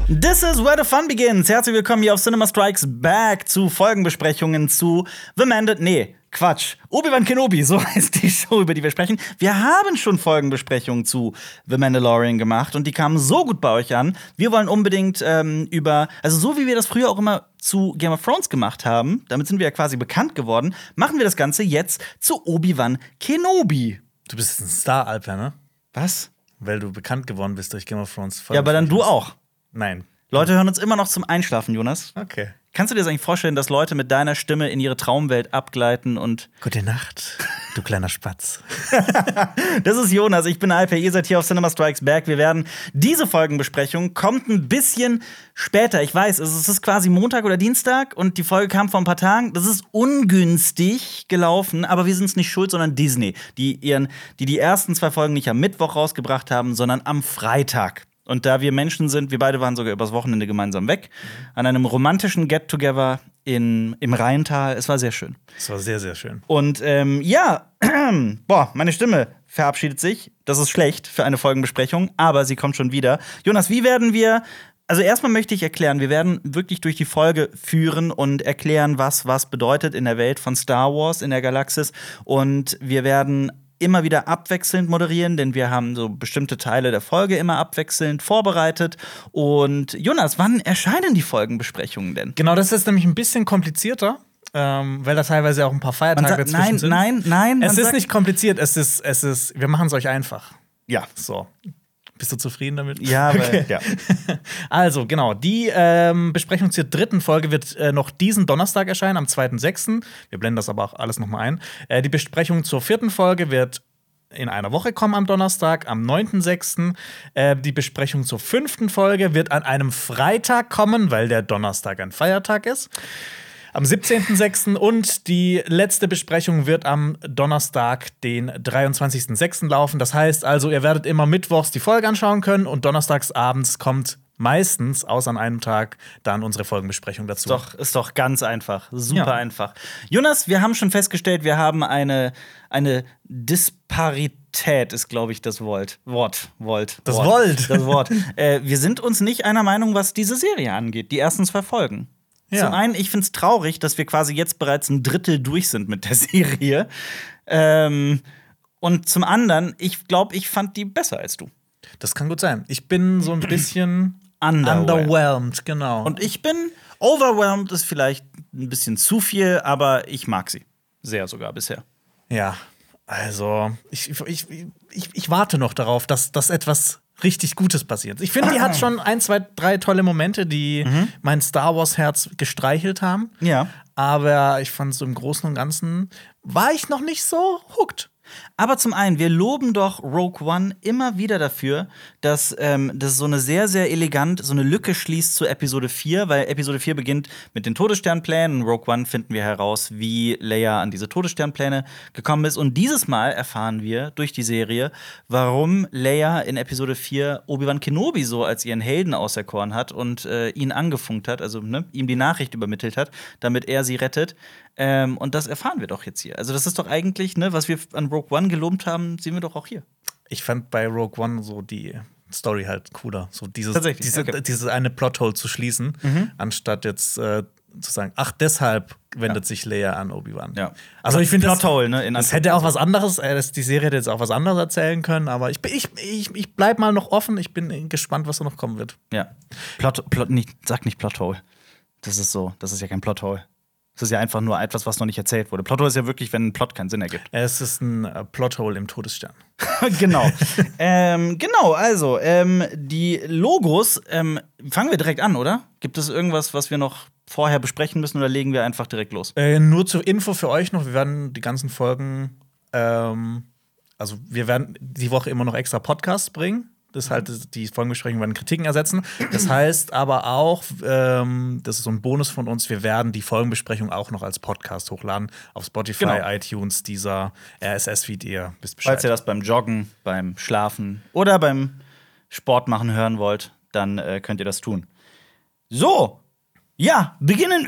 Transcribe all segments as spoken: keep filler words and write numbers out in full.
This is where the fun begins. Herzlich willkommen hier auf Cinema Strikes Back zu Folgenbesprechungen zu The Mandal... Nee, Quatsch. Obi-Wan Kenobi, so heißt die Show, über die wir sprechen. Wir haben schon Folgenbesprechungen zu The Mandalorian gemacht und die kamen so gut bei euch an. Wir wollen unbedingt ähm, über, also so wie wir das früher auch immer zu Game of Thrones gemacht haben, damit sind wir ja quasi bekannt geworden, machen wir das Ganze jetzt zu Obi-Wan Kenobi. Du bist ein Star, Alper, ne? Was? Weil du bekannt geworden bist durch Game of Thrones. Ja, aber dann du auch. Nein. Leute hören uns immer noch zum Einschlafen, Jonas. Okay. Kannst du dir das eigentlich vorstellen, dass Leute mit deiner Stimme in ihre Traumwelt abgleiten und Gute Nacht, du kleiner Spatz. Das ist Jonas, ich bin Alper, ihr seid hier auf Cinema Strikes Back. Wir werden diese Folgenbesprechung kommt ein bisschen später. Ich weiß, es ist quasi Montag oder Dienstag und die Folge kam vor ein paar Tagen. Das ist ungünstig gelaufen, aber wir sind es nicht schuld, sondern Disney, die ihren, die die ersten zwei Folgen nicht am Mittwoch rausgebracht haben, sondern am Freitag. Und da wir Menschen sind, wir beide waren sogar übers Wochenende gemeinsam weg, an einem romantischen Get-Together in, im Rheintal. Es war sehr schön. Es war sehr, sehr schön. Und ähm, ja, boah, meine Stimme verabschiedet sich. Das ist schlecht für eine Folgenbesprechung, aber sie kommt schon wieder. Jonas, wie werden wir Also erstmal möchte ich erklären, wir werden wirklich durch die Folge führen und erklären, was was bedeutet in der Welt von Star Wars, in der Galaxis. Und wir werden immer wieder abwechselnd moderieren, denn wir haben so bestimmte Teile der Folge immer abwechselnd vorbereitet. Und Jonas, wann erscheinen die Folgenbesprechungen denn? Genau, das ist nämlich ein bisschen komplizierter, ähm, weil da teilweise auch ein paar Feiertage sagt, dazwischen nein, sind. Nein, nein, nein. Es ist nicht kompliziert, es ist, es ist, wir machen es euch einfach. Ja. So. Bist du zufrieden damit? Ja, aber, okay. ja. Also, genau, die ähm, Besprechung zur dritten Folge wird äh, noch diesen Donnerstag erscheinen, am zweiten sechsten Wir blenden das aber auch alles noch mal ein. Äh, die Besprechung zur vierten Folge wird in einer Woche kommen am Donnerstag, am neunten sechsten Äh, die Besprechung zur fünften Folge wird an einem Freitag kommen, weil der Donnerstag ein Feiertag ist. Am siebzehnten sechsten und die letzte Besprechung wird am Donnerstag, den dreiundzwanzigsten sechsten laufen. Das heißt also, ihr werdet immer mittwochs die Folge anschauen können und donnerstags abends kommt meistens, außer an einem Tag, dann unsere Folgenbesprechung dazu. Ist doch, ist doch ganz einfach. Super Ja. einfach. Jonas, wir haben schon festgestellt, wir haben eine, eine Disparität, ist, glaube ich, das Wort. Wort. Wort. Das Wort. Volt. Das Wort. äh, wir sind uns nicht einer Meinung, was diese Serie angeht. Die ersten zwei Folgen. Ja. Zum einen, ich finde es traurig, dass wir quasi jetzt bereits ein Drittel durch sind mit der Serie. Ähm, und zum anderen, ich glaube, ich fand die besser als du. Das kann gut sein. Ich bin so ein bisschen Underwhelmed. underwhelmed, genau. Und ich bin overwhelmed, ist vielleicht ein bisschen zu viel, aber ich mag sie. Sehr sogar bisher. Ja, also ich, ich, ich, ich warte noch darauf, dass, dass etwas richtig Gutes passiert. Ich finde, die hat schon ein, zwei, drei tolle Momente, die mhm. mein Star Wars-Herz gestreichelt haben. Ja. Aber ich fand so im Großen und Ganzen war ich noch nicht so hooked. Aber zum einen, wir loben doch Rogue One immer wieder dafür, dass ähm, das so eine sehr, sehr elegant so eine Lücke schließt zu Episode vier, weil Episode vier beginnt mit den Todessternplänen. In Rogue One finden wir heraus, wie Leia an diese Todessternpläne gekommen ist. Und dieses Mal erfahren wir durch die Serie, warum Leia in Episode vier Obi-Wan Kenobi so als ihren Helden auserkoren hat und äh, ihn angefunkt hat, also ne, ihm die Nachricht übermittelt hat, damit er sie rettet. Ähm, und das erfahren wir doch jetzt hier. Also das ist doch eigentlich, ne, was wir an Rogue One gelobt haben, sehen wir doch auch hier. Ich fand bei Rogue One so die Story halt cooler. So dieses, Tatsächlich, diese, okay. dieses eine Plothole zu schließen, Mhm. anstatt jetzt äh, zu sagen, ach, deshalb wendet Ja. sich Leia an Obi-Wan. Ja. Also ich finde das, Plothole, ne? In das hätte auch was anderes, äh, das, die Serie hätte jetzt auch was anderes erzählen können, aber ich, ich, ich, ich bleib mal noch offen, ich bin gespannt, was da noch kommen wird. Ja. Plot, Plot, nicht, sag nicht Plothole. Das ist so, das ist ja kein Plothole. Das ist ja einfach nur etwas, was noch nicht erzählt wurde. Plothole ist ja wirklich, wenn ein Plot keinen Sinn ergibt. Es ist ein äh, Plothole im Todesstern. Genau. ähm, genau, also, ähm, die Logos, ähm, fangen wir direkt an, oder? Gibt es irgendwas, was wir noch vorher besprechen müssen oder legen wir einfach direkt los? Äh, nur zur Info für euch noch, wir werden die ganzen Folgen, ähm, also wir werden die Woche immer noch extra Podcasts bringen. Das ist halt, die Folgenbesprechungen werden Kritiken ersetzen. Das heißt aber auch, ähm, das ist so ein Bonus von uns, wir werden die Folgenbesprechung auch noch als Podcast hochladen auf Spotify, Genau. iTunes, dieser R S S-Feed, ihr wisst Bescheid. Falls ihr das beim Joggen, beim Schlafen oder beim Sport machen hören wollt, dann äh, könnt ihr das tun. So, Ja, beginnen.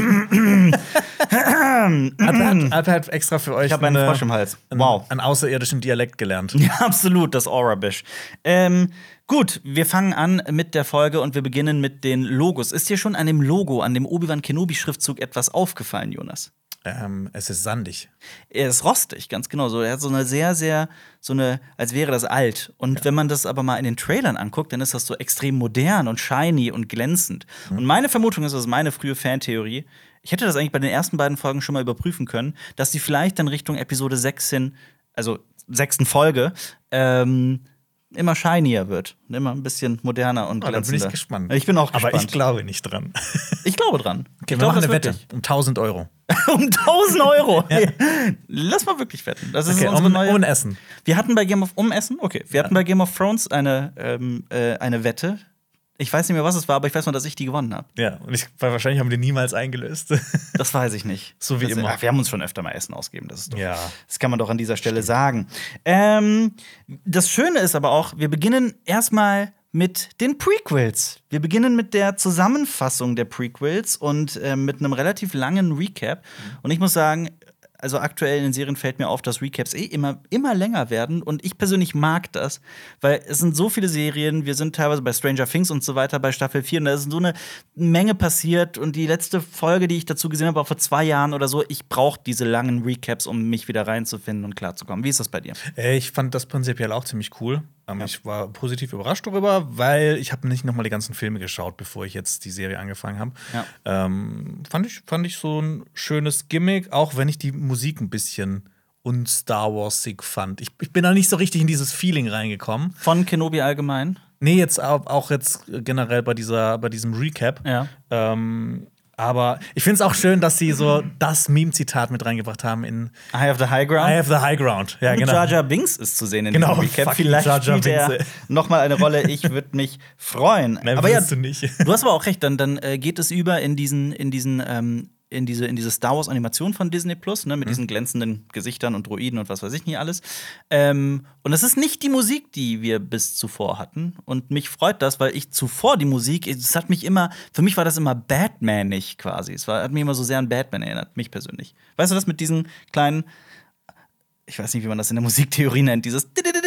Albert, Albert hat extra für euch Ich habe einen eine- Frosch im Hals. einen, Wow. einen außerirdischen Dialekt gelernt. Ja, absolut, das Aurabisch. Ähm, gut, wir fangen an mit der Folge und wir beginnen mit den Logos. Ist dir schon an dem Logo, an dem Obi-Wan Kenobi-Schriftzug etwas aufgefallen, Jonas? Ähm, es ist sandig. Er ist rostig, ganz genau so. Er hat so eine sehr, sehr, so eine, als wäre das alt. Und wenn man das aber mal in den Trailern anguckt, dann ist das so extrem modern und shiny und glänzend. Mhm. Und meine Vermutung ist, das ist meine frühe Fantheorie, ich hätte das eigentlich bei den ersten beiden Folgen schon mal überprüfen können, dass die vielleicht dann Richtung Episode sechs hin, also sechsten Folge, ähm, immer shinier wird. Und immer ein bisschen moderner und Oh, da bin glänzender. ich gespannt. Ich bin auch Aber gespannt. ich glaube nicht dran. ich glaube dran. Okay, ich wir glaube machen eine das Wette wirklich. um tausend Euro. um tausend Euro. Lass mal wirklich wetten. Das ist Okay, unsere um, neue. um ein Essen. Wir hatten bei Game of um Essen, okay. Wir hatten bei Game of Thrones eine, ähm, äh, eine Wette. Ich weiß nicht mehr, was es war, aber ich weiß nur, dass ich die gewonnen habe. Ja, und ich, weil wahrscheinlich haben wir die niemals eingelöst. Das weiß ich nicht. So wie das, immer. Ach, wir haben uns schon öfter mal Essen ausgegeben. Das ist doch, Ja. das kann man doch an dieser Stelle sagen. Ähm, das Schöne ist aber auch, wir beginnen erstmal mit den Prequels. Wir beginnen mit der Zusammenfassung der Prequels und äh, mit einem relativ langen Recap. Und ich muss sagen, also aktuell in den Serien fällt mir auf, dass Recaps eh immer, immer länger werden. Und ich persönlich mag das, weil es sind so viele Serien. Wir sind teilweise bei Stranger Things und so weiter bei Staffel vier. Und da ist so eine Menge passiert. Und die letzte Folge, die ich dazu gesehen habe, auch vor zwei Jahren oder so, ich brauche diese langen Recaps, um mich wieder reinzufinden und klarzukommen. Wie ist das bei dir? Äh, Ich fand das prinzipiell auch ziemlich cool. Ähm, Ich war positiv überrascht darüber, weil ich habe nicht noch mal die ganzen Filme geschaut, bevor ich jetzt die Serie angefangen habe. Ja. Ähm, fand ich, fand ich so ein schönes Gimmick, auch wenn ich die Musik ein bisschen un-Star Wars-sig fand. Ich, ich bin da nicht so richtig in dieses Feeling reingekommen. Von Kenobi allgemein? Nee, jetzt auch, auch jetzt generell bei, dieser, bei diesem Recap. Ja. Ähm, aber ich finde es auch schön, dass sie so das Meme-Zitat mit reingebracht haben in I have the high ground. I have the high ground. Ja, genau. Jar Jar Binks ist zu sehen in Genau, diesem Recap. fucking Vielleicht Jar Jar spielt er Binks, ey. noch mal eine Rolle. Ich würde mich freuen. Mehr aber ja, willst du nicht. du hast aber auch recht. Dann, dann äh, geht es über in diesen, in diesen, ähm, in diese, in diese Star Wars Animation von Disney Plus, ne, mit Mhm. diesen glänzenden Gesichtern und Droiden und was weiß ich nicht alles. Ähm, und es ist nicht die Musik, die wir bis zuvor hatten. Und mich freut das, weil ich zuvor die Musik, es hat mich immer, für mich war das immer Batmanig quasi. Es war, hat mich immer so sehr an Batman erinnert, mich persönlich. Weißt du das mit diesen kleinen, ich weiß nicht, wie man das in der Musiktheorie nennt, dieses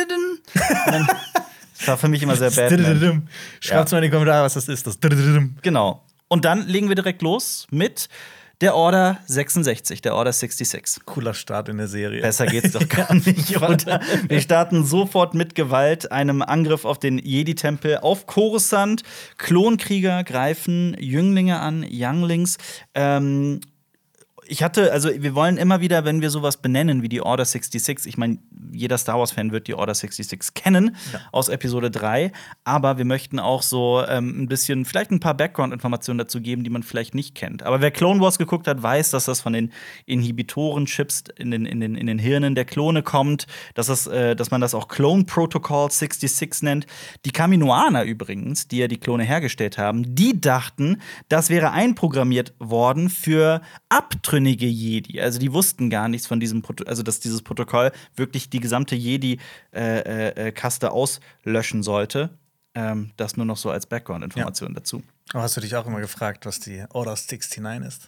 dann, das war für mich immer sehr Batman. Schreibt's mal in die Kommentare, was das ist. Das Genau. Und dann legen wir direkt los mit der Order sechsundsechzig, der Order sechsundsechzig. Cooler Start in der Serie. Besser geht's doch gar nicht, oder? Wir starten sofort mit Gewalt, einem Angriff auf den Jedi-Tempel auf Coruscant. Klonkrieger greifen Jünglinge an, Younglings. Ähm, ich hatte, also wir wollen immer wieder, wenn wir sowas benennen wie die Order sechsundsechzig, ich meine, jeder Star Wars-Fan wird die Order sechsundsechzig kennen Ja. aus Episode drei, aber wir möchten auch so ähm, ein bisschen, vielleicht ein paar Background-Informationen dazu geben, die man vielleicht nicht kennt. Aber wer Clone Wars geguckt hat, weiß, dass das von den Inhibitoren-Chips in den, in, den, in den Hirnen der Klone kommt, dass, das, äh, dass man das auch Clone Protocol sechsundsechzig nennt. Die Kaminoaner übrigens, die ja die Klone hergestellt haben, die dachten, das wäre einprogrammiert worden für abtrünnige Jedi. Also die wussten gar nichts von diesem, Proto also dass dieses Protokoll wirklich die gesamte Jedi-Kaste äh, äh, auslöschen sollte. Ähm, das nur noch so als Background-Information Ja. dazu. Aber hast du dich auch immer gefragt, was die Order neunundsechzig ist?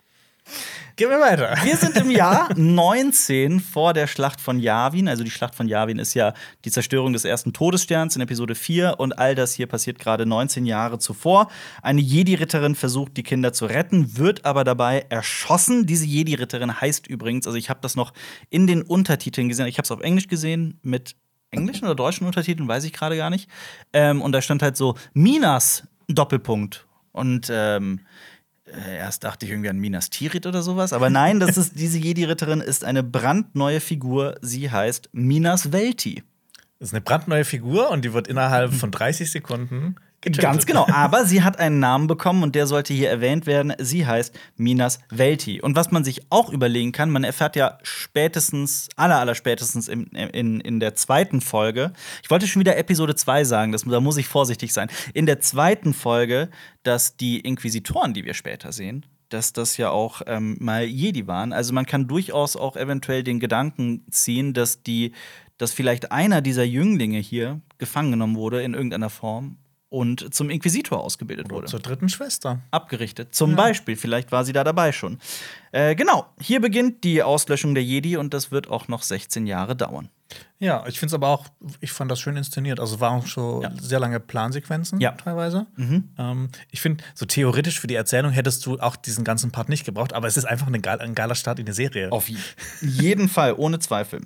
Gehen wir weiter. Wir sind im Jahr neunzehn vor der Schlacht von Yavin. Also die Schlacht von Yavin ist ja die Zerstörung des ersten Todessterns in Episode vier. Und all das hier passiert gerade neunzehn Jahre zuvor. Eine Jedi-Ritterin versucht, die Kinder zu retten, wird aber dabei erschossen. Diese Jedi-Ritterin heißt übrigens, also ich habe das noch in den Untertiteln gesehen. Ich habe es auf Englisch gesehen mit englischen oder deutschen Untertiteln, weiß ich gerade gar nicht. Ähm, und da stand halt so Minas Doppelpunkt. Und ähm, erst dachte ich irgendwie an Minas Tirith oder sowas. Aber nein, das ist, diese Jedi-Ritterin ist eine brandneue Figur. Sie heißt Minas Welti. Das ist eine brandneue Figur und die wird innerhalb von dreißig Sekunden getötet. Ganz genau. Aber sie hat einen Namen bekommen und der sollte hier erwähnt werden. Sie heißt Minas Welti. Und was man sich auch überlegen kann, man erfährt ja spätestens, aller, aller spätestens in, in, in der zweiten Folge, ich wollte schon wieder Episode zwei sagen, das, da muss ich vorsichtig sein, in der zweiten Folge, dass die Inquisitoren, die wir später sehen, dass das ja auch ähm, mal Jedi waren. Also man kann durchaus auch eventuell den Gedanken ziehen, dass die, dass vielleicht einer dieser Jünglinge hier gefangen genommen wurde in irgendeiner Form und zum Inquisitor ausgebildet Oder wurde. zur dritten Schwester. Abgerichtet. Zum Ja. Beispiel. Vielleicht war sie da dabei schon. Äh, genau. Hier beginnt die Auslöschung der Jedi und das wird auch noch sechzehn Jahre dauern. Ja, ich finde es aber auch, ich fand das schön inszeniert. Also waren schon Ja. sehr lange Plansequenzen Ja. teilweise. Mhm. Ähm, ich finde, so theoretisch für die Erzählung hättest du auch diesen ganzen Part nicht gebraucht, aber es ist einfach ein, geil, ein geiler Start in die Serie. Auf jeden Fall, ohne Zweifel.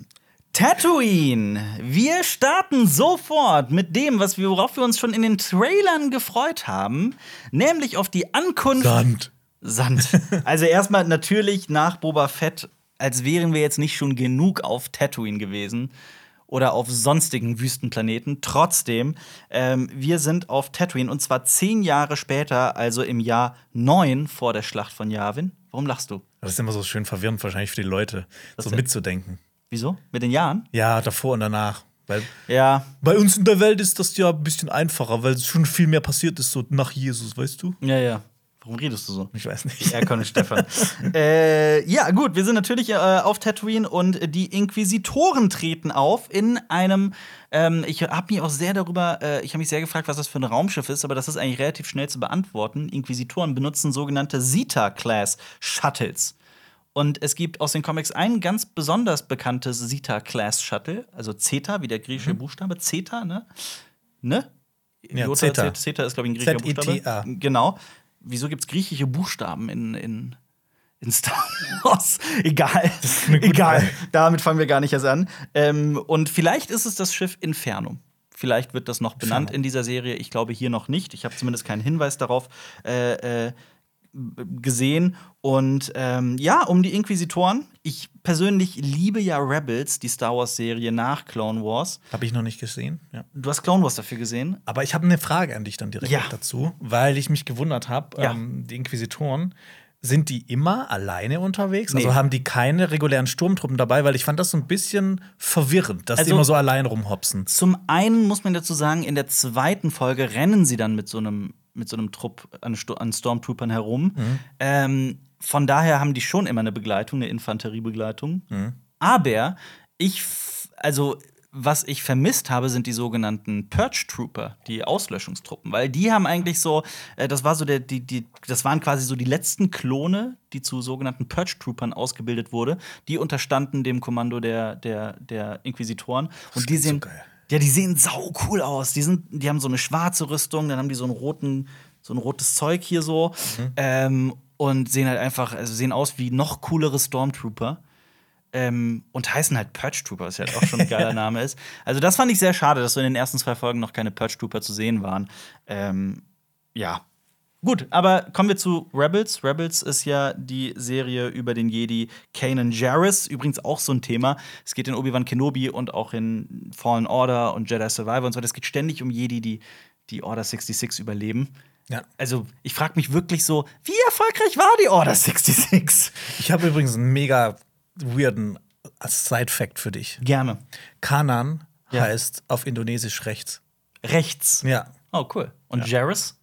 Tatooine. Wir starten sofort mit dem, was wir, worauf wir uns schon in den Trailern gefreut haben, nämlich auf die Ankunft. Sand. Sand. Also erstmal natürlich nach Boba Fett, als wären wir jetzt nicht schon genug auf Tatooine gewesen oder auf sonstigen Wüstenplaneten. Trotzdem, ähm, wir sind auf Tatooine und zwar zehn Jahre später, also im Jahr neun vor der Schlacht von Yavin. Warum lachst du? Das ist immer so schön verwirrend wahrscheinlich für die Leute, Was so denn? mitzudenken. Wieso? Mit den Jahren? Ja, davor und danach. Weil Ja, bei uns in der Welt ist das ja ein bisschen einfacher, weil schon viel mehr passiert ist, so nach Jesus, weißt du? ja, ja. Warum redest du so? Ich weiß nicht. Erkon und Stefan. äh, ja, gut, wir sind natürlich äh, auf Tatooine und die Inquisitoren treten auf in einem. Ähm, ich habe mich auch sehr darüber, äh, ich habe mich sehr gefragt, was das für ein Raumschiff ist, aber das ist eigentlich relativ schnell zu beantworten. Inquisitoren benutzen sogenannte Zeta-Class-Shuttles. Und es gibt aus den Comics ein ganz besonders bekanntes Zeta-Class-Shuttle, also Zeta, wie der griechische Mhm. Buchstabe, Zeta, ne? Ne? Ja, Iota, Zeta. Zeta. Zeta ist, glaube ich, ein griechischer Z E T A. Buchstabe. Genau. Wieso gibt es griechische Buchstaben in, in, in Star Wars? Egal. eine gute Egal. Frage. Damit fangen wir gar nicht erst an. Ähm, und vielleicht ist es das Schiff Infernum. Vielleicht wird das noch benannt Infernum. in dieser Serie. Ich glaube hier noch nicht. Ich habe zumindest keinen Hinweis darauf äh, äh, gesehen. Und ähm, ja, um die Inquisitoren. Ich persönlich liebe ja Rebels, die Star Wars-Serie nach Clone Wars. Habe ich noch nicht gesehen. Ja. Du hast Clone Wars dafür gesehen? Aber ich habe eine Frage an dich dann direkt Ja. dazu, weil ich mich gewundert habe, Ja. ähm, die Inquisitoren, sind die immer alleine unterwegs? Nee. Also haben die keine regulären Sturmtruppen dabei? Weil ich fand das so ein bisschen verwirrend, dass Also- die immer so allein rumhopsen. Zum einen muss man dazu sagen, in der zweiten Folge rennen sie dann mit so einem, mit so einem Trupp an, Sto an Stormtroopern herum. Mhm. Ähm, von daher haben die schon immer eine Begleitung, eine Infanteriebegleitung. Mhm. Aber ich, f- also was ich vermisst habe, sind die sogenannten Purge Trooper, die Auslöschungstruppen, weil die haben eigentlich so, äh, das war so der, die, die, das waren quasi so die letzten Klone, die zu sogenannten Purge Troopern ausgebildet wurde. Die unterstanden dem Kommando der, der, der Inquisitoren und die klingt so sehen, geil. ja, die sehen sau cool aus. Die sind, die haben so eine schwarze Rüstung, dann haben die so einen roten, so ein rotes Zeug hier so Mhm. ähm, und sehen halt einfach, also sehen aus wie noch coolere Stormtrooper. Ähm, und heißen halt Purge Trooper, was ja halt auch schon ein geiler Name ist. Also, das fand ich sehr schade, dass so in den ersten zwei Folgen noch keine Purge Trooper zu sehen waren. Ähm, ja. Gut, aber kommen wir zu Rebels. Rebels ist ja die Serie über den Jedi Kanan Jarrus. Übrigens auch so ein Thema. Es geht in Obi-Wan Kenobi und auch in Fallen Order und Jedi Survivor und so. Es geht ständig um Jedi, die die Order sechsundsechzig überleben. Ja. Also, ich frage mich wirklich so, wie erfolgreich war die Order sechsundsechzig? Ich habe übrigens einen mega weirden Side-Fact für dich. Gerne. Kanan Ja. heißt auf Indonesisch rechts. Rechts. Ja, Oh, cool. Und Ja. Jarrus?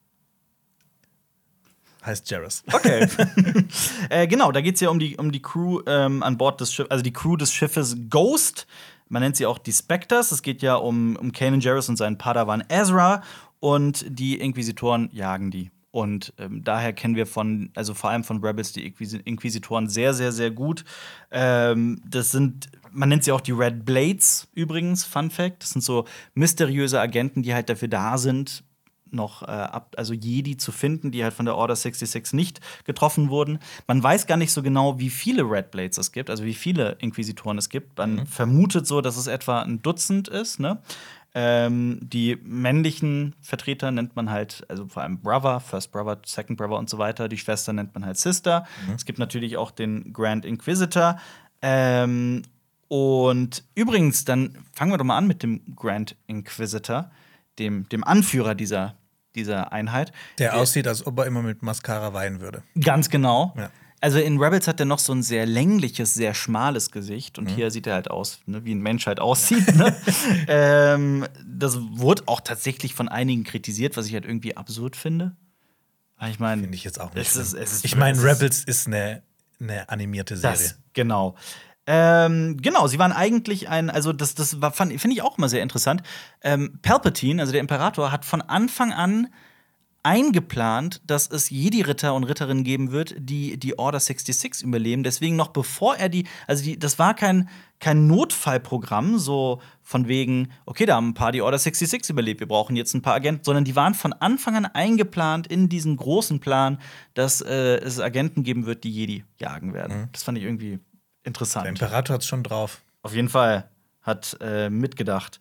heißt Jarrus. Okay. äh, genau, da geht es ja um die, um die Crew ähm, an Bord des Schiffes, also die Crew des Schiffes Ghost. Man nennt sie auch die Spectres. Es geht ja um, um Kanan Jarrus und seinen Padawan Ezra. Und die Inquisitoren jagen die. Und ähm, daher kennen wir von, also vor allem von Rebels, die Inquis Inquisitoren sehr, sehr, sehr gut. Ähm, das sind, man nennt sie auch die Red Blades übrigens, Fun Fact. Das sind so mysteriöse Agenten, die halt dafür da sind, noch äh, ab, also Jedi zu finden, die halt von der Order sechsundsechzig nicht getroffen wurden. Man weiß gar nicht so genau, wie viele Red Blades es gibt, also wie viele Inquisitoren es gibt. Man Mhm. vermutet so, dass es etwa ein Dutzend ist, ne? Ähm, die männlichen Vertreter nennt man halt, also vor allem Brother, First Brother, Second Brother und so weiter. Die Schwester nennt man halt Sister. Mhm. Es gibt natürlich auch den Grand Inquisitor. Ähm, und übrigens, dann fangen wir doch mal an mit dem Grand Inquisitor, dem, dem Anführer dieser, dieser Einheit. Der aussieht, als ob er immer mit Mascara weinen würde. Ganz genau. Ja. Also in Rebels hat er noch so ein sehr längliches, sehr schmales Gesicht. Und Mhm. hier sieht er halt aus, ne, wie ein Mensch halt aussieht. Ne? ähm, das wurde auch tatsächlich von einigen kritisiert, was ich halt irgendwie absurd finde. Aber ich meine, Finde ich jetzt auch nicht. es ist, schlimm. es ist ich meine, es ist- Rebels ist eine, eine animierte Serie. Das, genau. Ähm, genau, sie waren eigentlich ein, also das, das finde ich auch immer sehr interessant. Ähm, Palpatine, also der Imperator, hat von Anfang an eingeplant, dass es Jedi-Ritter und Ritterinnen geben wird, die die Order sechsundsechzig überleben. Deswegen noch bevor er die, also die, das war kein, kein Notfallprogramm, so von wegen, okay, da haben ein paar die Order sechsundsechzig überlebt, wir brauchen jetzt ein paar Agenten, sondern die waren von Anfang an eingeplant in diesen großen Plan, dass äh, es Agenten geben wird, die Jedi jagen werden. Mhm. Das fand ich irgendwie interessant. Der Imperator hat's schon drauf. Auf jeden Fall hat äh, mitgedacht.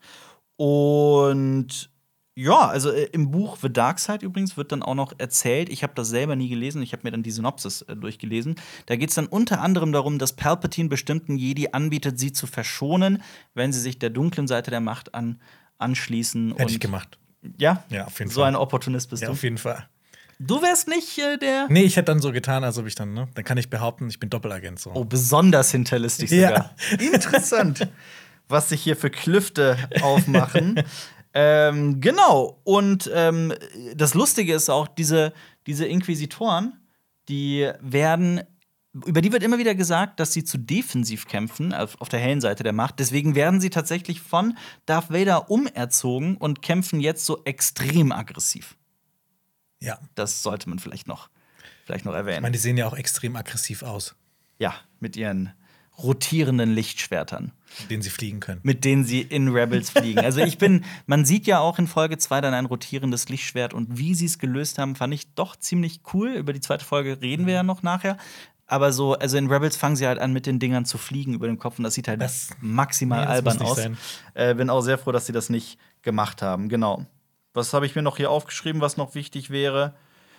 Und ja, also äh, im Buch The Dark Side übrigens wird dann auch noch erzählt, ich habe das selber nie gelesen, ich habe mir dann die Synopsis äh, durchgelesen. Da geht es dann unter anderem darum, dass Palpatine bestimmten Jedi anbietet, sie zu verschonen, wenn sie sich der dunklen Seite der Macht an, anschließen. Hätte ich gemacht. Ja? Ja, auf jeden so Fall. ein Opportunist bist ja, du. Auf jeden Fall. Du wärst nicht äh, der. Nee, ich hätte dann so getan, als ob ich dann, ne? Dann kann ich behaupten, ich bin Doppelagent. So. Oh, besonders hinterlistig sogar. Ja. Interessant, was sich hier für Klüfte aufmachen. ähm, genau. Und ähm, das Lustige ist auch, diese, diese Inquisitoren, die werden. Über die wird immer wieder gesagt, dass sie zu defensiv kämpfen, auf, auf der hellen Seite der Macht. Deswegen werden sie tatsächlich von Darth Vader umerzogen und kämpfen jetzt so extrem aggressiv. Ja. Das sollte man vielleicht noch, vielleicht noch erwähnen. Ich meine, die sehen ja auch extrem aggressiv aus. Ja, mit ihren rotierenden Lichtschwertern. Mit denen sie fliegen können. Mit denen sie in Rebels fliegen. Also ich bin, man sieht ja auch in Folge zwei dann ein rotierendes Lichtschwert und wie sie es gelöst haben, fand ich doch ziemlich cool. Über die zweite Folge reden wir ja noch nachher. Aber so, also in Rebels fangen sie halt an, mit den Dingern zu fliegen über dem Kopf und das sieht halt das, maximal nee, das albern aus. Äh, bin auch sehr froh, dass sie das nicht gemacht haben. Genau. Was habe ich mir noch hier aufgeschrieben, was noch wichtig wäre?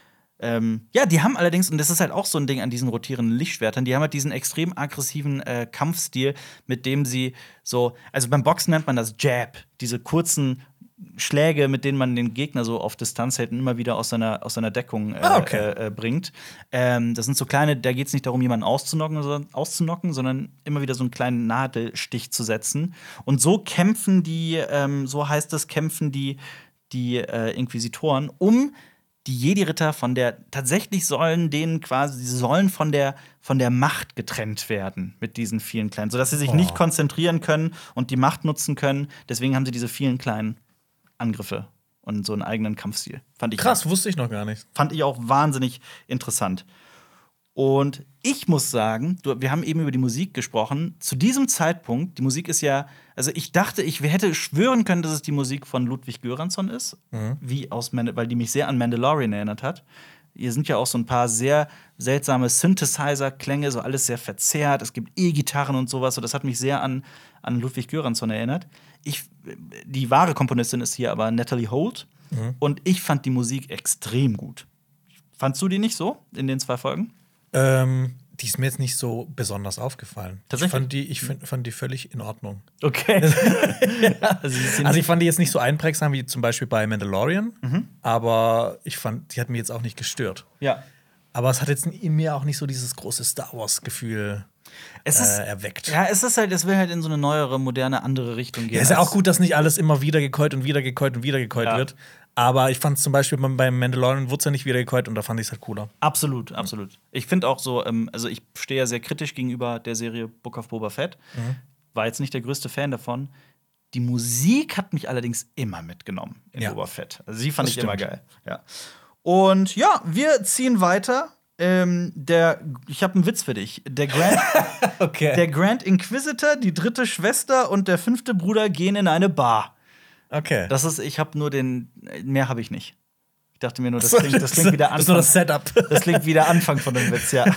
Ähm, ja, die haben allerdings, und das ist halt auch so ein Ding an diesen rotierenden Lichtschwertern, die haben halt diesen extrem aggressiven äh, Kampfstil, mit dem sie so, also beim Boxen nennt man das Jab, diese kurzen Schläge, mit denen man den Gegner so auf Distanz hält und immer wieder aus seiner, aus seiner Deckung äh, ah, okay. äh, äh, bringt. Ähm, das sind so kleine, da geht es nicht darum, jemanden auszunocken, sondern, auszunocken, sondern immer wieder so einen kleinen Nadelstich zu setzen. Und so kämpfen die, ähm, so heißt es, kämpfen die die äh, Inquisitoren, um die Jedi-Ritter von der, tatsächlich sollen denen quasi, sie sollen von der, von der Macht getrennt werden mit diesen vielen kleinen, sodass sie sich oh. nicht konzentrieren können und die Macht nutzen können. Deswegen haben sie diese vielen kleinen Angriffe und so einen eigenen Kampfstil. Fand ich krass, wusste ich noch gar nicht. Fand ich auch wahnsinnig interessant. Und ich muss sagen, du, wir haben eben über die Musik gesprochen. Zu diesem Zeitpunkt, die Musik ist ja, also ich dachte, ich hätte schwören können, dass es die Musik von Ludwig Göransson ist, mhm. wie aus Mand- weil die mich sehr an Mandalorian erinnert hat. Hier sind ja auch so ein paar sehr seltsame Synthesizer-Klänge, so alles sehr verzerrt. Es gibt E-Gitarren und sowas. Und das hat mich sehr an, an Ludwig Göransson erinnert. Ich, die wahre Komponistin ist hier aber Natalie Holt. Mhm. Und ich fand die Musik extrem gut. Fandst du die nicht so in den zwei Folgen? Ähm, die ist mir jetzt nicht so besonders aufgefallen. Tatsächlich? Ich fand die, ich find, fand die völlig in Ordnung. Okay. ja. Also, also ich fand die jetzt nicht so einprägsam wie zum Beispiel bei Mandalorian, mhm. aber ich fand, die hat mich jetzt auch nicht gestört. Ja. Aber es hat jetzt in mir auch nicht so dieses große Star Wars-Gefühl es ist, äh, erweckt. Ja, es ist halt, es will halt in so eine neuere, moderne, andere Richtung gehen. Ja, ist ja auch gut, dass nicht alles immer wieder gekäut und wieder gekäut und wieder gekäut ja. wird. Aber ich fand es zum Beispiel beim Mandalorian wurde es ja nicht wieder gekäut und da fand ich es halt cooler. Absolut, absolut. Ich finde auch so, ähm, also ich stehe ja sehr kritisch gegenüber der Serie Book of Boba Fett. Mhm. War jetzt nicht der größte Fan davon. Die Musik hat mich allerdings immer mitgenommen in ja. Boba Fett. Also sie fand das ich stimmt. immer geil. Ja. Und ja, wir ziehen weiter. Ähm, der, ich habe einen Witz für dich. Der Grand, okay. der Grand Inquisitor, die dritte Schwester und der fünfte Bruder gehen in eine Bar. Okay. Das ist, ich habe nur den, mehr habe ich nicht. Ich dachte mir nur, das klingt, das klingt wieder Anfang. Das ist nur das Setup. Das klingt wieder Anfang von dem Witz, ja.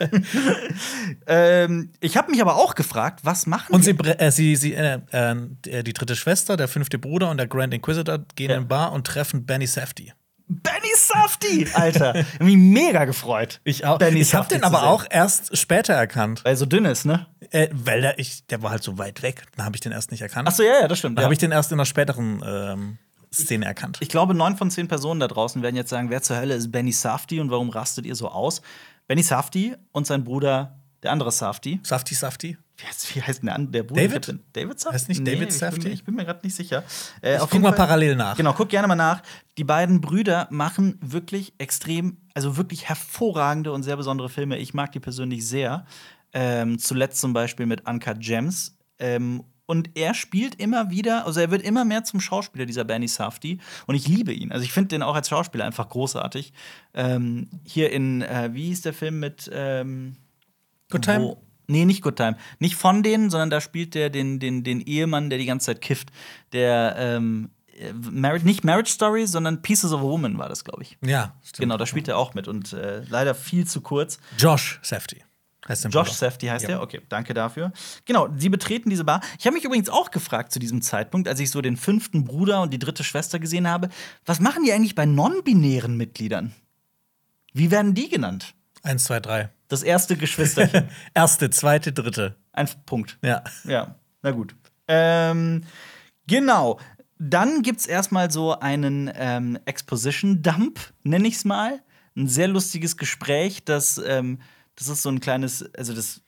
ähm, ich habe mich aber auch gefragt, was machen Und sie, äh, sie, sie äh, äh, die dritte Schwester, der fünfte Bruder und der Grand Inquisitor gehen ja. in eine Bar und treffen Benny Safdie. Benny Safdie, Alter. Ich hab mich mega gefreut. Ich auch. Benny ich habe den aber sehen. auch erst später erkannt. Weil er so dünn ist, ne? Äh, weil der, ich, der war halt so weit weg. Dann habe ich den erst nicht erkannt. Ach so, ja, ja, das stimmt. Dann ja. habe ich den erst in einer späteren ähm, Szene ich, erkannt. Ich glaube, neun von zehn Personen da draußen werden jetzt sagen, wer zur Hölle ist Benny Safdie und warum rastet ihr so aus? Benny Safdie und sein Bruder, der andere Safdie. Safdie Safdie? Wie heißt, wie heißt denn der, der Bruder? David? David Safdie? Heißt nicht nee, David Safdie? Ich bin, ich bin mir gerade nicht sicher. Äh, ich guck mal Fall, parallel nach. Genau, guck gerne mal nach. Die beiden Brüder machen wirklich extrem, also wirklich hervorragende und sehr besondere Filme. Ich mag die persönlich sehr. Ähm, zuletzt zum Beispiel mit Uncut Gems. Ähm, und er spielt immer wieder, also er wird immer mehr zum Schauspieler, dieser Benny Safdie. Und ich liebe ihn. Also ich finde den auch als Schauspieler einfach großartig. Ähm, hier in, äh, wie hieß der Film mit ähm, Good Time? Wo, nee, nicht Good Time. Nicht von denen, sondern da spielt der den, den, den Ehemann, der die ganze Zeit kifft. Der ähm, Marriage, nicht Marriage Story, sondern Pieces of a Woman war das, glaube ich. Ja, stimmt. Genau, da spielt er auch mit. Und äh, leider viel zu kurz. Josh Safdie. Heißt der Josh Bruder. Safdie heißt Ja. der? Okay, danke dafür. Genau, sie betreten diese Bar. Ich habe mich übrigens auch gefragt zu diesem Zeitpunkt, als ich so den fünften Bruder und die dritte Schwester gesehen habe, was machen die eigentlich bei non-binären Mitgliedern? Wie werden die genannt? Eins, zwei, drei. Das erste Geschwisterchen. Erste, zweite, dritte. Ein Punkt. Ja. Ja, na gut. Ähm, genau. Dann gibt's erstmal so einen ähm, Exposition-Dump, nenne ich's mal. Ein sehr lustiges Gespräch, das, ähm, das ist so ein kleines, also das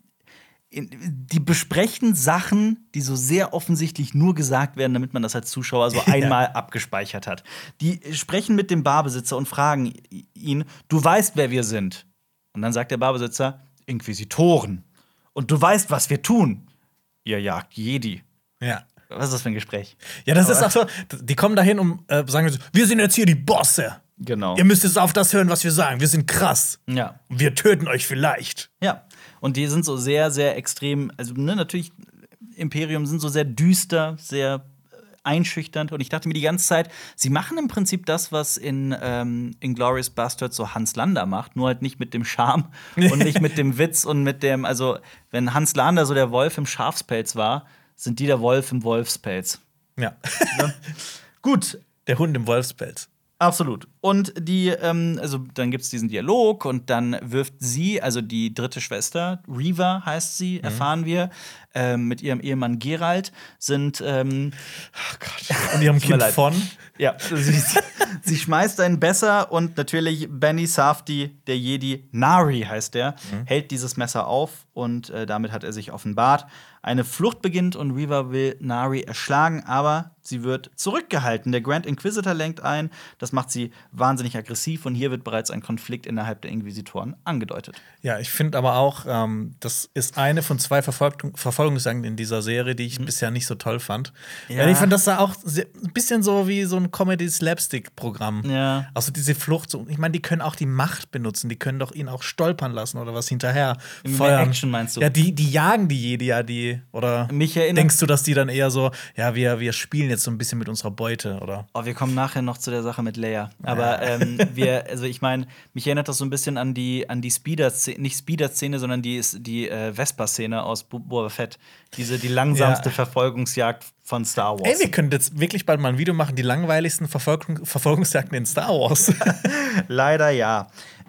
in, die besprechen Sachen, die so sehr offensichtlich nur gesagt werden, damit man das als Zuschauer so einmal abgespeichert hat. Die sprechen mit dem Barbesitzer und fragen ihn, du weißt, wer wir sind. Und dann sagt der Barbesitzer, Inquisitoren. Und du weißt, was wir tun. Ihr jagt Jedi. Ja. Was ist das für ein Gespräch? Ja, das ist auch so, die kommen dahin und äh, sagen so, wir sind jetzt hier die Bosse. Genau. Ihr müsst jetzt auf das hören, was wir sagen. Wir sind krass. Ja. Wir töten euch vielleicht. Ja. Und die sind so sehr, sehr extrem, also ne, natürlich, Imperium sind so sehr düster, sehr äh, einschüchternd. Und ich dachte mir die ganze Zeit, sie machen im Prinzip das, was in ähm, Inglourious Basterds so Hans Lander macht, nur halt nicht mit dem Charme und nicht mit dem Witz und mit dem, also wenn Hans Lander so der Wolf im Schafspelz war, sind die der Wolf im Wolfspelz. Ja. Ne? Gut. Der Hund im Wolfspelz. Absolut. Und die, ähm, also dann gibt's diesen Dialog und dann wirft sie, also die dritte Schwester, Reva heißt sie, Mhm. erfahren wir, ähm, mit ihrem Ehemann Geralt sind ähm, Oh Gott. Und ihrem Tut mir Kind leid. von. Ja, sie, sie schmeißt einen Messer und natürlich Benny Safdie, der Jedi, Nari heißt der, Mhm. hält dieses Messer auf und äh, damit hat er sich offenbart. Eine Flucht beginnt und Reva will Nari erschlagen, aber sie wird zurückgehalten. Der Grand Inquisitor lenkt ein, das macht sie wahnsinnig aggressiv und hier wird bereits ein Konflikt innerhalb der Inquisitoren angedeutet. Ja, ich finde aber auch, ähm, das ist eine von zwei Verfolgung, Verfolgungsjagden in dieser Serie, die ich bisher nicht so toll fand. Ja. Weil ich fand, das war auch sehr, ein bisschen so wie so ein Comedy-Slapstick-Programm. Ja. Also diese Flucht, so, ich meine, die können auch die Macht benutzen, die können doch ihn auch stolpern lassen oder was hinterher Mehr feuern. Action meinst du? Ja, die, die jagen die Jedi ja, die, oder Mich erinnert- denkst du, dass die dann eher so, ja, wir, wir spielen jetzt so ein bisschen mit unserer Beute, oder? Oh, wir kommen nachher noch zu der Sache mit Leia. Aber ähm, wir, also ich meine, mich erinnert das so ein bisschen an die, an die Speeder-Szene, nicht Speeder-Szene, sondern die, die äh, Vespa-Szene aus Bu- Boba Fett. Diese, die langsamste Ja. Verfolgungsjagd von Star Wars. Ey, wir können jetzt wirklich bald mal ein Video machen, die langweiligsten Verfolgung, Verfolgungsjagden in Star Wars. Leider ja.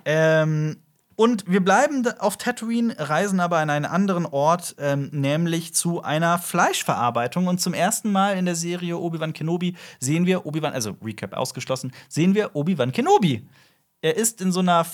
Ähm, und wir bleiben da- auf Tatooine, reisen aber an einen anderen Ort, ähm, nämlich zu einer Fleischverarbeitung. Und zum ersten Mal in der Serie Obi-Wan Kenobi sehen wir Obi-Wan, also Recap ausgeschlossen, sehen wir Obi-Wan Kenobi. Er ist in so einer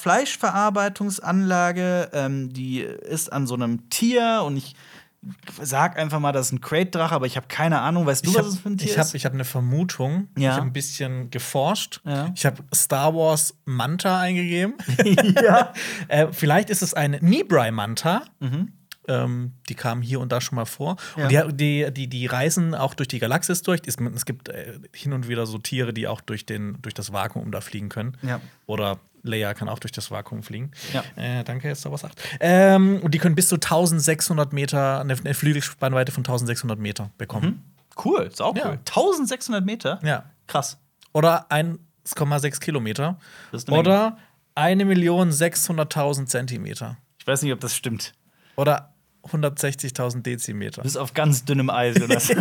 Fleischverarbeitungsanlage, ähm, die ist an so einem Tier und ich sag einfach mal, das ist ein Crate-Drache, aber ich habe keine Ahnung. Weißt du, Ich was habe es für ein Tier ich hab, ist? ich hab eine Vermutung. Ja. Ich habe ein bisschen geforscht. Ja. Ich habe Star Wars Manta eingegeben. Ja. äh, vielleicht ist es ein Nibrai Manta. Ähm, die kamen hier und da schon mal vor. Ja. Und die, die, die, die reisen auch durch die Galaxis durch. Es, es gibt äh, hin und wieder so Tiere, die auch durch, den, durch das Vakuum da fliegen können. Ja. Oder Leia kann auch durch das Vakuum fliegen. Ja. Äh, danke, Star Wars acht. Ähm, und die können bis zu tausendsechshundert Meter, eine, eine Flügelspannweite von tausendsechshundert Meter bekommen. Cool, ist auch Ja. cool. eintausendsechshundert Meter? Ja. Krass. Oder eins Komma sechs Kilometer. Das ist eine Menge. Oder eine Million sechshunderttausend Zentimeter. Ich weiß nicht, ob das stimmt. Oder hundertsechzigtausend Dezimeter. Du bist auf ganz dünnem Eis, Jonas.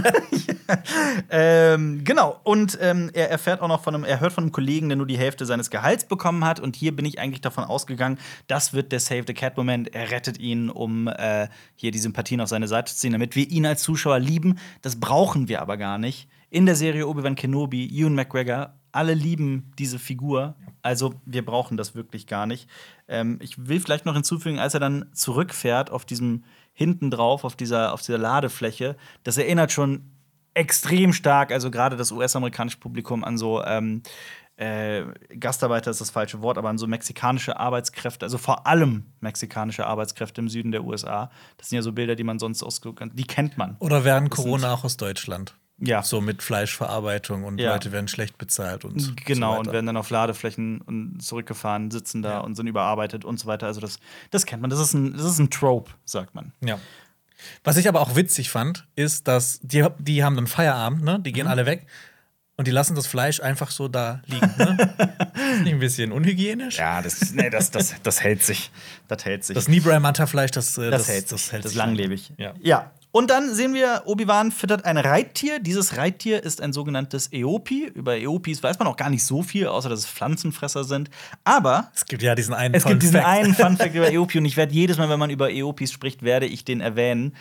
ähm, genau. Und ähm, er erfährt auch noch von einem, er hört von einem Kollegen, der nur die Hälfte seines Gehalts bekommen hat. Und hier bin ich eigentlich davon ausgegangen, das wird der Save the Cat-Moment. Er rettet ihn, um äh, hier die Sympathien auf seine Seite zu ziehen, damit wir ihn als Zuschauer lieben. Das brauchen wir aber gar nicht. In der Serie Obi-Wan Kenobi, Ewan McGregor, alle lieben diese Figur. Also, wir brauchen das wirklich gar nicht. Ähm, ich will vielleicht noch hinzufügen, als er dann zurückfährt auf diesem hinten drauf, auf dieser, auf dieser Ladefläche, das erinnert schon extrem stark, also gerade das U S-amerikanische Publikum, an so ähm, äh, Gastarbeiter ist das falsche Wort, aber an so mexikanische Arbeitskräfte, also vor allem mexikanische Arbeitskräfte im Süden der U S A. Das sind ja so Bilder, die man sonst aus, die kennt man. Oder während Corona auch aus Deutschland. Ja. So mit Fleischverarbeitung und Ja. Leute werden schlecht bezahlt und Genau, so und weiter. werden dann auf Ladeflächen und zurückgefahren, sitzen da Ja. und sind überarbeitet und so weiter. Also das, das kennt man. Das ist ein, das ist ein Trope, sagt man. Ja. Was ich aber auch witzig fand, ist, dass die, die haben dann Feierabend, ne? Die gehen Mhm. alle weg und die lassen das Fleisch einfach so da liegen. Ne? Ist nicht ein bisschen unhygienisch? Ja, das, nee, das, das, das hält sich. Das hält sich. Das Nibrai-Manta-Fleisch, das, äh, Das, das, hält sich. das hält Das ist sich langlebig. Ja. ja. Und dann sehen wir, Obi-Wan füttert ein Reittier. Dieses Reittier ist ein sogenanntes Eopi. Über Eopis weiß man auch gar nicht so viel, außer dass es Pflanzenfresser sind. Aber Es gibt ja diesen einen es tollen gibt diesen Fact. einen Fun-Fact über Eopi. Und ich werde jedes Mal, wenn man über Eopis spricht, werde ich den erwähnen.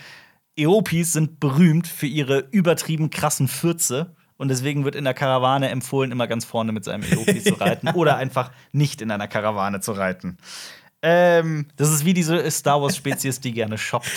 Eopis sind berühmt für ihre übertrieben krassen Fürze. Und deswegen wird in der Karawane empfohlen, immer ganz vorne mit seinem Eopi zu reiten. Oder einfach nicht in einer Karawane zu reiten. Ähm, das ist wie diese Star Wars-Spezies, die gerne shoppt.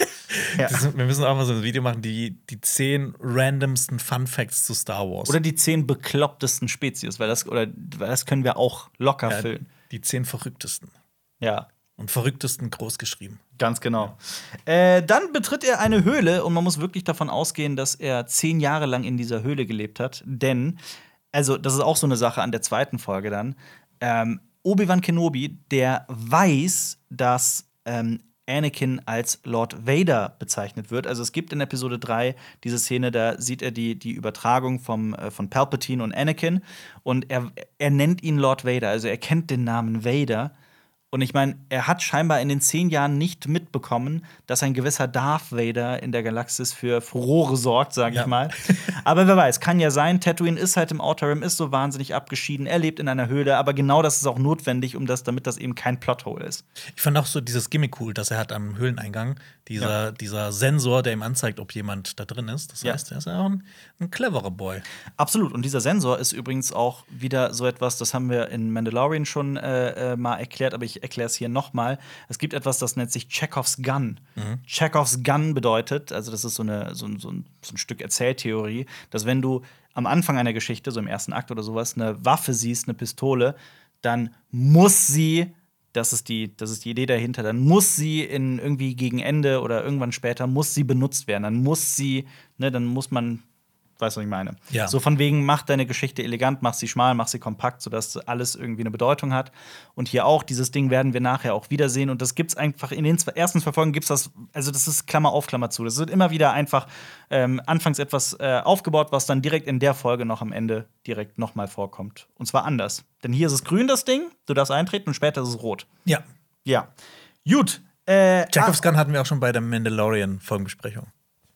Ja. Das, wir müssen auch mal so ein Video machen, die, die zehn randomsten Fun Facts zu Star Wars. Oder die zehn beklopptesten Spezies, weil das, oder, weil das können wir auch locker ja, füllen. die zehn verrücktesten. Ja, Und verrücktesten großgeschrieben. ganz genau. Äh, dann betritt er eine Höhle und man muss wirklich davon ausgehen, dass er zehn Jahre lang in dieser Höhle gelebt hat. Denn, also, das ist auch so eine Sache an der zweiten Folge dann. Ähm, Obi-Wan Kenobi, der weiß, dass ähm, Anakin als Lord Vader bezeichnet wird. Also es gibt in Episode drei diese Szene, da sieht er die, die Übertragung vom, äh, von Palpatine und Anakin und er, er nennt ihn Lord Vader, also er kennt den Namen Vader. Und ich meine, er hat scheinbar in den zehn Jahren nicht mitbekommen, dass ein gewisser Darth Vader in der Galaxis für Furore sorgt, sage ich Ja. mal. Aber wer weiß, kann ja sein. Tatooine ist halt im Outer Rim, ist so wahnsinnig abgeschieden. Er lebt in einer Höhle, aber genau das ist auch notwendig, um das, damit das eben kein Plothole ist. Ich fand auch so dieses Gimmick cool, dass er hat am Höhleneingang dieser, Ja. dieser Sensor, der ihm anzeigt, ob jemand da drin ist. Das Ja. heißt, er ist ja auch ein, ein cleverer Boy. Absolut. Und dieser Sensor ist übrigens auch wieder so etwas, das haben wir in Mandalorian schon äh, äh, mal erklärt, aber ich erkläre es hier noch mal. Es gibt etwas, das nennt sich Chekhovs Gun. Mhm. Chekhovs Gun bedeutet, also das ist so, eine, so, ein, so, ein, so ein Stück Erzähltheorie, dass wenn du am Anfang einer Geschichte, so im ersten Akt oder sowas, eine Waffe siehst, eine Pistole, dann muss sie Das ist, die, das ist die Idee dahinter. Dann muss sie in irgendwie gegen Ende oder irgendwann später muss sie benutzt werden. Dann muss sie, ne, dann muss man, weißt du, was ich meine? Ja. So von wegen, mach deine Geschichte elegant, mach sie schmal, mach sie kompakt, sodass alles irgendwie eine Bedeutung hat. Und hier auch, dieses Ding werden wir nachher auch wiedersehen. Und das gibt's einfach in den zwei, ersten zwei Folgen gibt's das, also das ist Klammer auf, Klammer zu. Das wird immer wieder einfach ähm, anfangs etwas äh, aufgebaut, was dann direkt in der Folge noch am Ende direkt noch mal vorkommt. Und zwar anders. Denn hier ist es grün, das Ding, du darfst eintreten und später ist es rot. Ja. Ja. Gut. Äh, Chekhovs Gun hatten wir auch schon bei der Mandalorian-Folgenbesprechung.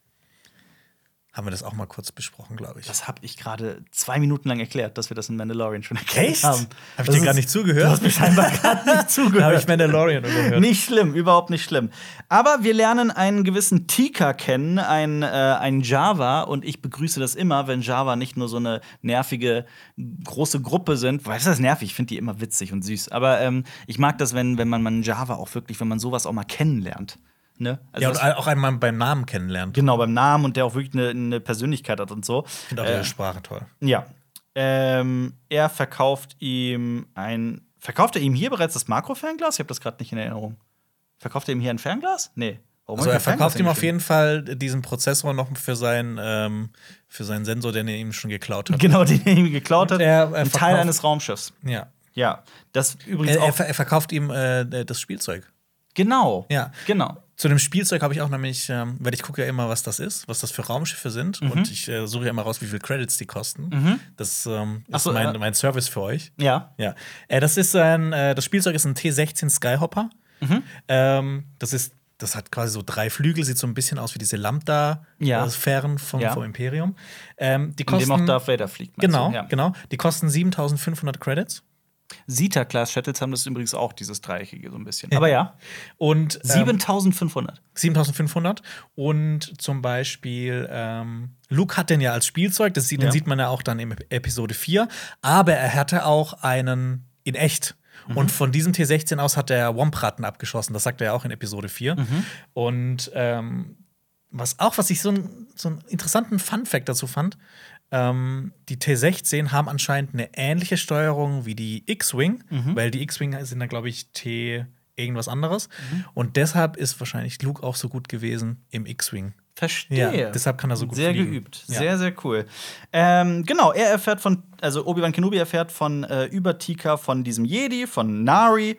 Haben wir das auch mal kurz besprochen, glaube ich. Das habe ich gerade zwei Minuten lang erklärt, dass wir das in Mandalorian schon erklärt Echt? haben. Hab ich Das dir gar ist- nicht zugehört? Du hast mir scheinbar gerade nicht Da habe zugehört. ich Mandalorian überhört. Nicht schlimm, überhaupt nicht schlimm. Aber wir lernen einen gewissen Tika kennen, ein, äh, ein Java. Und ich begrüße das immer, wenn Java nicht nur so eine nervige, große Gruppe sind. Weil das ist nervig, ich finde die immer witzig und süß. Aber ähm, ich mag das, wenn, wenn man, man Java auch wirklich, wenn man sowas auch mal kennenlernt. Ne? Also Ja, und das- auch einmal beim Namen kennenlernt. genau, beim Namen und der auch wirklich eine, eine Persönlichkeit hat und so. Ich finde auch Äh, ihre Sprache toll. Ja. Ähm, er verkauft ihm ein. Verkauft er ihm hier bereits das Makro-Fernglas? Ich habe das gerade nicht in Erinnerung. Verkauft er ihm hier ein Fernglas? Nee. Warum Also hab er ich kein verkauft ihm Fernglas auf jeden Fall diesen Prozessor noch für seinen, ähm, für seinen Sensor, den er ihm schon geklaut hat. Genau, den er ihm geklaut hat. Und er- er ein Teil verkauft- eines Raumschiffs. Ja. Ja. Das übrigens Er, er, auch. ver- er verkauft ihm äh, das Spielzeug. Genau. Ja. Genau. Zu dem Spielzeug habe ich auch nämlich, ähm, weil ich gucke ja immer, was das ist, was das für Raumschiffe sind. Mhm. Und ich äh, suche ja immer raus, wie viel Credits die kosten. Das ähm, Ach ist so, mein, ja. mein Service für euch. Ja. Ja. Äh, das ist ein, äh, das Spielzeug ist ein T sechzehn Skyhopper. Mhm. Ähm, das ist, das hat quasi so drei Flügel, sieht so ein bisschen aus wie diese Lambda-Sphären Ja. vom, Ja. vom Imperium. Ähm, die In dem kosten, auch Darth Vader fliegt. meinst genau, du? Ja. genau. Die kosten siebentausendfünfhundert Credits. Sita-Class-Shuttles haben das übrigens auch, dieses Dreieckige so ein bisschen. Aber ja. Und ähm, siebentausendfünfhundert. siebentausendfünfhundert. Und zum Beispiel, ähm, Luke hat den ja als Spielzeug, das sieht, Ja. den sieht man ja auch dann in Episode vier. Aber er hatte auch einen in echt. Mhm. Und von diesem T sechzehn aus hat er Womp-Ratten abgeschossen. Das sagt er ja auch in Episode vier. Mhm. Und ähm, was auch, was ich so, ein, so einen interessanten Fun-Fact dazu fand, ähm, die T sechzehn haben anscheinend eine ähnliche Steuerung wie die X-Wing, Mhm. weil die X-Wing sind dann, glaube ich, T irgendwas anderes. Und deshalb ist wahrscheinlich Luke auch so gut gewesen im X-Wing. Verstehe. Ja, deshalb kann er so gut Sehr fliegen. geübt. Ja. Sehr, sehr cool. Ähm, genau, er erfährt von, also Obi-Wan Kenobi erfährt von äh, Übertika, von diesem Jedi, von Nari.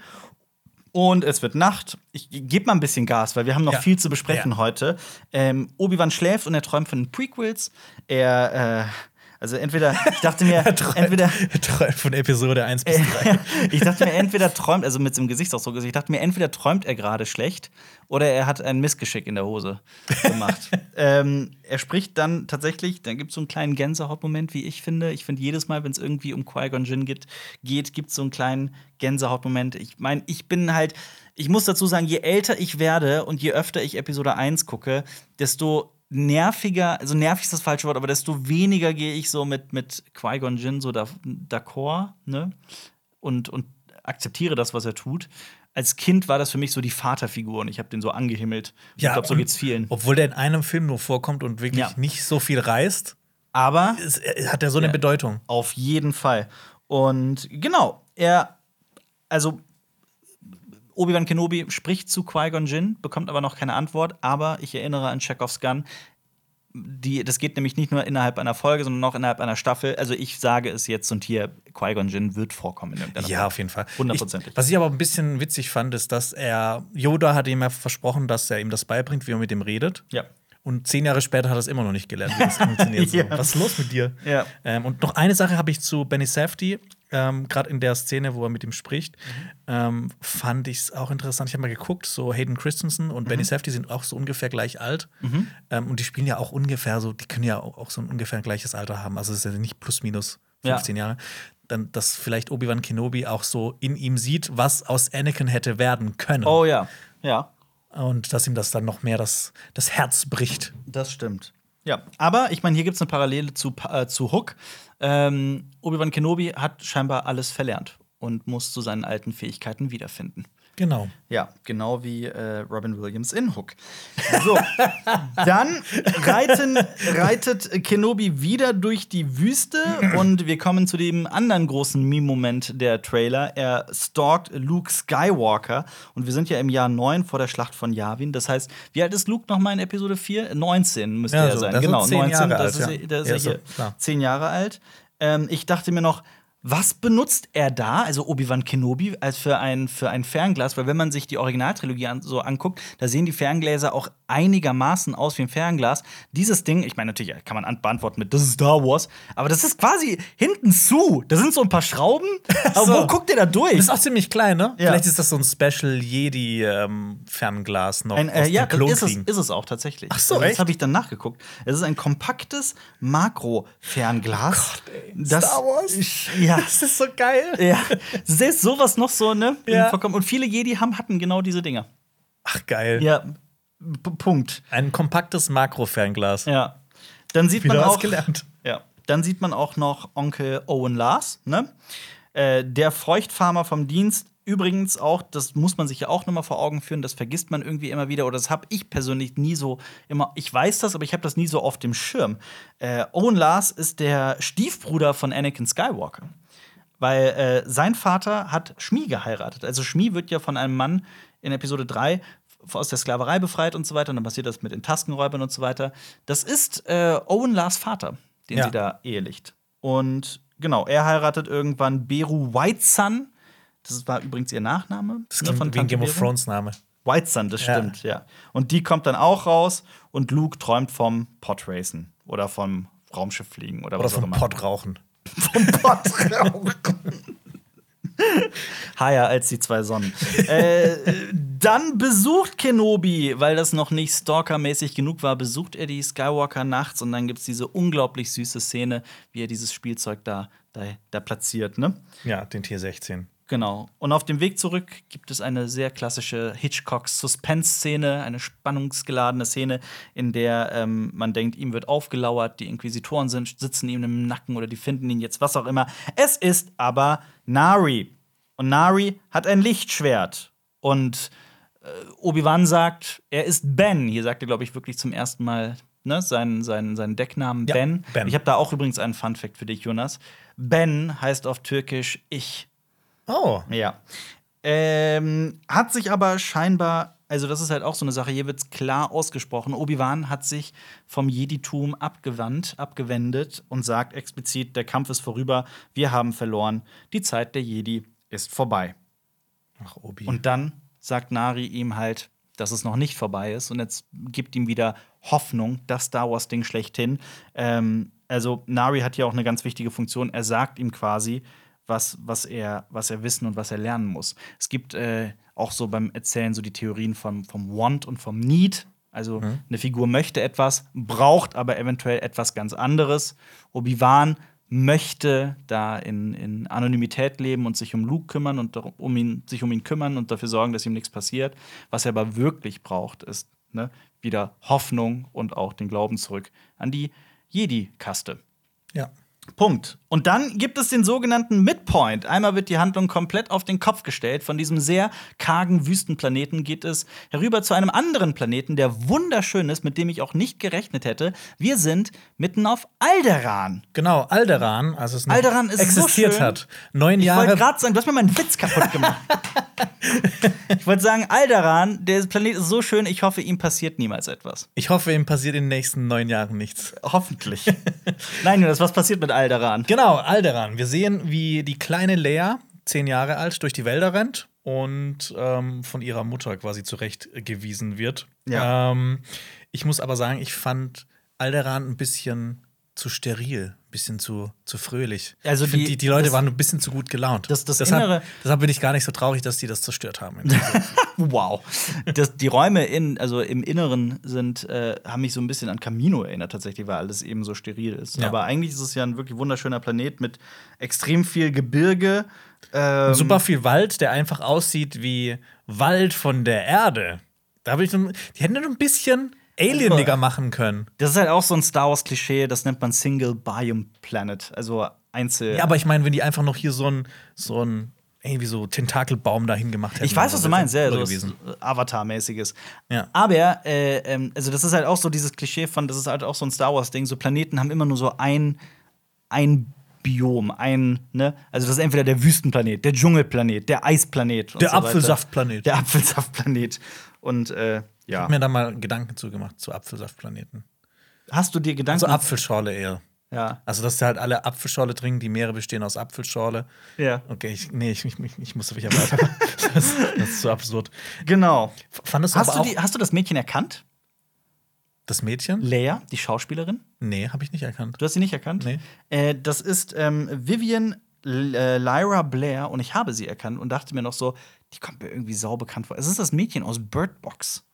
Und es wird Nacht. Ich gebe mal ein bisschen Gas, weil wir haben noch Ja. viel zu besprechen Ja. heute. Ähm, Obi-Wan schläft und er träumt von den Prequels. Er, äh, also entweder, ich dachte mir, Er träumt- entweder er träumt von Episode eins bis drei. ich dachte mir, entweder träumt, also mit so einem Gesichtsausdruck, also ich dachte mir, entweder träumt er gerade schlecht oder er hat ein Missgeschick in der Hose gemacht. ähm, er spricht dann tatsächlich, dann gibt es so einen kleinen Gänsehautmoment, wie ich finde. Ich finde, jedes Mal, wenn es irgendwie um Qui-Gon Jinn geht, geht gibt es so einen kleinen Gänsehautmoment. Ich meine, ich bin halt, ich muss dazu sagen, je älter ich werde und je öfter ich Episode eins gucke, desto nerviger, also nervig ist das falsche Wort, aber desto weniger gehe ich so mit, mit Qui-Gon Jinn so da- d'accord, ne? Und, und akzeptiere das, was er tut. Als Kind war das für mich so die Vaterfigur und ich habe den so angehimmelt. ich glaube, so und geht's vielen. Obwohl der in einem Film nur vorkommt und wirklich Ja. nicht so viel reißt, Aber ist, äh, hat er so eine Ja. Bedeutung. auf jeden Fall. Und genau, er, also Obi-Wan Kenobi spricht zu Qui-Gon Jinn, bekommt aber noch keine Antwort. Aber ich erinnere an Chekhovs Gun. Die, das geht nämlich nicht nur innerhalb einer Folge, sondern auch innerhalb einer Staffel. Also ich sage es jetzt und hier, Qui-Gon Jinn wird vorkommen in irgendeiner Ja, Form. auf jeden Fall. Hundertprozentig. Ich- Was ich aber ein bisschen witzig fand, ist, dass er Yoda hat ihm ja versprochen, dass er ihm das beibringt, wie er mit ihm redet. Ja. Und zehn Jahre später hat er es immer noch nicht gelernt, wie das funktioniert. So. Ja. Was ist los mit dir? Ja. Ähm, und noch eine Sache habe ich zu Benny Safdie, ähm, gerade in der Szene, wo er mit ihm spricht, ähm, fand ich es auch interessant. Ich habe mal geguckt, so Hayden Christensen und Benny Safdie sind auch so ungefähr gleich alt. Ähm, und die spielen ja auch ungefähr so, die können ja auch, auch so ein ungefähr gleiches Alter haben. Also es ist ja nicht plus minus Ja. fünfzehn Jahre. Dann, dass vielleicht Obi-Wan Kenobi auch so in ihm sieht, was aus Anakin hätte werden können. Oh ja, ja. Und dass ihm das dann noch mehr das, das Herz bricht. Das stimmt. Ja, aber ich meine, hier gibt es eine Parallele zu, äh, zu Hook. Ähm, Obi-Wan Kenobi hat scheinbar alles verlernt und muss zu seinen alten Fähigkeiten wiederfinden. Genau. Ja, genau wie äh, Robin Williams in Hook. So, dann reiten, reitet Kenobi wieder durch die Wüste und wir kommen zu dem anderen großen Meme-Moment der Trailer. Er stalkt Luke Skywalker und wir sind ja im Jahr neun vor der Schlacht von Yavin. Das heißt, wie alt ist Luke noch mal in Episode vier? neunzehn müsste Ja, er so, sein. der ist so Genau, zehn neunzehn. Jahre Das alt, ist, ja. das ist Ja, ja so, hier klar. zehn Jahre alt. Ähm, ich dachte mir noch, was benutzt er da, also Obi-Wan Kenobi, als für ein, für ein Fernglas? Weil wenn man sich die Originaltrilogie an, so anguckt, da sehen die Ferngläser auch einigermaßen aus wie ein Fernglas. Dieses Ding, ich meine, natürlich kann man beantworten mit, das ist Star Wars, aber das ist quasi hinten zu. Da sind so ein paar Schrauben. Aber So. wo guckt ihr da durch? Das ist auch ziemlich klein, ne? Ja. Vielleicht ist das so ein Special Jedi-Fernglas noch Ein, äh, aus ja, dem Klon ist es, kriegen. ist es auch tatsächlich. Ach so, also, das echt? habe ich dann nachgeguckt. Es ist ein kompaktes Makro-Fernglas. das, Star Wars? Ja. Das ist so geil. Ja, selbst sowas noch so, ne? Ja. Vollkommen. Und viele Jedi haben, hatten genau diese Dinger. Ach, geil. Ja, P Punkt. Ein kompaktes Makro-Fernglas. Ja. Dann sieht Wieder man was auch, gelernt. ja. Dann sieht man auch noch Onkel Owen Lars, ne? Äh, der Feuchtfarmer vom Dienst. Übrigens auch, das muss man sich ja auch noch mal vor Augen führen, das vergisst man irgendwie immer wieder, oder das habe ich persönlich nie so immer, ich weiß das, aber ich habe das nie so auf dem Schirm. Äh, Owen Lars ist der Stiefbruder von Anakin Skywalker. Weil äh, sein Vater hat Shmi geheiratet. Also Shmi wird ja von einem Mann in Episode drei aus der Sklaverei befreit und so weiter. Und dann passiert das mit den Taskenräubern und so weiter. Das ist äh, Owen Lars Vater, den Ja. sie da ehelicht. Und genau, er heiratet irgendwann Beru Whitesun. Das war übrigens ihr Nachname. Das ne, klingt von wie ein Tante Game of Beru. Thrones Name. Whitesun, das Ja. stimmt, ja. Und die kommt dann auch raus und Luke träumt vom Podracen oder vom Raumschifffliegen oder, Oder was auch vom immer. Pottrauchen. Vom Podrauchen. Higher als die zwei Sonnen. äh, dann besucht Kenobi, weil das noch nicht stalkermäßig genug war, besucht er die Skywalker nachts und dann gibt es diese unglaublich süße Szene, wie er dieses Spielzeug da, da, da platziert, ne? Ja, den Tier sechzehn. Genau. Und auf dem Weg zurück gibt es eine sehr klassische Hitchcock-Suspense-Szene, eine spannungsgeladene Szene, in der ähm, man denkt, ihm wird aufgelauert, die Inquisitoren sind, sitzen ihm im Nacken oder die finden ihn jetzt, was auch immer. Es ist aber Nari. Und Nari hat ein Lichtschwert. Und äh, Obi-Wan sagt, er ist Ben. Hier sagt er, glaube ich, wirklich zum ersten Mal ne, seinen, seinen, seinen Decknamen Ja, Ben. Ben. Ich habe da auch übrigens einen Funfact für dich, Jonas. Ben heißt auf Türkisch ich. Oh. Ja. Ähm, hat sich aber scheinbar, also das ist halt auch so eine Sache, hier wird's klar ausgesprochen. Obi-Wan hat sich vom Jeditum abgewandt, abgewendet und sagt explizit, der Kampf ist vorüber, wir haben verloren, die Zeit der Jedi ist vorbei. Ach, Obi. Und dann sagt Nari ihm halt, dass es noch nicht vorbei ist und jetzt gibt ihm wieder Hoffnung, das Star Wars-Ding schlechthin. Ähm, also Nari hat ja auch eine ganz wichtige Funktion. Er sagt ihm quasi, was, was, er, was er wissen und was er lernen muss. Es gibt äh, auch so beim Erzählen so die Theorien vom, vom Want und vom Need. Also Mhm. eine Figur möchte etwas, braucht aber eventuell etwas ganz anderes. Obi-Wan möchte da in, in Anonymität leben und sich um Luke kümmern und darum- um ihn, sich um ihn kümmern und dafür sorgen, dass ihm nichts passiert. Was er aber wirklich braucht, ist ne, wieder Hoffnung und auch den Glauben zurück an die Jedi-Kaste. Ja. Punkt. Und dann gibt es den sogenannten Midpoint. Einmal wird die Handlung komplett auf den Kopf gestellt. Von diesem sehr kargen Wüstenplaneten geht es herüber zu einem anderen Planeten, der wunderschön ist, mit dem ich auch nicht gerechnet hätte. Wir sind mitten auf Alderaan. Genau, Alderaan, als es noch Alderaan ist so existiert schön. hat. Neun Ich wollte Jahre. gerade sagen, du hast mir meinen Witz kaputt gemacht. Ich wollte sagen, Alderaan, der Planet ist so schön, ich hoffe, ihm passiert niemals etwas. Ich hoffe, ihm passiert in den nächsten neun Jahren nichts. Hoffentlich. Nein, Jonas, was passiert mit Alderaan? Genau, Alderaan. Wir sehen, wie die kleine Lea, zehn Jahre alt, durch die Wälder rennt und ähm, von ihrer Mutter quasi zurechtgewiesen wird. Ja. Ähm, ich muss aber sagen, ich fand Alderaan ein bisschen zu steril, ein bisschen zu, zu fröhlich. Also ich find, die- die, die Leute das- waren ein bisschen zu gut gelaunt. das- das deshalb, Innere- deshalb bin ich gar nicht so traurig, dass die das zerstört haben. Wow. Das, die Räume in, also im Inneren sind, äh, haben mich so ein bisschen an Camino erinnert, tatsächlich, weil alles eben so steril ist. Ja. Aber eigentlich ist es ja ein wirklich wunderschöner Planet mit extrem viel Gebirge. Ähm, Super viel Wald, der einfach aussieht wie Wald von der Erde. Da habe ich so, die hätten nur ein bisschen alieniger machen können. Das ist halt auch so ein Star Wars-Klischee, das nennt man Single Biome Planet. Also Einzel. Ja, aber ich meine, wenn die einfach noch hier so ein so ein irgendwie so Tentakelbaum dahin gemacht hätten. Ich weiß, was du meinst, ja, so so was gewesen. Avatar-mäßiges. Ja. Aber, äh, ähm, also das ist halt auch so dieses Klischee von, das ist halt auch so ein Star Wars-Ding. So Planeten haben immer nur so ein, ein Biom, ein, ne? Also das ist entweder der Wüstenplanet, der Dschungelplanet, der Eisplanet. und Der so weiter. Apfelsaftplanet. Der Apfelsaftplanet. Und äh, Ich ja. hab mir da mal Gedanken zugemacht zu Apfelsaftplaneten. Hast du dir Gedanken? Also Apfelschorle eher. Ja. Also, dass sie halt alle Apfelschorle trinken, die Meere bestehen aus Apfelschorle. Ja. Okay, ich, nee, ich, ich, ich muss wieder weiter. das, das ist so absurd. Genau. Fandest du Hast aber du, auch die, hast du das Mädchen erkannt? das Mädchen? Leia, die Schauspielerin? Nee, habe ich nicht erkannt. Du hast sie nicht erkannt? Nee. Äh, das ist ähm, Vivian L äh, Lyra Blair und ich habe sie erkannt und dachte mir noch so, die kommt mir irgendwie sau bekannt vor. Es ist das Mädchen aus Bird Box.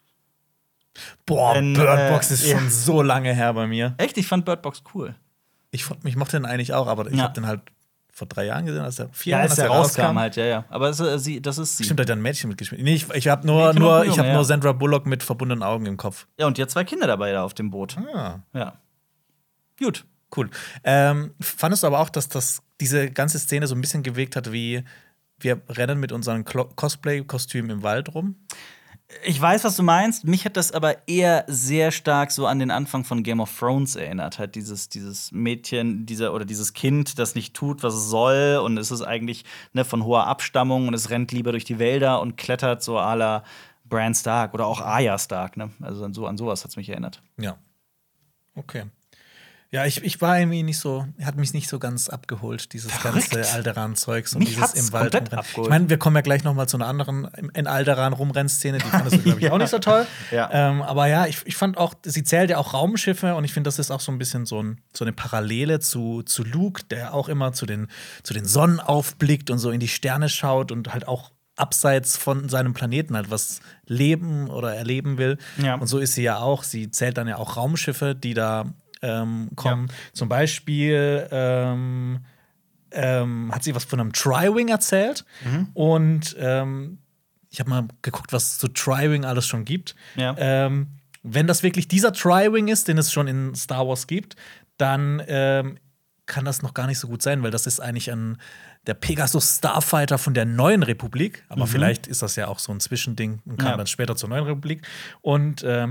Boah, Wenn, Bird Box äh, ist ja. schon so lange her bei mir. Echt, ich fand Bird Box cool. Ich, fand- ich mochte den eigentlich auch, aber ich Ja. habe den halt vor drei Jahren gesehen, als er vier Ja, Jahren, als der rauskam halt, ja, ja. Aber es, äh, sie, das ist sie. Stimmt, da hat ein Mädchen mitgespielt. Nee, ich, ich habe nur, Mädchen nur, und ich Junge, hab ja. nur Sandra Bullock mit verbundenen Augen im Kopf. Ja, und die hat zwei Kinder dabei da auf dem Boot. Ah, Ja. Gut. cool. Ähm, fandest du aber auch, dass das diese ganze Szene so ein bisschen gewirkt hat, wie wir rennen mit unseren Klo- Cosplay-Kostümen im Wald rum? Ich weiß, was du meinst. Mich hat das aber eher sehr stark so an den Anfang von Game of Thrones erinnert. Halt dieses, dieses Mädchen, dieser oder dieses Kind, das nicht tut, was es soll. Und es ist eigentlich ne, von hoher Abstammung und es rennt lieber durch die Wälder und klettert so à la Bran Stark oder auch Arya Stark. Ne? Also an, so, an sowas hat es mich erinnert. Ja. Okay. Ja, ich, ich war irgendwie nicht so, hat mich nicht so ganz abgeholt, dieses Verrückt. ganze Alderaan-Zeugs und Mich dieses hat's im Wald komplett rumrennen. abgeholt. Ich meine, wir kommen ja gleich noch mal zu einer anderen in Alderaan rumrennszene, die fandest du, glaube ich, Ja. auch nicht so toll. Ja. Ähm, aber ja, ich, ich fand auch, sie zählt ja auch Raumschiffe und ich finde, das ist auch so ein bisschen so, ein, so eine Parallele zu, zu Luke, der auch immer zu den, zu den Sonnen aufblickt und so in die Sterne schaut und halt auch abseits von seinem Planeten halt was leben oder erleben will. Ja. Und so ist sie ja auch. Sie zählt dann ja auch Raumschiffe, die da ähm, kommen. Zum Beispiel ähm, ähm, hat sie was von einem Tri-Wing erzählt. Mhm. Und ähm, ich habe mal geguckt, was es zu Tri-Wing alles schon gibt. Ja. Ähm, wenn das wirklich dieser Tri-Wing ist, den es schon in Star Wars gibt, dann ähm, kann das noch gar nicht so gut sein, weil das ist eigentlich ein der Pegasus Starfighter von der Neuen Republik. Aber Mhm. vielleicht ist das ja auch so ein Zwischending und kam Ja. dann später zur Neuen Republik. Und ähm,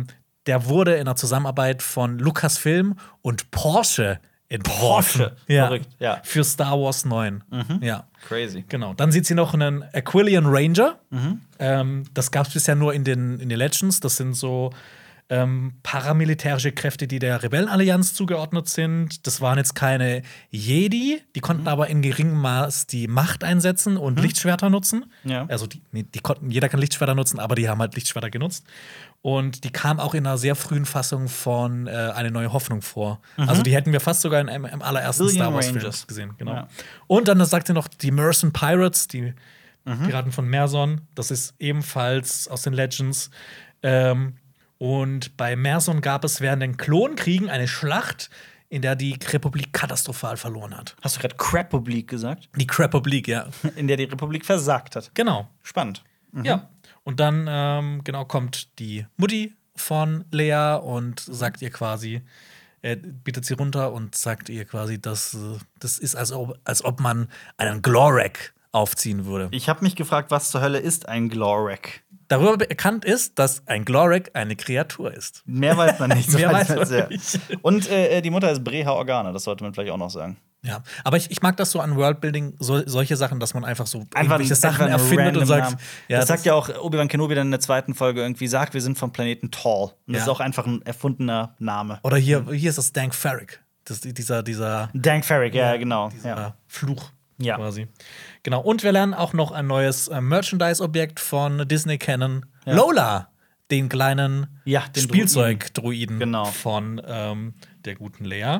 der wurde in der Zusammenarbeit von Lucasfilm und Porsche entworfen. Porsche. Ja. Verrückt, ja. Für Star Wars neun. Mhm. Ja. Crazy. Genau. Dann sieht sie noch einen Aquilian Ranger. Mhm. Ähm, das gab es bisher nur in den, in den Legends. Das sind so ähm, paramilitärische Kräfte, die der Rebellenallianz zugeordnet sind. Das waren jetzt keine Jedi, die konnten Mhm. aber in geringem Maß die Macht einsetzen und Mhm. Lichtschwerter nutzen. Ja. Also die, nee, die konnten, jeder kann Lichtschwerter nutzen, aber die haben halt Lichtschwerter genutzt. Und die kam auch in einer sehr frühen Fassung von äh, Eine neue Hoffnung vor. Mhm. Also die hätten wir fast sogar in, im, im allerersten Billion Star Wars-Film Rangers. gesehen. Genau. Ja. Und dann sagt sie noch die Mercen Pirates, die Mhm. Piraten von Merson. Das ist ebenfalls aus den Legends. Ähm, und bei Merson gab es während den Klonkriegen eine Schlacht, in der die Republik katastrophal verloren hat. Hast du gerade Crapoblique gesagt? Die Republik, ja. In der die Republik versagt hat. Genau. Spannend. Mhm. Ja. Und dann ähm, genau kommt die Mutti von Leia und sagt ihr quasi, äh, bittet sie runter und sagt ihr quasi, dass äh, das ist, als ob, als ob man einen Glorek aufziehen würde. Ich habe mich gefragt, was zur Hölle ist ein Glorek? Darüber bekannt ist, dass ein Glorek eine Kreatur ist. Mehr weiß man nicht. Mehr weiß als- man ja. nicht. Und äh, die Mutter ist Breha Organa, das sollte man vielleicht auch noch sagen. Ja, aber ich, ich mag das so an Worldbuilding, so, solche Sachen, dass man einfach so Einfach irgendwelche Sachen einfach einen erfindet und random sagt, Namen. ja, das sagt ja auch Obi-Wan Kenobi dann in der zweiten Folge irgendwie, sagt, wir sind vom Planeten Tall. Und das Ja. ist auch einfach ein erfundener Name. Oder hier, hier ist das Dank Farrick. Das, dieser, dieser, Dank Farrick, ja, genau. dieser Ja. Fluch Ja. quasi. Genau. Und wir lernen auch noch ein neues äh, Merchandise-Objekt von Disney kennen. Ja. Lola, den kleinen Ja, den Spielzeug-Druiden Genau. von ähm, der guten Lea.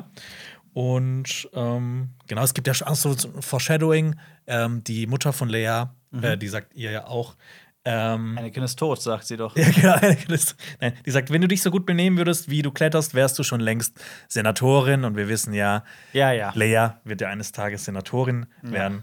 Und ähm, genau, es gibt ja schon auch so so ein Foreshadowing. Ähm, die Mutter von Lea, äh, die sagt ihr ja auch, ähm, Anakin ist tot, sagt sie doch. ja, genau, Anakin ist- Nein, die sagt, wenn du dich so gut benehmen würdest, wie du kletterst, wärst du schon längst Senatorin. Und wir wissen ja, Ja, ja. Leia wird ja eines Tages Senatorin werden.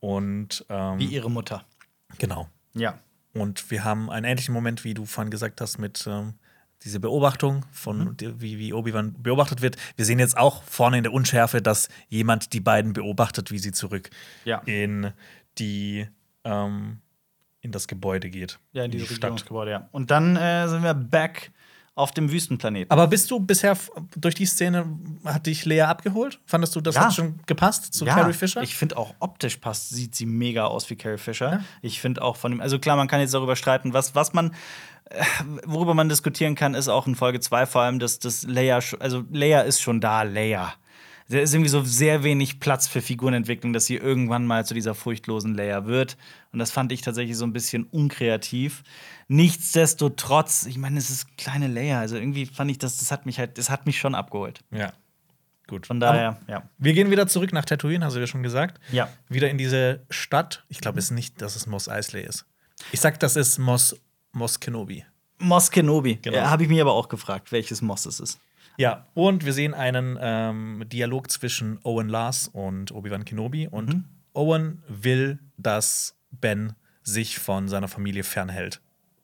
Und ähm, Wie ihre Mutter. genau. Ja. Und wir haben einen ähnlichen Moment, wie du vorhin gesagt hast, mit ähm, dieser Beobachtung von Mhm. die- wie, wie Obi-Wan beobachtet wird. Wir sehen jetzt auch vorne in der Unschärfe, dass jemand die beiden beobachtet, wie sie zurück Ja. in die ähm, in das Gebäude geht. Ja, in die dieses Stadt. Regierungsgebäude, ja. Und dann äh, sind wir back auf dem Wüstenplaneten. Aber bist du bisher f- durch die Szene, hat dich Lea abgeholt? Fandest du, das Ja. hat schon gepasst zu ja, Carrie Fisher? ich finde auch optisch passt, sieht sie mega aus wie Carrie Fisher. Ja. Ich finde auch von dem, also klar, man kann jetzt darüber streiten, was, was man, äh, worüber man diskutieren kann, ist auch in Folge zwei vor allem, dass das Leia, sch- also Leia ist schon da, Leia. Da ist irgendwie so sehr wenig Platz für Figurenentwicklung, dass sie irgendwann mal zu dieser furchtlosen Leia wird. Und das fand ich tatsächlich so ein bisschen unkreativ. Nichtsdestotrotz, ich meine, es ist kleine Leia, also irgendwie fand ich das, das hat mich halt, das hat mich schon abgeholt. Ja. Gut. Von daher, ja. Wir gehen wieder zurück nach Tatooine, hast du ja schon gesagt. Ja. Wieder in diese Stadt. Ich glaube, es ist nicht, dass es Mos Eisley ist. Ich sag, das ist Mos, Mos Kenobi. Mos Kenobi. Genau. Ja, habe ich mich aber auch gefragt, welches Mos es ist. Ja, und wir sehen einen ähm, Dialog zwischen Owen Lars und Obi-Wan Kenobi. Und Mhm. Owen will, dass Ben sich von seiner Familie fernhält.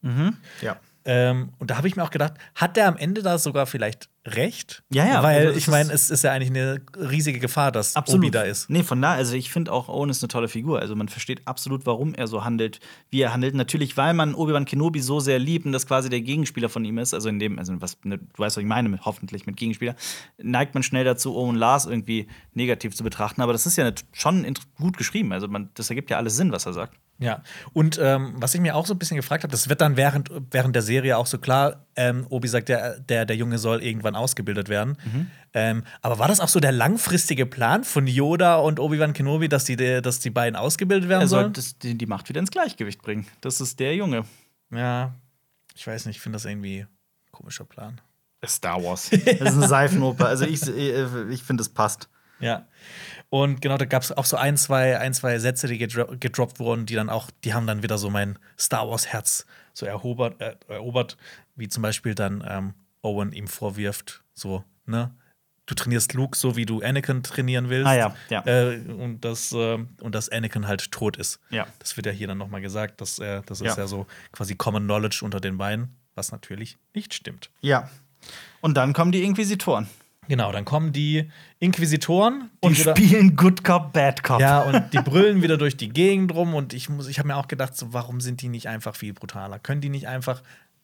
Ja. Ähm, und da habe ich mir auch gedacht, hat der am Ende da sogar vielleicht recht? Ja, ja, Weil also es ich meine, ist- es ist ja eigentlich eine riesige Gefahr, dass Absolut. Obi da ist. Nee, von da, also ich finde auch Owen ist eine tolle Figur. Also man versteht absolut, warum er so handelt, wie er handelt. Natürlich, weil man Obi-Wan Kenobi so sehr liebt und das quasi der Gegenspieler von ihm ist. Also in dem, also was, ne, du weißt, was ich meine, mit, hoffentlich mit Gegenspieler, neigt man schnell dazu, Owen Lars irgendwie negativ zu betrachten. Aber das ist ja nicht- schon int- gut geschrieben. Also man, das ergibt ja alles Sinn, was er sagt. Ja, und ähm, was ich mir auch so ein bisschen gefragt habe, das wird dann während, während der Serie auch so klar, ähm, Obi sagt, der, der, der Junge soll irgendwann ausgebildet werden. Mhm. Ähm, aber war das auch so der langfristige Plan von Yoda und Obi-Wan Kenobi, dass die, dass die beiden ausgebildet werden Er soll sollen? das, die, die Macht wieder ins Gleichgewicht bringen. Das ist der Junge. Ja, ich weiß nicht, ich finde das irgendwie ein komischer Plan. Star Wars. Das ist eine Seifenoper. Also ich, ich finde, es passt. Ja. Und genau, da gab es auch so ein, zwei, ein, zwei Sätze, die gedro gedroppt wurden, die dann auch, die haben dann wieder so mein Star Wars-Herz so erobert, äh, erobert, wie zum Beispiel dann ähm, Owen ihm vorwirft, so, ne? Du trainierst Luke so, wie du Anakin trainieren willst. Ah, ja, ja. Äh, und, das, äh, und dass Anakin halt tot ist. Ja. Das wird ja hier dann noch mal gesagt. Dass, äh, das ist Ja. ja so quasi Common Knowledge unter den beiden, was natürlich nicht stimmt. Ja. Und dann kommen die Inquisitoren. Genau, dann kommen die Inquisitoren die Und wieder- spielen Good Cop, Bad Cop. Ja, und die brüllen wieder durch die Gegend rum und ich muss, ich habe mir auch gedacht, so, warum sind die nicht einfach viel brutaler? Können die nicht einfach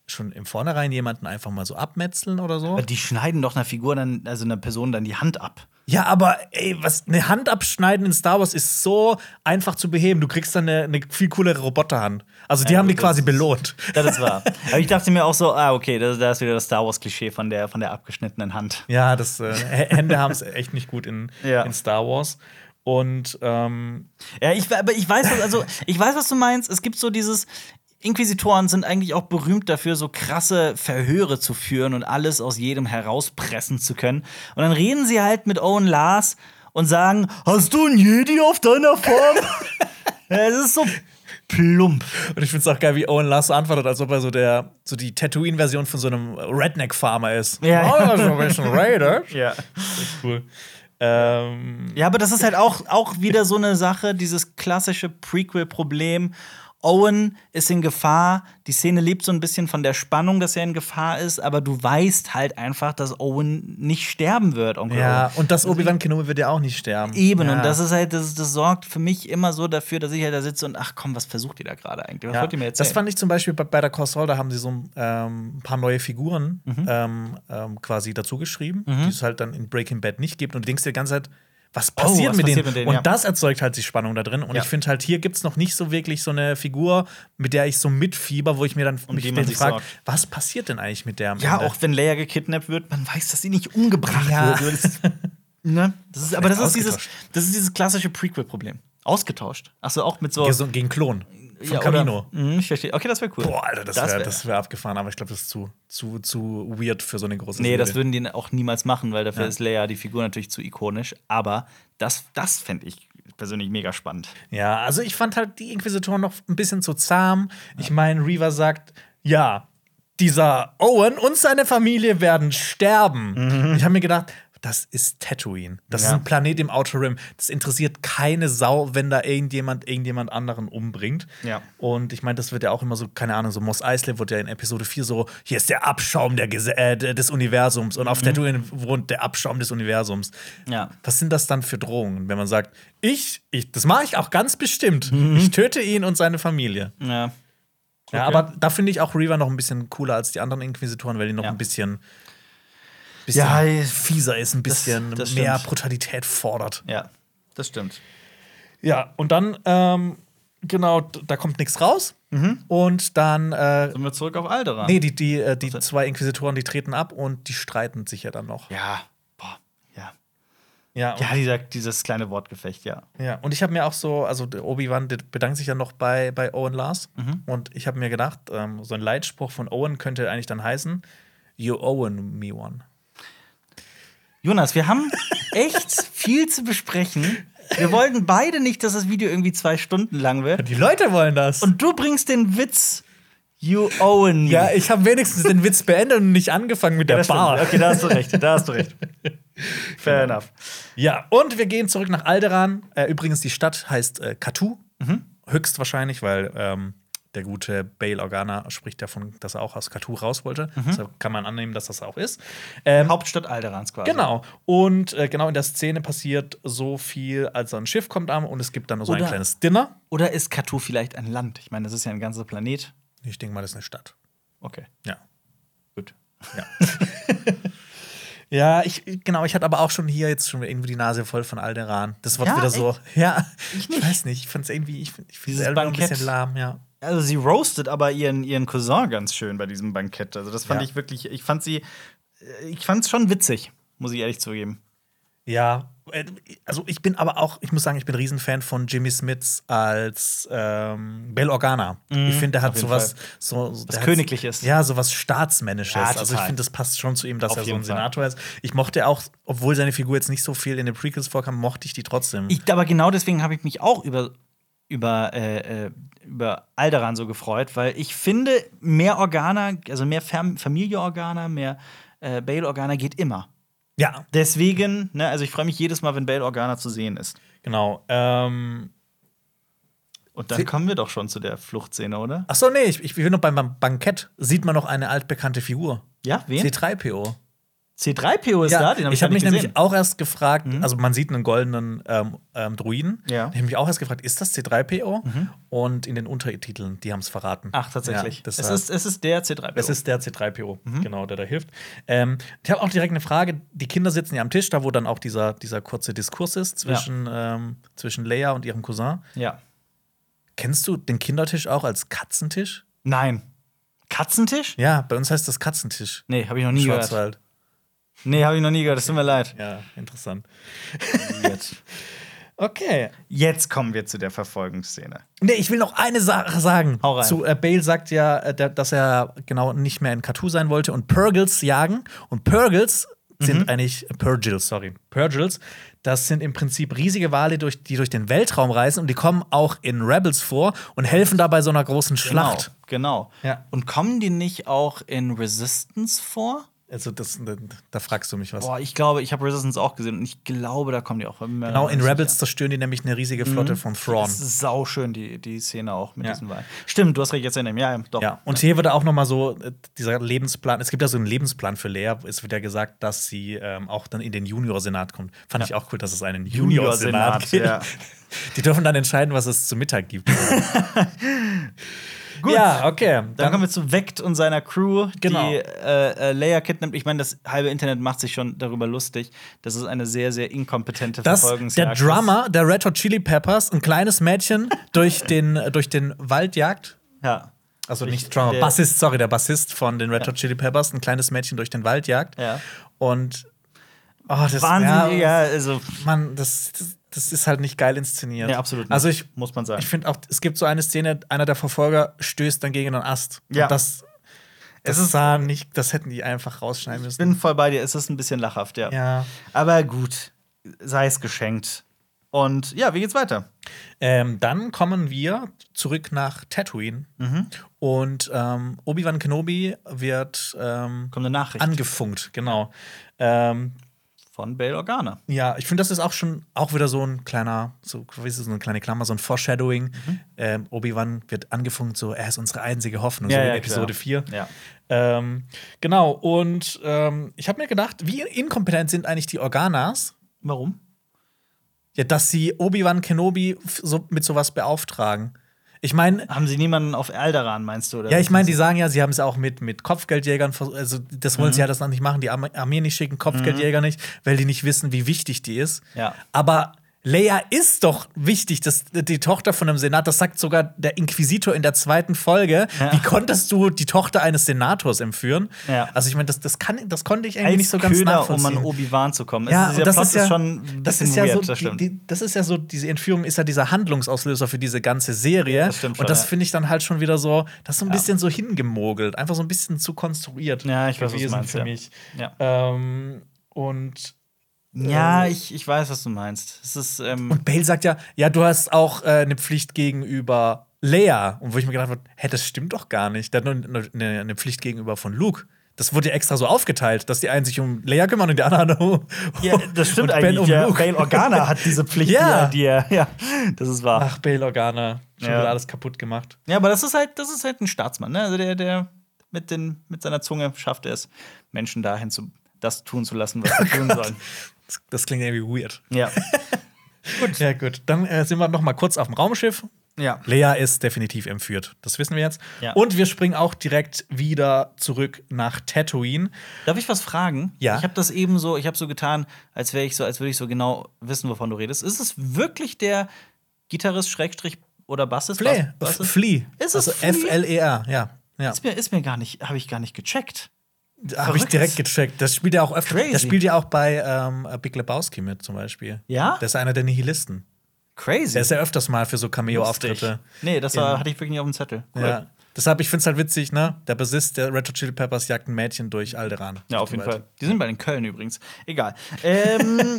schon im Vornherein jemanden einfach mal so abmetzeln oder so? Aber die schneiden doch einer Figur dann, also einer Person dann die Hand ab. Ja, aber ey, was eine Hand abschneiden in Star Wars ist so einfach zu beheben. Du kriegst dann eine, eine viel coolere Roboterhand. Also die Ja, haben die das quasi ist- belohnt. Das ist wahr. Aber ich dachte mir auch so, ah, okay, da da ist wieder das Star Wars-Klischee von der, von der abgeschnittenen Hand. Ja, das äh, Hände haben es echt nicht gut in, Ja. in Star Wars. Und ähm, Ja, ich, aber ich weiß, was, also, ich weiß, was du meinst. Es gibt so dieses. Inquisitoren sind eigentlich auch berühmt dafür, so krasse Verhöre zu führen und alles aus jedem herauspressen zu können. Und dann reden sie halt mit Owen Lars und sagen: Hast du einen Jedi auf deiner Form? Ja, es ist so plump. Und ich finde es auch geil, wie Owen Lars so antwortet, als ob er so der so die Tatooine-Version von so einem Redneck-Farmer ist. Ja. Oh, das ist ein bisschen Raider. Ja. Cool. Ähm, Ja, aber das ist halt auch, auch wieder so eine Sache, dieses klassische Prequel-Problem. Owen ist in Gefahr. Die Szene lebt so ein bisschen von der Spannung, dass er in Gefahr ist, aber du weißt halt einfach, dass Owen nicht sterben wird, Onkel ja, Owen. und das Obi-Wan Kenobi wird ja auch nicht sterben. Eben, ja. und das ist halt, das, das sorgt für mich immer so dafür, dass ich halt da sitze und ach komm, was versucht ihr da gerade eigentlich? Was Ja, wollt ihr mir erzählen? das fand ich zum Beispiel bei, bei der Call da haben sie so ähm, ein paar neue Figuren Mhm. ähm, ähm, quasi dazu geschrieben, die es halt dann in Breaking Bad nicht gibt. Und du denkst dir die ganze Zeit, was passiert, Oh, was mit, passiert denen? mit denen, Und ja. das erzeugt halt die Spannung da drin. Und Ja. ich finde halt, hier gibt es noch nicht so wirklich so eine Figur, mit der ich so mitfieber, wo ich mir dann mich die man sich frage, sorgt. was passiert denn eigentlich mit der am ja, Ende? auch wenn Leia gekidnappt wird, man weiß, dass sie nicht umgebracht Ja. wird. Das, ne? das ist, aber das ist, dieses, Ausgetauscht. das ist dieses klassische Prequel-Problem. Ausgetauscht. Achso, auch mit so. Gegen, gegen Klon von Ja, Camino. Oder, mh, ich verstehe. Okay, das wäre cool. Boah, Alter, das Das wäre wär- das wär abgefahren, aber ich glaube, das ist zu, zu, zu weird für so eine große Nee, Serie. das würden die auch niemals machen, weil dafür Ja. ist Leia die Figur natürlich zu ikonisch. Aber das, das fände ich persönlich mega spannend. Ja, also ich fand halt die Inquisitoren noch ein bisschen zu zahm. Ich meine, Reaver sagt, ja, dieser Owen und seine Familie werden sterben. Ich habe mir gedacht, das ist Tatooine. Das Ja. ist ein Planet im Outer Rim. Das interessiert keine Sau, wenn da irgendjemand irgendjemand anderen umbringt. Ja. Und ich meine, das wird ja auch immer so, keine Ahnung, so Mos Eisley wurde ja in Episode vier so, hier ist der Abschaum der Gese äh, des Universums. Und auf Tatooine wohnt der Abschaum des Universums. Ja. Was sind das dann für Drohungen, wenn man sagt, ich, ich das mache ich auch ganz bestimmt. Ich töte ihn und seine Familie. Ja. Ja, Okay. aber da finde ich auch Reaver noch ein bisschen cooler als die anderen Inquisitoren, weil die noch Ja. ein bisschen, bisschen Ja, fieser ist, ein bisschen das mehr stimmt. Brutalität fordert. Ja, das stimmt. Ja, und dann, ähm, genau, d- da kommt nichts raus. Und dann, äh, Sind wir zurück auf Alderaan? nee, die, die, äh, die zwei Inquisitoren, die treten ab und die streiten sich ja dann noch. Ja. Boah. Ja. Ja, und, Ja, dieser, dieses kleine Wortgefecht, ja. ja. und ich habe mir auch so, also der Obi-Wan der bedankt sich ja noch bei, bei Owen Lars. Und ich habe mir gedacht, ähm, so ein Leitspruch von Owen könnte eigentlich dann heißen: You owen me one. Jonas, wir haben echt viel zu besprechen. Wir wollten beide nicht, dass das Video irgendwie zwei Stunden lang wird. Die Leute wollen das. Und du bringst den Witz, you owen me. ja, ich habe wenigstens den Witz beendet und nicht angefangen mit der das stimmt. Bar. Okay, da hast du recht, da hast du recht. Fair enough. Ja, und wir gehen zurück nach Alderaan. Äh, übrigens, die Stadt heißt äh, Katu. Höchstwahrscheinlich, weil ähm, der gute Bail Organa spricht davon, dass er auch aus Katu raus wollte. Deshalb kann man annehmen, dass das auch ist. Ähm, Hauptstadt Alderaans quasi. Genau. Und äh, genau in der Szene passiert so viel, als ein Schiff kommt an und es gibt dann so ein Oder- kleines Dinner. Oder ist Katu vielleicht ein Land? Ich meine, das ist ja ein ganzer Planet. Ich denke mal, das ist eine Stadt. Okay, Ja. gut. Ja. Ja, ich, genau, ich hatte aber auch schon hier jetzt schon irgendwie die Nase voll von Alderaan. Das wird Ja, wieder so, ja, Ich ich, nicht. weiß nicht, ich fand's irgendwie, ich, find- ich finde Dieses es ein Bankett. bisschen lahm, ja. Also sie roastet aber ihren, ihren Cousin ganz schön bei diesem Bankett. Also das fand Ja. ich wirklich, ich fand sie, ich fand's schon witzig, muss ich ehrlich zugeben. Ja, äh, also ich bin aber auch, ich muss sagen, ich bin ein Riesenfan von Jimmy Smits als ähm, Bail Organa. ich finde, der hat auf jeden sowas, Fall. so, so Was der hat- Königliches. Ja, sowas Staatsmännisches. Ja, also ich total. finde, das passt schon zu ihm, dass Auf er so jeden ein Fall. Senator ist. Ich mochte auch, obwohl seine Figur jetzt nicht so viel in den Prequels vorkam, mochte ich die trotzdem. Ich, aber genau deswegen habe ich mich auch über, über, äh, äh, über Alderaan so gefreut, weil ich finde, mehr Organa, also mehr Fam Familie Organa, mehr äh, Bail Organa geht immer. ja, Deswegen, ne, also ich freue mich jedes Mal, wenn Bail Organa zu sehen ist. genau. Ähm, Und dann Sie- kommen wir doch schon zu der Fluchtszene, oder? Ach so, nee, ich, ich will noch beim Bankett sieht man noch eine altbekannte Figur. Ja, wen? C drei P O. C drei P O ist da, den hab ich, ich habe mich gesehen. nämlich auch erst gefragt, mhm. also man sieht einen goldenen ähm, ähm, Druiden. Ja. Ich habe mich auch erst gefragt, ist das C drei P O? Mhm. Und in den Untertiteln, die haben es verraten. Ach, tatsächlich. Ja, das es, war- ist, es ist der C drei P O. Es ist der C drei P O, Mhm. genau, der da hilft. Ähm, ich habe auch direkt eine Frage. Die Kinder sitzen ja am Tisch, da wo dann auch dieser, dieser kurze Diskurs ist zwischen, ähm, zwischen Leia und ihrem Cousin. Ja. Kennst du den Kindertisch auch als Katzentisch? Nein. Katzentisch? Ja, bei uns heißt das Katzentisch. Nee, habe ich noch nie gehört. Schwarzwald. Nee, habe ich noch nie gehört. Es tut mir leid. Ja, interessant. Jetzt. Okay. Jetzt kommen wir zu der Verfolgungsszene. Nee, ich will noch eine Sache sagen. Hau rein. Zu, äh, Bale sagt ja, äh, der, dass er genau nicht mehr in Katu sein wollte und Purgils jagen. Und Purgils sind Mhm. eigentlich Purgils, sorry. Purgils, das sind im Prinzip riesige Wale, durch, die durch den Weltraum reisen und die kommen auch in Rebels vor und helfen da bei so einer großen Schlacht. Genau. genau. Ja. Und kommen die nicht auch in Resistance vor? Also, das, da, da fragst du mich was. Boah, ich glaube, ich habe Resistance auch gesehen und ich glaube, da kommen die auch. Genau, in Rebels zerstören die nämlich eine riesige Flotte Mhm. von Thrawn. Das ist sauschön, die, die Szene auch mit Ja. diesen Wahlen. Stimmt, du hast recht, jetzt in dem. Ja, ja, doch. Ja, und hier wird auch noch mal so äh, dieser Lebensplan, es gibt ja so einen Lebensplan für Lea. Es wird ja gesagt, dass sie ähm, auch dann in den Junior-Senat kommt. Fand Ja. ich auch cool, dass es einen Junior-Senat Junior-Senat, gibt. ja. Die dürfen dann entscheiden, was es zu Mittag gibt. Gut. Ja, okay. Dann, kommen wir zu Vect und seiner Crew, Genau. die äh, äh, Leia kidnappt. Ich meine, das halbe Internet macht sich schon darüber lustig. Das ist eine sehr, sehr inkompetente dass der Verfolgungsjagd. Drummer der Red Hot Chili Peppers ein kleines Mädchen durch den, durch den Wald jagt. Ja. Also Ich- nicht Drummer, der- Bassist, sorry, der Bassist von den Red Ja. Hot Chili Peppers, ein kleines Mädchen durch den Wald jagt. Ja. Und oh, das Wahnsinnig, ja, ja, also. Mann, das, das, das ist halt nicht geil inszeniert. Ja, absolut nicht. Also ich, Muss man sagen. ich finde auch, es gibt so eine Szene, einer der Verfolger stößt dann gegen einen Ast. Ja. Und das, das Es ist- sah nicht, das hätten die einfach rausschneiden Ich müssen. bin voll bei dir. Es ist ein bisschen lachhaft, ja. Ja. Aber gut, sei es geschenkt. Und ja, wie geht's weiter? Ähm, dann kommen wir zurück nach Tatooine Mhm. und ähm, Obi-Wan Kenobi wird ähm, Kommt eine Nachricht angefunkt, genau. Ähm, von Bail Organa. Ja, ich finde, das ist auch schon auch wieder so ein kleiner, so, wie ist es, so eine kleine Klammer, so ein Foreshadowing. Mhm. Ähm, Obi-Wan wird angefunkt, so, er ist unsere einzige Hoffnung, Ja, so ja, in Episode klar. vier. Ja. Ähm, genau, und ähm, ich habe mir gedacht, wie inkompetent sind eigentlich die Organas, Warum? ja, dass sie Obi-Wan Kenobi f- so, mit sowas beauftragen. Ich meine, Haben sie niemanden auf Alderaan, meinst du? Oder ja, was ich meine, ist die sagen ja, sie haben es auch mit, mit Kopfgeldjägern, vers- also das wollen Mhm. sie ja das noch nicht machen, die Arme- Armee nicht schicken, Kopfgeldjäger nicht, weil die nicht wissen, wie wichtig die ist. Ja. Aber Leia ist doch wichtig, das, die Tochter von einem Senat, das sagt sogar der Inquisitor in der zweiten Folge. Ja. Wie konntest du die Tochter eines Senators entführen? Ja. Also ich meine, das, das, kann, das konnte ich irgendwie Als nicht so ganz Köder, um nachvollziehen. an Obi-Wan zu kommen. Ja, Es ist, und der das Plot ist ja, schon ein das bisschen ist ja weird, so, das die, stimmt. die, das ist ja so, diese Entführung ist ja dieser Handlungsausleser für diese ganze Serie. Das stimmt schon, und das ja. finde ich dann halt schon wieder so, das ist so ein Ja. bisschen so hingemogelt, einfach so ein bisschen zu konstruiert. Ja, ich weiß, was du gewesen meinst, für ja. mich. Ja. Ähm, und Ja, Äh, ich, ich weiß, was du meinst. Es ist, ähm, Und Bale sagt ja, ja, du hast auch äh, eine Pflicht gegenüber Leia. Und wo ich mir gedacht habe, hä, das stimmt doch gar nicht. Der hat nur eine, eine Pflicht gegenüber von Luke. Das wurde ja extra so aufgeteilt, dass die einen sich um Leia kümmern und die anderen um ja, das stimmt und Ben eigentlich. um ja, Luke. Bail Organa hat diese Pflicht, Ja. die er, die er, ja, das ist wahr. Ach, Bale Organa. Schon Ja. wieder alles kaputt gemacht. Ja, aber das ist halt, das ist halt ein Staatsmann, ne? Also der, der mit, den, mit seiner Zunge schafft er es, Menschen dahin zu das tun zu lassen, was sie tun sollen. Das, das klingt irgendwie weird. Ja. Gut. Ja, gut. Dann äh, sind wir noch mal kurz auf dem Raumschiff. Ja. Leia ist definitiv entführt. Das wissen wir jetzt. Ja. Und wir springen auch direkt wieder zurück nach Tatooine. Darf ich was fragen? Ja. Ich habe das eben so, ich habe so getan, als wäre ich so, als würde ich so genau wissen, wovon du redest. Ist es wirklich der Gitarrist Schrägstrich oder Bassist? Flea. Was- was Flea. Ist es also Flea? F L E R, ja. ja. Ist mir, ist mir gar nicht, habe ich gar nicht gecheckt. Habe ich Verrückt. direkt gecheckt. Das spielt ja auch öfter. Crazy. Der spielt ja auch bei ähm, Big Lebowski mit, zum Beispiel. Ja? Der ist einer der Nihilisten. Crazy. Der ist ja öfters mal für so Cameo-Auftritte. Nee, das war, in- hatte ich wirklich nicht auf dem Zettel. Cool. Ja. Deshalb, ich finde es halt witzig, ne? Der Bassist der Red Hot Chili Peppers jagt ein Mädchen durch Alderaan. Ja, auf jeden Soweit. Fall. Die sind bald in Köln übrigens. Egal. Ähm,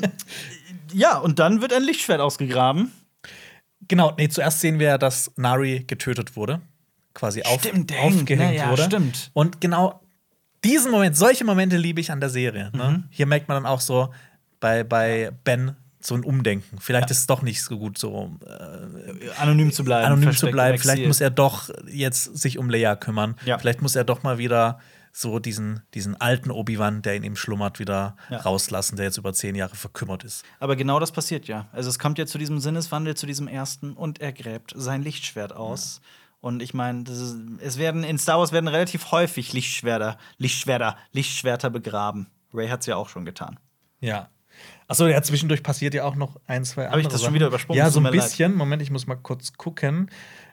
ja, und dann wird ein Lichtschwert ausgegraben. Genau, nee, zuerst sehen wir ja, dass Nari getötet wurde. Quasi auf, Stimmt, der hängt, aufgehängt ne? Ja, wurde. stimmt. Und genau diesen Moment, solche Momente liebe ich an der Serie. Ne? Mhm. Hier merkt man dann auch so bei, bei Ben so ein Umdenken. Vielleicht ist es doch nicht so gut, so äh, Anonym zu bleiben. anonym zu versteckt bleiben. im Vielleicht Exil. muss er doch jetzt sich um Leia kümmern. Ja. Vielleicht muss er doch mal wieder so diesen, diesen alten Obi-Wan, der in ihm schlummert, wieder Ja. rauslassen, der jetzt über zehn Jahre verkümmert ist. Aber genau das passiert ja. Also es kommt ja zu diesem Sinneswandel, zu diesem ersten, und er gräbt sein Lichtschwert aus. Ja. Und ich meine, es werden in Star Wars werden relativ häufig Lichtschwerter, Lichtschwerter, Lichtschwerter begraben. Rey hat es ja auch schon getan. Ja. Achso, ja, zwischendurch passiert ja auch noch ein, zwei andere Habe ich das Sachen. schon wieder übersprungen? Ja, so Tut ein mir leid. bisschen. Moment, ich muss mal kurz gucken.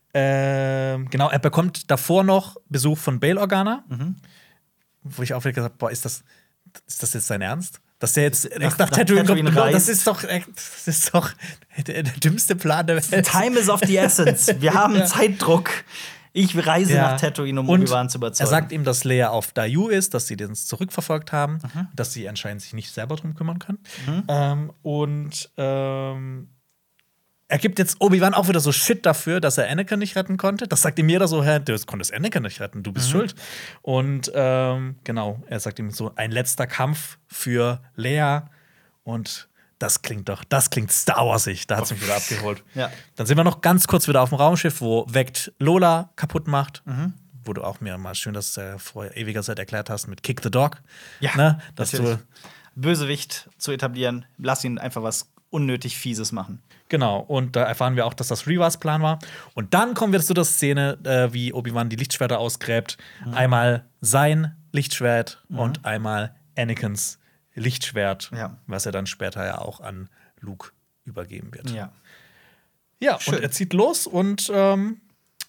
Ähm, genau, er bekommt davor noch Besuch von Bail Organa. Mhm. Wo ich auch wieder gesagt habe, boah, ist das, ist das jetzt sein Ernst? Dass der jetzt Nach- nach, nach Tatooine kommt, Tatooine reist. das ist doch, das ist doch der, der dümmste Plan der Welt. Time is of the essence. Wir haben Ja. Zeitdruck. Ich reise Ja. nach Tatooine, um Und Obi-Wan zu überzeugen. Er sagt ihm, dass Leia auf Daiyu ist, dass sie den zurückverfolgt haben, Mhm. dass sie anscheinend sich nicht selber drum kümmern können. Ähm, und ähm, er gibt jetzt Obi-Wan auch wieder so Shit dafür, dass er Anakin nicht retten konnte. Das sagt ihm jeder so, hä, du konntest Anakin nicht retten, du bist Mhm. schuld. Und ähm, genau, er sagt ihm so, ein letzter Kampf für Leia. Und das klingt doch, das klingt Star Warsig. Da hat es mich wieder abgeholt. Ja. Dann sind wir noch ganz kurz wieder auf dem Raumschiff, wo Vect Lola kaputt macht. Mhm. Wo du auch mir mal schön das äh, vor ewiger Zeit erklärt hast mit Kick the Dog. Ja, ne? Dass natürlich. du Bösewicht zu etablieren, lass ihn einfach was unnötig Fieses machen. Genau, und da erfahren wir auch, dass das Rivas Plan war. Und dann kommen wir zu der Szene, äh, wie Obi-Wan die Lichtschwerter ausgräbt. Mhm. Einmal sein Lichtschwert und einmal Anakins Lichtschwert, Ja. was er dann später ja auch an Luke übergeben wird. Ja. Ja, Schön. und er zieht los und ähm,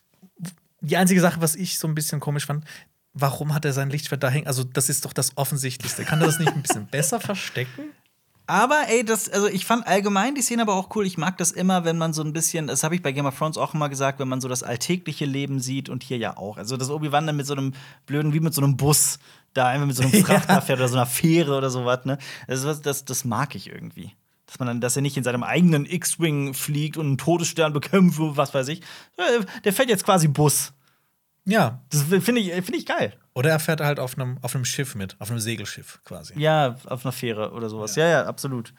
die einzige Sache, was ich so ein bisschen komisch fand, warum hat er sein Lichtschwert da hängen? Also, das ist doch das Offensichtlichste. Kann er das nicht ein bisschen besser verstecken? Aber ey, das, also ich fand allgemein die Szene aber auch cool. Ich mag das immer, wenn man so ein bisschen, das habe ich bei Game of Thrones auch immer gesagt, wenn man so das alltägliche Leben sieht und hier ja auch. Also, dass Obi-Wan dann mit so einem blöden, wie mit so einem Bus, da einfach mit so einem Frachter Ja. fährt oder so einer Fähre oder sowas, ne? Das, ist was- das, das mag ich irgendwie. Dass man dann, dass er nicht in seinem eigenen X-Wing fliegt und einen Todesstern bekämpft, was weiß ich. Der fährt jetzt quasi Bus. Ja. Das finde ich, find ich geil. Oder er fährt halt auf einem auf einem Schiff mit, auf einem Segelschiff quasi. Ja, auf einer Fähre oder sowas. Ja, ja, absolut.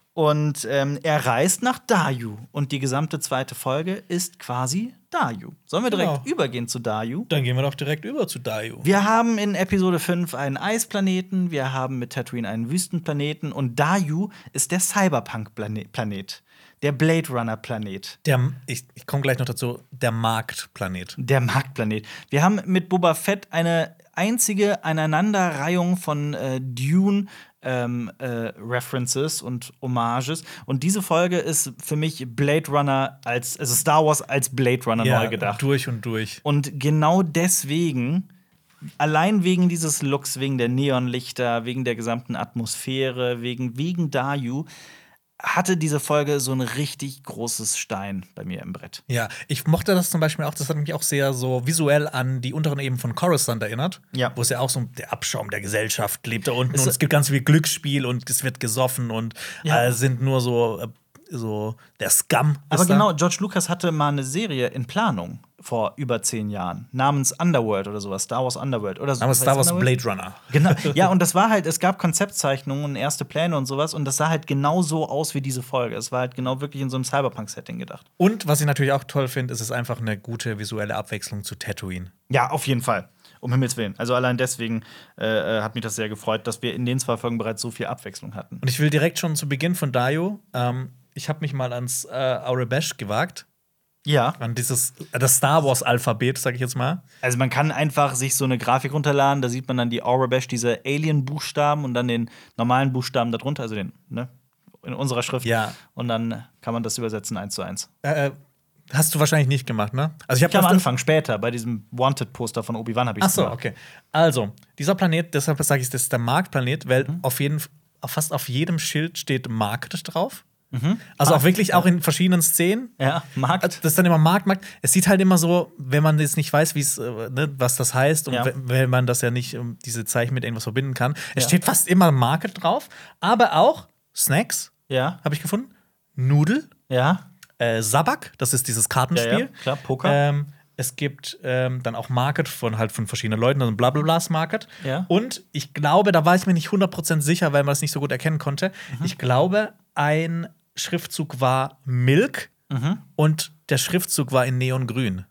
Und ähm, er reist nach Daiyu. Und die gesamte zweite Folge ist quasi Daiyu. Sollen wir direkt Genau. übergehen zu Daiyu? Dann gehen wir doch direkt über zu Daiyu. Wir haben in Episode fünf einen Eisplaneten, wir haben mit Tatooine einen Wüstenplaneten und Daiyu ist der Cyberpunk-Planet. Der Blade Runner-Planet. Der, ich ich komme gleich noch dazu, der Marktplanet. Der Marktplanet. Wir haben mit Boba Fett eine einzige Aneinanderreihung von äh, Dune ähm, äh, References und Hommages. Und diese Folge ist für mich Blade Runner als, also Star Wars als Blade Runner neu gedacht. durch und durch. Und genau deswegen, allein wegen dieses Looks, wegen der Neonlichter, wegen der gesamten Atmosphäre, wegen, wegen Daiyu, hatte diese Folge so ein richtig großes Stein bei mir im Brett. Ja, ich mochte das zum Beispiel auch, das hat mich auch sehr so visuell an die unteren Ebenen von Coruscant erinnert. Ja. Wo es ja auch so der Abschaum der Gesellschaft lebt da unten Es- und es gibt ganz viel Glücksspiel und es wird gesoffen und Ja. äh, sind nur so, äh, so der Scum. Aber ist da. genau, George Lucas hatte mal eine Serie in Planung vor über zehn Jahren, namens Underworld oder sowas, Star Wars Underworld oder so. Aber Was Star Wars heißt Underworld? Blade Runner. Genau. Ja, und das war halt, es gab Konzeptzeichnungen und erste Pläne und sowas und das sah halt genau so aus wie diese Folge. Es war halt genau wirklich in so einem Cyberpunk-Setting gedacht. Und was ich natürlich auch toll finde, ist es einfach eine gute visuelle Abwechslung zu Tatooine. Ja, auf jeden Fall. Um Himmels Willen. Also allein deswegen äh, hat mich das sehr gefreut, dass wir in den zwei Folgen bereits so viel Abwechslung hatten. Und ich will direkt schon zu Beginn von Daiyu, ähm, ich habe mich mal ans äh, Aurebesh gewagt, Ja. an dieses äh, das Star Wars Alphabet, sag ich jetzt mal. Also man kann einfach sich so eine Grafik runterladen, da sieht man dann die Aurebesh, diese Alien-Buchstaben und dann den normalen Buchstaben darunter, also den, ne, in unserer Schrift. Ja. Und dann kann man das übersetzen eins zu eins. Äh, hast du wahrscheinlich nicht gemacht, ne? Also ich Ich am habe Anfang, später, bei diesem Wanted-Poster von Obi-Wan habe ich Ach so, okay. Also, dieser Planet, deshalb sage ich, das ist der Marktplanet, weil Mhm. auf jeden, auf fast auf jedem Schild steht Markt drauf. Also auch wirklich auch in verschiedenen Szenen. Ja, Markt. Das ist dann immer Markt, Markt. Es sieht halt immer so, wenn man jetzt nicht weiß, wie's, äh, ne, was das heißt und Ja. we- wenn man das ja nicht ähm, diese Zeichen mit irgendwas verbinden kann. Es Ja. steht fast immer Market drauf, aber auch Snacks, Ja, habe ich gefunden. Nudel, ja. äh, Sabak, das ist dieses Ja, Kartenspiel. ja, klar, Poker. Ähm, es gibt ähm, dann auch Market von halt von verschiedenen Leuten, also ein Blablablas Market. Ja. Und ich glaube, da war ich mir nicht hundert Prozent sicher, weil man es nicht so gut erkennen konnte. Mhm. Ich glaube, ein Schriftzug war Milk Mhm. und der Schriftzug war in Neongrün.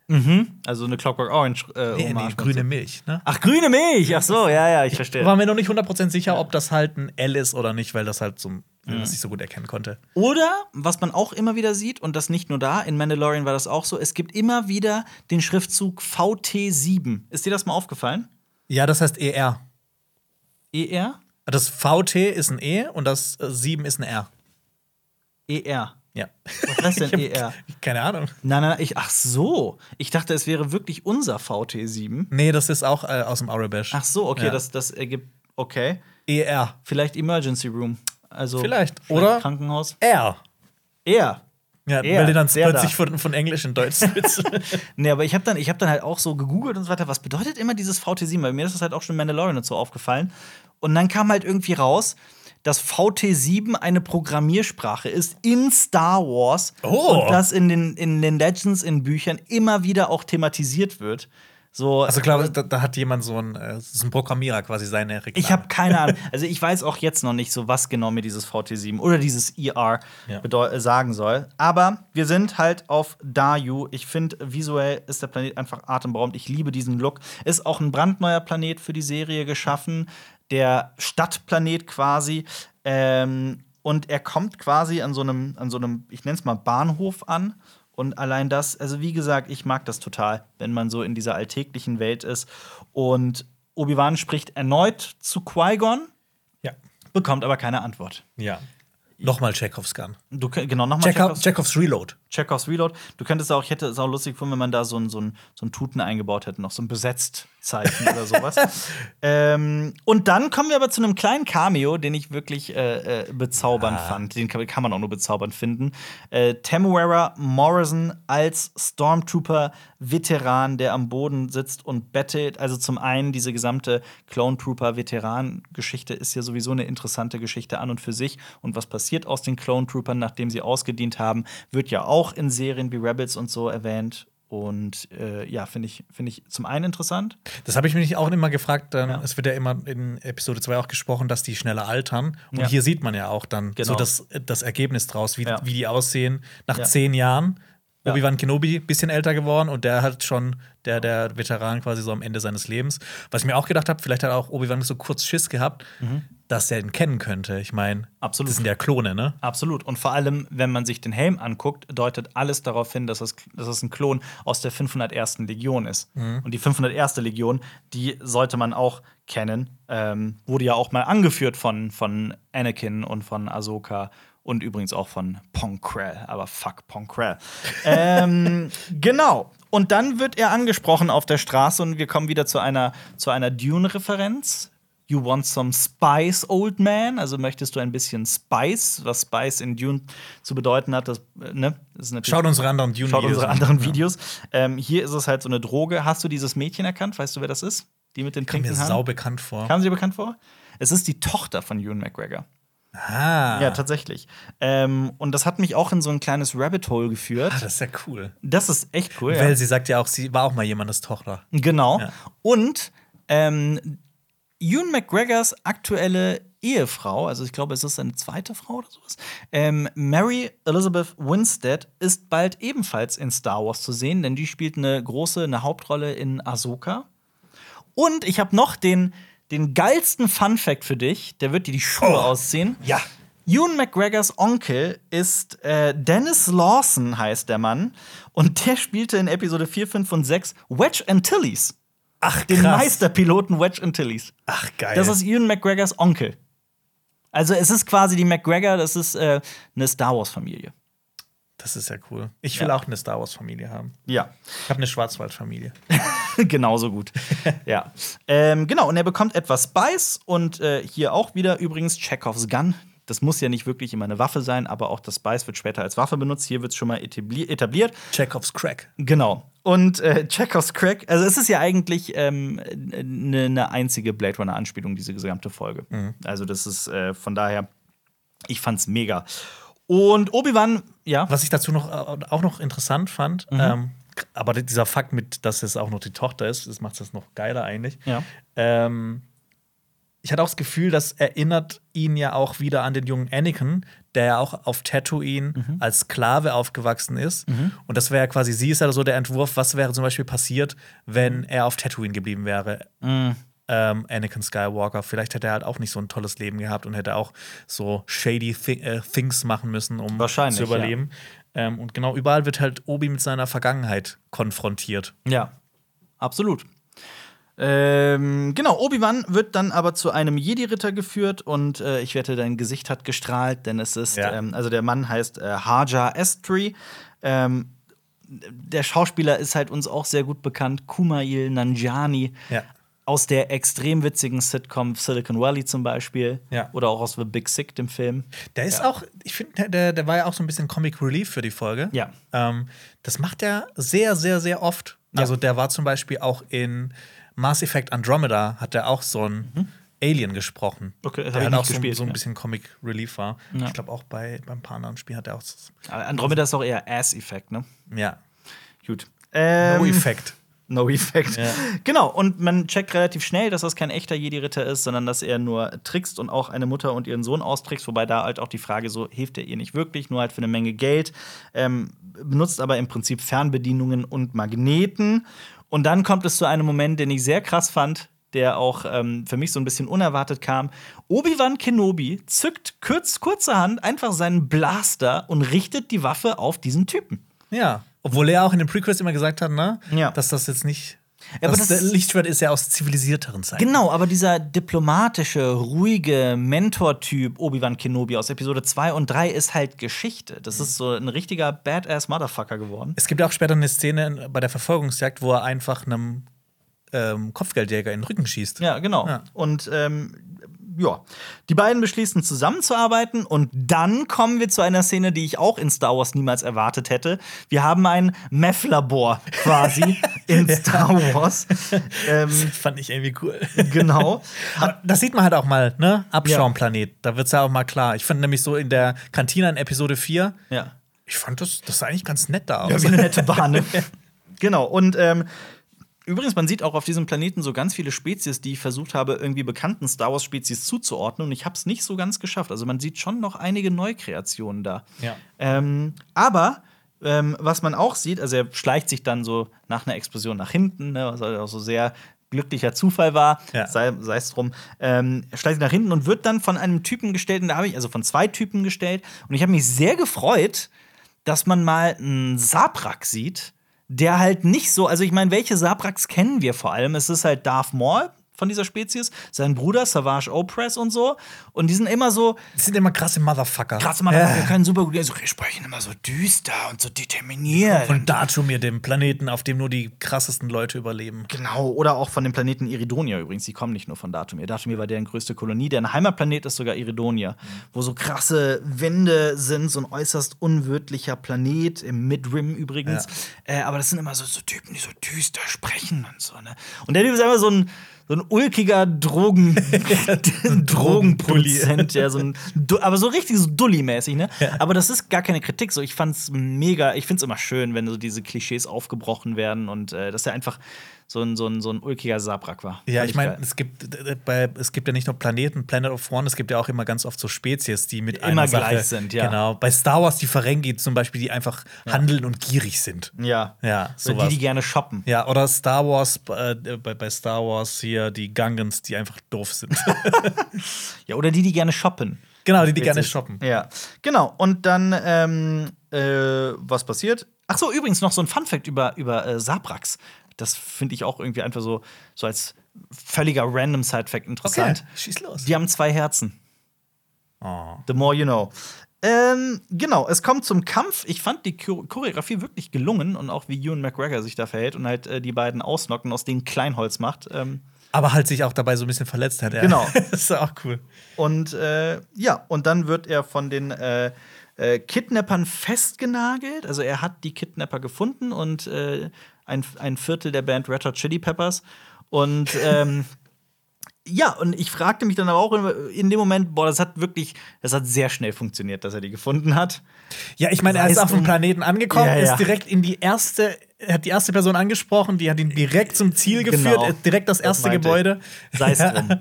Mhm. Also eine Clockwork Orange äh, Nee, nee, Hommage. grüne Milch, ne? Ach, grüne Milch. Ach so, ja, ja, ich verstehe. War mir noch nicht hundert Prozent sicher, ob das halt ein L ist oder nicht, weil das halt so, weil das ich so gut erkennen konnte. Oder, was man auch immer wieder sieht, und das nicht nur da, in Mandalorian war das auch so, es gibt immer wieder den Schriftzug V T sieben. Ist dir das mal aufgefallen? Ja, das heißt E R. E R? Das V T ist ein E und das äh, sieben ist ein R. E R. Ja. Was heißt denn Ich hab E R? Keine Ahnung. Nein, nein, ich, ach so. Ich dachte, es wäre wirklich unser V T sieben. Nee, das ist auch äh, aus dem Aurebesh. Ach so, okay, Ja. das, das ergibt, okay. E R. Vielleicht Emergency Room. Also Vielleicht. Oder? Krankenhaus. R. R. Ja, Er, weil du dann der plötzlich da. von, von Englisch in Deutsch sitzt. Nee, aber ich habe dann, ich hab dann halt auch so gegoogelt und so weiter, was bedeutet immer dieses V T sieben? Weil mir ist das halt auch schon in Mandalorian und so aufgefallen. Und dann kam halt irgendwie raus, dass V T sieben eine Programmiersprache ist in Star Wars. Oh. Und das in den, in den Legends, in Büchern immer wieder auch thematisiert wird. So, Also klar, da, da hat jemand so ein, äh, das ist ein Programmierer quasi seine Reklame. ich habe keine Ahnung. Also ich weiß auch jetzt noch nicht so, was genau mir dieses V T sieben oder dieses E R Ja. bedeu- äh, sagen soll. Aber wir sind halt auf Dayu. Ich finde, visuell ist der Planet einfach atemberaubend. Ich liebe diesen Look. Ist auch ein brandneuer Planet für die Serie geschaffen. Der Stadtplanet quasi. Ähm, und er kommt quasi an so einem, an so einem, ich nenne es mal Bahnhof an. Und allein das, also wie gesagt, ich mag das total, wenn man so in dieser alltäglichen Welt ist. Und Obi-Wan spricht erneut zu Qui-Gon, Ja. bekommt aber keine Antwort. Ja. Nochmal Chekhovs Gun. Du, könnt- genau, nochmal Chekhov, Chekhovs Reload. Chekhovs Reload. Du könntest auch, ich hätte es auch lustig gefunden, wenn man da so ein, so ein, so ein Tuten eingebaut hätte, noch so ein Besetzt-Zeichen oder sowas. ähm, und dann kommen wir aber zu einem kleinen Cameo, den ich wirklich äh, äh, bezaubernd Ja. fand. Den kann, kann man auch nur bezaubernd finden. Äh, Temuera Morrison als Stormtrooper-Veteran, der am Boden sitzt und bettelt. Also zum einen, diese gesamte Clone Trooper-Veteran-Geschichte ist ja sowieso eine interessante Geschichte an und für sich. Und was passiert aus den Clone Troopern, nachdem sie ausgedient haben, wird ja auch in Serien wie Rebels und so erwähnt. Und äh, ja, finde ich, find ich zum einen interessant. Das habe ich mich auch immer gefragt. Ähm, Ja. Es wird ja immer in Episode zwei auch gesprochen, dass die schneller altern. Und Ja. hier sieht man ja auch dann Genau. so das, das Ergebnis draus, wie, Ja. wie die aussehen nach Ja. zehn Jahren. Ja. Obi-Wan Kenobi bisschen älter geworden und der hat schon der der Veteran quasi so am Ende seines Lebens. Was ich mir auch gedacht habe, vielleicht hat auch Obi-Wan so kurz Schiss gehabt, dass er ihn kennen könnte. Ich meine, Absolut. das sind ja Klone, ne? Absolut. Und vor allem, wenn man sich den Helm anguckt, deutet alles darauf hin, dass es, dass es ein Klon aus der fünfhundertersten Legion ist. Und die fünfhunderterste Legion, die sollte man auch kennen. Ähm, wurde ja auch mal angeführt von, von Anakin und von Ahsoka. Und übrigens auch von Pong Krell, aber fuck Pong Krell. ähm, genau. Und dann wird er angesprochen auf der Straße und wir kommen wieder zu einer, zu einer Dune-Referenz. You want some spice, old man? Also möchtest du ein bisschen Spice, was Spice in Dune zu bedeuten hat, das, äh, ne? Das ist natürlich Schaut unsere anderen Dune-Videos Schaut unsere an. anderen Ja. Videos. Ähm, hier ist es halt so eine Droge. Hast du dieses Mädchen erkannt? Weißt du, wer das ist? Die mit den Kommt mir pinken Haaren? sau bekannt vor. Kam sie dir bekannt vor? Es ist die Tochter von Ewan McGregor. Ah. Ja, tatsächlich. Ähm, und das hat mich auch in so ein kleines Rabbit Hole geführt. Ah, das ist ja cool. Das ist echt cool. Weil Ja. sie sagt ja auch, sie war auch mal jemandes Tochter. Genau. Ja. Und ähm, Ewan McGregors aktuelle Ehefrau, also ich glaube, es ist seine zweite Frau oder sowas, ähm, Mary Elizabeth Winstead ist bald ebenfalls in Star Wars zu sehen, denn die spielt eine große, eine Hauptrolle in Ahsoka. Und ich habe noch den Den geilsten Fun-Fact für dich, der wird dir die Schuhe Oh. ausziehen. Ja. Ewan McGregors Onkel ist äh, Dennis Lawson, heißt der Mann. Und der spielte in Episode vier, fünf und sechs Wedge Antilles. Ach, Den krass. Meisterpiloten Wedge Antilles. Ach, geil. Das ist Ewan McGregors Onkel. Also es ist quasi die McGregor, das ist äh, eine Star Wars-Familie. Das ist ja cool. Ich will Ja. auch eine Star Wars-Familie haben. Ja. Ich habe eine Schwarzwald-Familie. Genauso gut. Ja. Ähm, genau, und er bekommt etwas Spice und äh, hier auch wieder übrigens Chekhovs Gun. Das muss ja nicht wirklich immer eine Waffe sein, aber auch das Spice wird später als Waffe benutzt. Hier wird es schon mal etabli etabliert. Chekhovs Crack. Genau. Und äh, Chekhovs Crack, also es ist ja eigentlich ähm, eine ne einzige Blade Runner-Anspielung, diese gesamte Folge. Mhm. Also, das ist äh, von daher, ich fand's mega. Und Obi-Wan, ja. Was ich dazu noch, äh, auch noch interessant fand, Mhm. ähm, aber dieser Fakt mit, dass es auch noch die Tochter ist, das macht es noch geiler eigentlich. Ja. Ähm, ich hatte auch das Gefühl, das erinnert ihn ja auch wieder an den jungen Anakin, der ja auch auf Tatooine mhm. als Sklave aufgewachsen ist. Mhm. Und das wäre quasi, sie ist ja so der Entwurf, was wäre zum Beispiel passiert, wenn er auf Tatooine geblieben wäre. Mhm. Ähm, Anakin Skywalker. Vielleicht hätte er halt auch nicht so ein tolles Leben gehabt und hätte auch so shady thi äh, Things machen müssen, um zu überleben. Ja. Ähm, und genau, überall wird halt Obi mit seiner Vergangenheit konfrontiert. Ja, absolut. Ähm, genau, Obi-Wan wird dann aber zu einem Jedi-Ritter geführt und äh, ich wette, dein Gesicht hat gestrahlt, denn es ist, ja. ähm, also der Mann heißt äh, Haja Estri. Ähm, der Schauspieler ist halt uns auch sehr gut bekannt, Kumail Nanjiani. Ja. Aus der extrem witzigen Sitcom Silicon Valley zum Beispiel. Ja. Oder auch aus The Big Sick, dem Film. Der ist ja. auch, ich finde, der, der war ja auch so ein bisschen Comic Relief für die Folge. Ja. Ähm, das macht er sehr, sehr, sehr oft. Ja. Also der war zum Beispiel auch in Mass Effect Andromeda, hat er auch so ein mhm. Alien gesprochen. Okay, das der hat auch gespielt, so, so ein ja. bisschen Comic Relief war. Ja. Ich glaube auch bei beim paar anderen Spielen hat er auch so. Aber Andromeda ist auch eher Ass-Effekt, ne? Ja. Gut. Ähm, no Effect. No Effect. Ja. Genau, und man checkt relativ schnell, dass das kein echter Jedi-Ritter ist, sondern dass er nur trickst und auch eine Mutter und ihren Sohn austrickst, wobei da halt auch die Frage so, hilft er ihr nicht wirklich, nur halt für eine Menge Geld, ähm, benutzt aber im Prinzip Fernbedienungen und Magneten. Und dann kommt es zu einem Moment, den ich sehr krass fand, der auch ähm, für mich so ein bisschen unerwartet kam. Obi-Wan Kenobi zückt kurz, kurzerhand einfach seinen Blaster und richtet die Waffe auf diesen Typen. Ja, obwohl er auch in den Prequels immer gesagt hat, ne, ja. dass das jetzt nicht. Ja, aber das der Lichtschwert ist ja aus zivilisierteren Zeiten. Genau, aber dieser diplomatische, ruhige Mentor-Typ Obi-Wan Kenobi aus Episode zwei und drei ist halt Geschichte. Das ist so ein richtiger Badass-Motherfucker geworden. Es gibt auch später eine Szene bei der Verfolgungsjagd, wo er einfach einem ähm, Kopfgeldjäger in den Rücken schießt. Ja, genau. Ja. Und ähm, ja, die beiden beschließen zusammenzuarbeiten und dann kommen wir zu einer Szene, die ich auch in Star Wars niemals erwartet hätte. Wir haben ein Meth-Labor quasi in Star Wars. ähm, das fand ich irgendwie cool. Genau. Aber das sieht man halt auch mal, ne? Abschaumplanet. Ja. Da wird's ja auch mal klar. Ich fand nämlich so in der Kantine in Episode vier, ja. ich fand das, das sah eigentlich ganz nett da aus. Ja, wie eine nette Bahn, ne? Genau. Und ähm, übrigens, man sieht auch auf diesem Planeten so ganz viele Spezies, die ich versucht habe, irgendwie bekannten Star Wars-Spezies zuzuordnen. Und ich habe es nicht so ganz geschafft. Also man sieht schon noch einige Neukreationen da. Ja. Ähm, aber ähm, was man auch sieht, also er schleicht sich dann so nach einer Explosion nach hinten, ne, was auch so sehr glücklicher Zufall war, ja. sei es drum. Ähm, er schleicht sich nach hinten und wird dann von einem Typen gestellt. Und da habe ich, also von zwei Typen gestellt. Und ich habe mich sehr gefreut, dass man mal einen Sabrak sieht, der halt nicht so, also ich meine, welche Sabraks kennen wir vor allem? Es ist halt Darth Maul von dieser Spezies, sein Bruder Savage Opress und so. Und die sind immer so. Das sind immer krasse Motherfucker. Krasse Motherfucker, ja. können super gut. Also, die sprechen immer so düster und so determiniert. Von Datumir, dem Planeten, auf dem nur die krassesten Leute überleben. Genau, oder auch von dem Planeten Iridonia übrigens. Die kommen nicht nur von Datumir. Datumir war deren größte Kolonie. Deren Heimatplanet ist sogar Iridonia, mhm. wo so krasse Wände sind, so ein äußerst unwirtlicher Planet, im Mid-Rim übrigens. Ja. Äh, aber das sind immer so, so Typen, die so düster sprechen und so. Ne? Und der Typ ist einfach so ein So ein ulkiger Drogen Drogenproduzent, ja, so ein, aber so richtig so Dulli-mäßig, ne? Ja. Aber das ist gar keine Kritik. So, ich fand's mega, ich find's immer schön, wenn so diese Klischees aufgebrochen werden und äh, dass er einfach so ein, so ein, so ein ulkiger Sabrak war. Ja, ich meine, es gibt, bei, es gibt ja nicht nur Planeten, Planet of One, es gibt ja auch immer ganz oft so Spezies, die mit immer einer Sache, gleich sind, ja. Genau. Bei Star Wars die Ferengi zum Beispiel, die einfach ja. handeln und gierig sind. Ja. Ja, sowas. Oder die, die gerne shoppen. Ja, oder Star Wars, äh, bei, bei Star Wars hier die Gungans, die einfach doof sind. Ja, oder die, die gerne shoppen. Genau, die, die gerne shoppen. Ja, genau. Und dann, ähm, äh, was passiert? Ach so, übrigens noch so ein Funfact über, über äh, Sabraks. Das finde ich auch irgendwie einfach so, so als völliger random Side-Fact interessant. Okay, schieß los. Die haben zwei Herzen. Oh. The more you know. Ähm, genau, es kommt zum Kampf. Ich fand die Choreografie wirklich gelungen und auch wie Ewan McGregor sich da verhält und halt äh, die beiden ausnocken, aus denen Kleinholz macht. Ähm, Aber halt sich auch dabei so ein bisschen verletzt hat. Ja. Genau. Das ist auch cool. Und äh, ja, und dann wird er von den äh, äh, Kidnappern festgenagelt. Also er hat die Kidnapper gefunden und äh, ein, ein Viertel der Band Red Hot Chili Peppers. Und ähm, ja, und ich fragte mich dann aber auch in dem Moment, boah, das hat wirklich, das hat sehr schnell funktioniert, dass er die gefunden hat. Ja, ich meine, er ist auf dem Planeten angekommen, ja, ja. ist direkt in die erste, hat die erste Person angesprochen, die hat ihn direkt zum Ziel geführt, genau. direkt das erste das Gebäude. Sei es drum.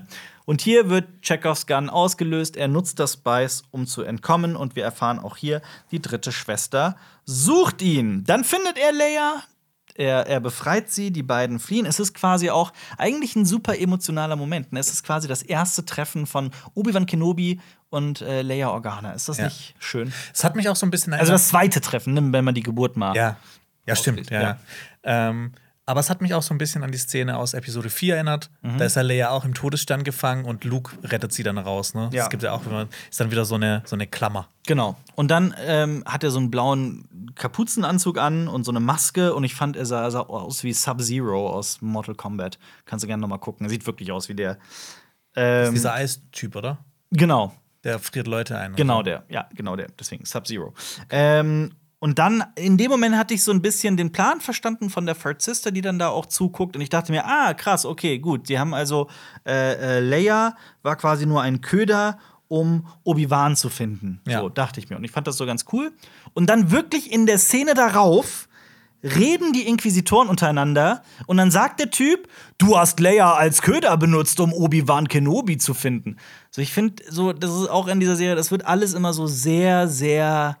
Und hier wird Chekhovs Gun ausgelöst. Er nutzt das Spice, um zu entkommen. Und wir erfahren auch hier, die dritte Schwester sucht ihn. Dann findet er Leia. Er, er befreit sie, die beiden fliehen. Es ist quasi auch eigentlich ein super emotionaler Moment. Es ist quasi das erste Treffen von Obi-Wan Kenobi und äh, Leia Organa. Ist das Ja. nicht schön? Es hat mich auch so ein bisschen Also das zweite Treffen, ne, wenn man die Geburt macht. Ja, ja, stimmt. Ja. Ja. Ähm, aber es hat mich auch so ein bisschen an die Szene aus Episode vier erinnert. Mhm. Da ist ja Leia auch im Todesstern gefangen und Luke rettet sie dann raus. Ne? Ja. Es gibt ja auch immer, ist dann wieder so eine, so eine Klammer. Genau. Und dann ähm, hat er so einen blauen Kapuzenanzug an und so eine Maske. Und ich fand, er sah, sah aus wie Sub-Zero aus Mortal Kombat. Kannst du gerne noch mal gucken. Er sieht wirklich aus wie der. Das ist Ähm, dieser Eistyp, oder? genau. Der friert Leute ein. und Genau so. der. Ja, genau der. Deswegen Sub-Zero. Ähm, und dann, in dem Moment hatte ich so ein bisschen den Plan verstanden von der Third Sister, die dann da auch zuguckt. Und ich dachte mir, ah, krass, okay, gut. Sie haben also, äh, äh, Leia war quasi nur ein Köder, um Obi-Wan zu finden. Ja. So, dachte ich mir. Und ich fand das so ganz cool. Und dann wirklich in der Szene darauf reden die Inquisitoren untereinander. Und dann sagt der Typ, du hast Leia als Köder benutzt, um Obi-Wan Kenobi zu finden. So, ich finde, so, das ist auch in dieser Serie, das wird alles immer so sehr, sehr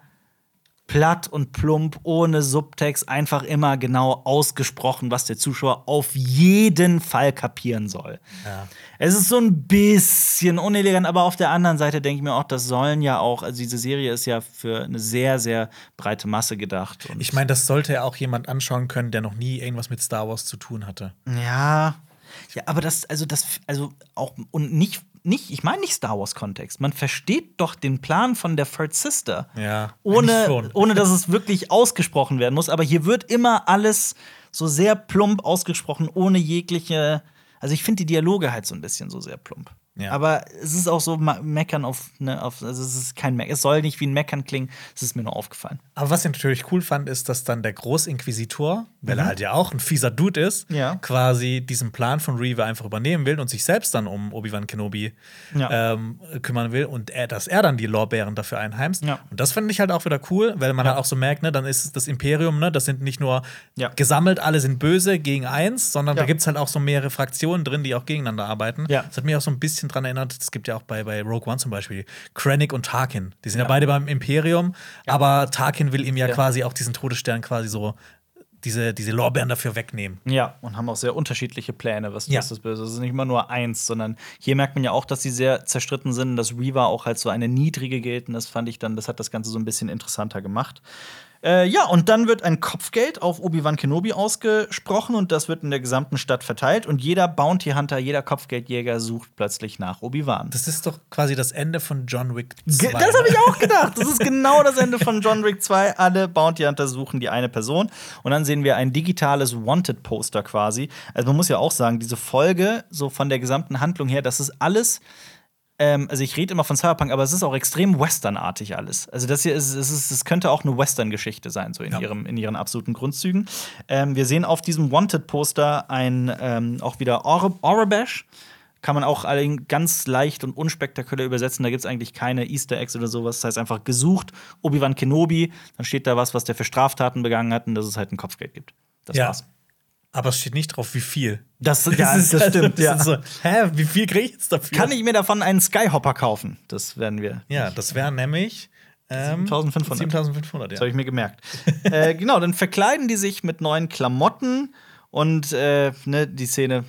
platt und plump, ohne Subtext, einfach immer genau ausgesprochen, was der Zuschauer auf jeden Fall kapieren soll. Ja. Es ist so ein bisschen unelegant, aber auf der anderen Seite denke ich mir auch, das sollen ja auch, also diese Serie ist ja für eine sehr, sehr breite Masse gedacht. Und Ich meine, das sollte ja auch jemand anschauen können, der noch nie irgendwas mit Star Wars zu tun hatte. ja, ja, aber das, also das, also auch, und nicht, nicht ich meine nicht Star Wars-Kontext. Man versteht doch den Plan von der Third Sister. Ja, eigentlich Ohne, schon. ohne dass es wirklich ausgesprochen werden muss. Aber hier wird immer alles so sehr plump ausgesprochen, ohne jegliche. Also ich finde die Dialoge halt so ein bisschen so sehr plump. Ja. Aber es ist auch so ma- Meckern auf, ne, auf, also es ist kein Meckern. Es soll nicht wie ein Meckern klingen, es ist mir nur aufgefallen. Aber was ich natürlich cool fand, ist, dass dann der Großinquisitor, weil er halt ja auch ein fieser Dude ist, Ja. quasi diesen Plan von Reaver einfach übernehmen will und sich selbst dann um Obi-Wan Kenobi Ja. ähm, kümmern will und er, dass er dann die Lorbeeren dafür einheimst. Ja. Und das finde ich halt auch wieder cool, weil man Ja. halt auch so merkt, ne, dann ist es das Imperium, ne, das sind nicht nur Ja. gesammelt, alle sind böse gegen eins, sondern Ja. da gibt es halt auch so mehrere Fraktionen drin, die auch gegeneinander arbeiten. Ja. Das hat mich auch so ein bisschen dran erinnert, es gibt ja auch bei, bei Rogue One zum Beispiel Krennic und Tarkin. Die sind ja, Ja. beide beim Imperium, aber Tarkin will ihm ja, Ja. quasi auch diesen Todesstern quasi so diese, diese Lorbeeren dafür wegnehmen. Ja, und haben auch sehr unterschiedliche Pläne, was, Ja. was das Böse ist. Es ist nicht immer nur eins, sondern hier merkt man ja auch, dass sie sehr zerstritten sind, dass Reaver auch als so eine niedrige gilt. Und das fand ich dann, das hat das Ganze so ein bisschen interessanter gemacht. Äh, ja, und dann wird ein Kopfgeld auf Obi-Wan Kenobi ausgesprochen und das wird in der gesamten Stadt verteilt. Und jeder Bounty Hunter, jeder Kopfgeldjäger sucht plötzlich nach Obi-Wan. Das ist doch quasi das Ende von John Wick Ge- zwei. Das habe ich auch gedacht. Das ist genau das Ende von John Wick zwei. Alle Bounty Hunter suchen die eine Person. Und dann sehen wir ein digitales Wanted-Poster quasi. Also man muss ja auch sagen, diese Folge, so von der gesamten Handlung her, das ist alles. Ähm, also ich rede immer von Cyberpunk, aber es ist auch extrem westernartig alles. Also das hier ist, es ist, es könnte auch eine Western-Geschichte sein, so in, Ja. ihrem, in ihren absoluten Grundzügen. Ähm, wir sehen auf diesem Wanted-Poster ein ähm, auch wieder Ore- Aurebesh. Kann man auch alle ganz leicht und unspektakulär übersetzen. Da gibt es eigentlich keine Easter Eggs oder sowas. Das heißt einfach gesucht, Obi-Wan Kenobi. Dann steht da was, was der für Straftaten begangen hat und dass es halt ein Kopfgeld gibt. Das Ja. war's. Aber es steht nicht drauf, wie viel. Das, ja, das, halt- stimmt. das Ja. ist so, hä, wie viel kriege ich jetzt dafür? Kann ich mir davon einen Skyhopper kaufen? Das werden wir. Ja, das wäre nämlich ähm, siebentausendfünfhundert. siebentausendfünfhundert, Das ja. habe ich mir gemerkt. äh, genau, dann verkleiden die sich mit neuen Klamotten und äh, ne, die Szene.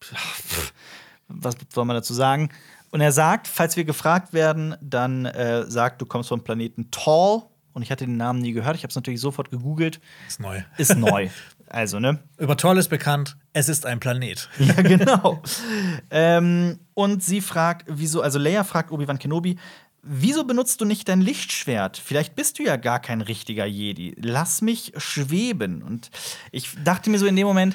Pff, was soll man dazu sagen? Und er sagt, falls wir gefragt werden, dann äh, sagt, du kommst vom Planeten Tall. Und ich hatte den Namen nie gehört. Ich habe es natürlich sofort gegoogelt. Ist neu. Ist neu. Also, ne? Über Toll ist bekannt, es ist ein Planet. Ja, genau. ähm, und sie fragt, wieso, also Leia fragt Obi-Wan Kenobi, wieso benutzt du nicht dein Lichtschwert? Vielleicht bist du ja gar kein richtiger Jedi. Lass mich schweben. Und ich dachte mir so in dem Moment,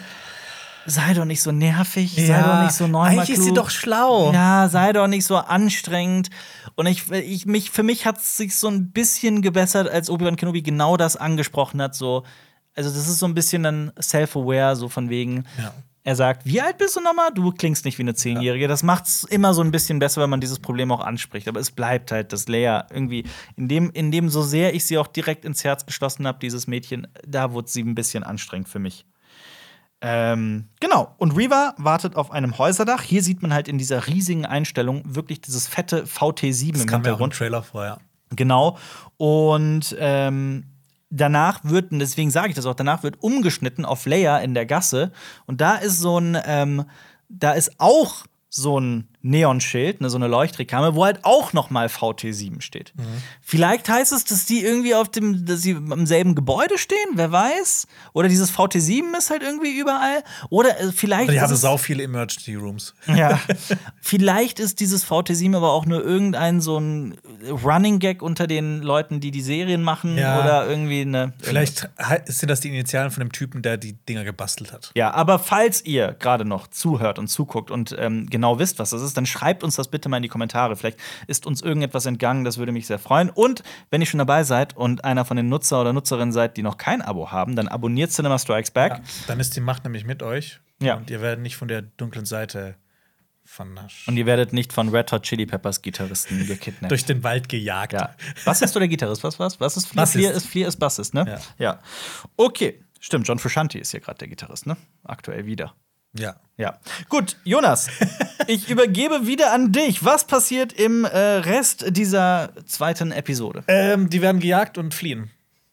sei doch nicht so nervig, sei doch nicht so neunmal Eigentlich ist sie klug. doch schlau. Ja, sei doch nicht so anstrengend. Und ich, ich, mich, für mich hat es sich so ein bisschen gebessert, als Obi-Wan Kenobi genau das angesprochen hat. So, also, das ist so ein bisschen dann self-aware, so von wegen. Ja. Er sagt, wie alt bist du nochmal? Du klingst nicht wie eine Zehnjährige. Das macht's immer so ein bisschen besser, wenn man dieses Problem auch anspricht. Aber es bleibt halt, dass Leia irgendwie, in dem, in dem so sehr ich sie auch direkt ins Herz geschlossen habe, dieses Mädchen, da wurde sie ein bisschen anstrengend für mich. Ähm, genau. Und Reva wartet auf einem Häuserdach. Hier sieht man halt in dieser riesigen Einstellung wirklich dieses fette V T sieben Das im kam mir auch im Hintergrund. Trailer vor, ja. Genau. Und ähm, danach wird, und deswegen sage ich das auch, danach wird umgeschnitten auf Leia in der Gasse. Und da ist so ein, ähm, da ist auch so ein Neonschild, ne, so eine Leuchtreklame, wo halt auch noch mal V T sieben steht. Mhm. Vielleicht heißt es, dass die irgendwie auf dem, dass sie im selben Gebäude stehen, wer weiß? Oder dieses V T sieben ist halt irgendwie überall. Oder äh, vielleicht. Die ist haben es- sau viele Emergency Rooms. Ja. Vielleicht ist dieses V T sieben aber auch nur irgendein so ein Running Gag unter den Leuten, die die Serien machen. Ja. Oder irgendwie eine. Vielleicht he- sind das die Initialen von dem Typen, der die Dinger gebastelt hat. Ja, aber falls ihr gerade noch zuhört und zuguckt und ähm, genau wisst, was das ist, dann schreibt uns das bitte mal in die Kommentare. Vielleicht ist uns irgendetwas entgangen, das würde mich sehr freuen. Und wenn ihr schon dabei seid und einer von den Nutzer oder Nutzerinnen seid, die noch kein Abo haben, dann abonniert Cinema Strikes Back. Ja, dann ist die Macht nämlich mit euch. Ja. Und ihr werdet nicht von der dunklen Seite vernascht. Und ihr werdet nicht von Red Hot Chili Peppers Gitarristen gekidnappt. Durch den Wald gejagt. Ja. Bassist oder Gitarrist? Was was? Was ist Flier? Bassist. Flier ist Flier ist Bassist, ne? Ja. ja. Okay. Stimmt, John Frusciante ist hier gerade der Gitarrist, ne? Aktuell wieder. Ja. Ja. Gut, Jonas, ich übergebe wieder an dich. Was passiert im äh, Rest dieser zweiten Episode? Ähm, die werden gejagt und fliehen.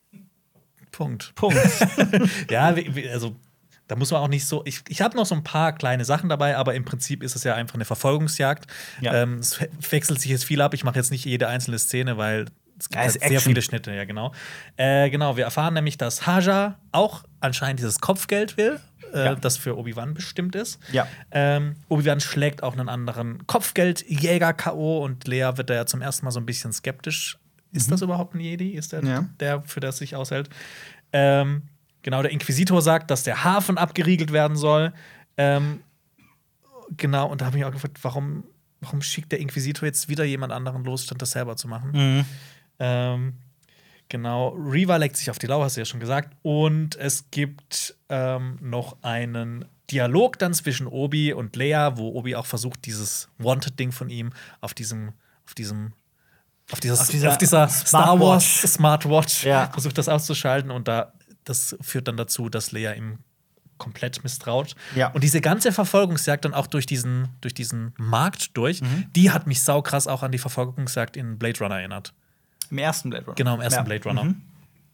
Punkt. Punkt. Ja, wie- wie- also da muss man auch nicht so. Ich, ich habe noch so ein paar kleine Sachen dabei, aber im Prinzip ist es ja einfach eine Verfolgungsjagd. Ja. Ähm, es we- wechselt sich jetzt viel ab. Ich mache jetzt nicht jede einzelne Szene, weil es gibt Ja, ist halt sehr Action. viele Schnitte, ja, genau. Äh, genau, wir erfahren nämlich, dass Haja auch anscheinend dieses Kopfgeld will, äh, Ja. das für Obi-Wan bestimmt ist. Ja. Ähm, Obi-Wan schlägt auch einen anderen Kopfgeldjäger K O und Lea wird da ja zum ersten Mal so ein bisschen skeptisch. Ist das überhaupt ein Jedi? Ist der, Ja. der für das sich aushält? Ähm, genau, der Inquisitor sagt, dass der Hafen abgeriegelt werden soll. Ähm, genau, und da habe ich mich auch gefragt, warum, warum schickt der Inquisitor jetzt wieder jemand anderen los, statt das selber zu machen? Mhm. Ähm, genau, Reva legt sich auf die Lauer, hast du ja schon gesagt. Und es gibt ähm, noch einen Dialog dann zwischen Obi und Lea, wo Obi auch versucht, dieses Wanted-Ding von ihm auf diesem, auf diesem auf, dieses, Auf dieser auf dieser Star Wars Smartwatch. Smartwatch Ja. versucht das auszuschalten und da das führt dann dazu, dass Lea ihm komplett misstraut. Ja. Und diese ganze Verfolgungsjagd dann auch durch diesen, durch diesen Markt durch, Mhm. die hat mich saukrass auch an die Verfolgungsjagd in Blade Runner erinnert. Im ersten Blade Runner. Genau, im ersten Ja. Blade Runner. Mhm.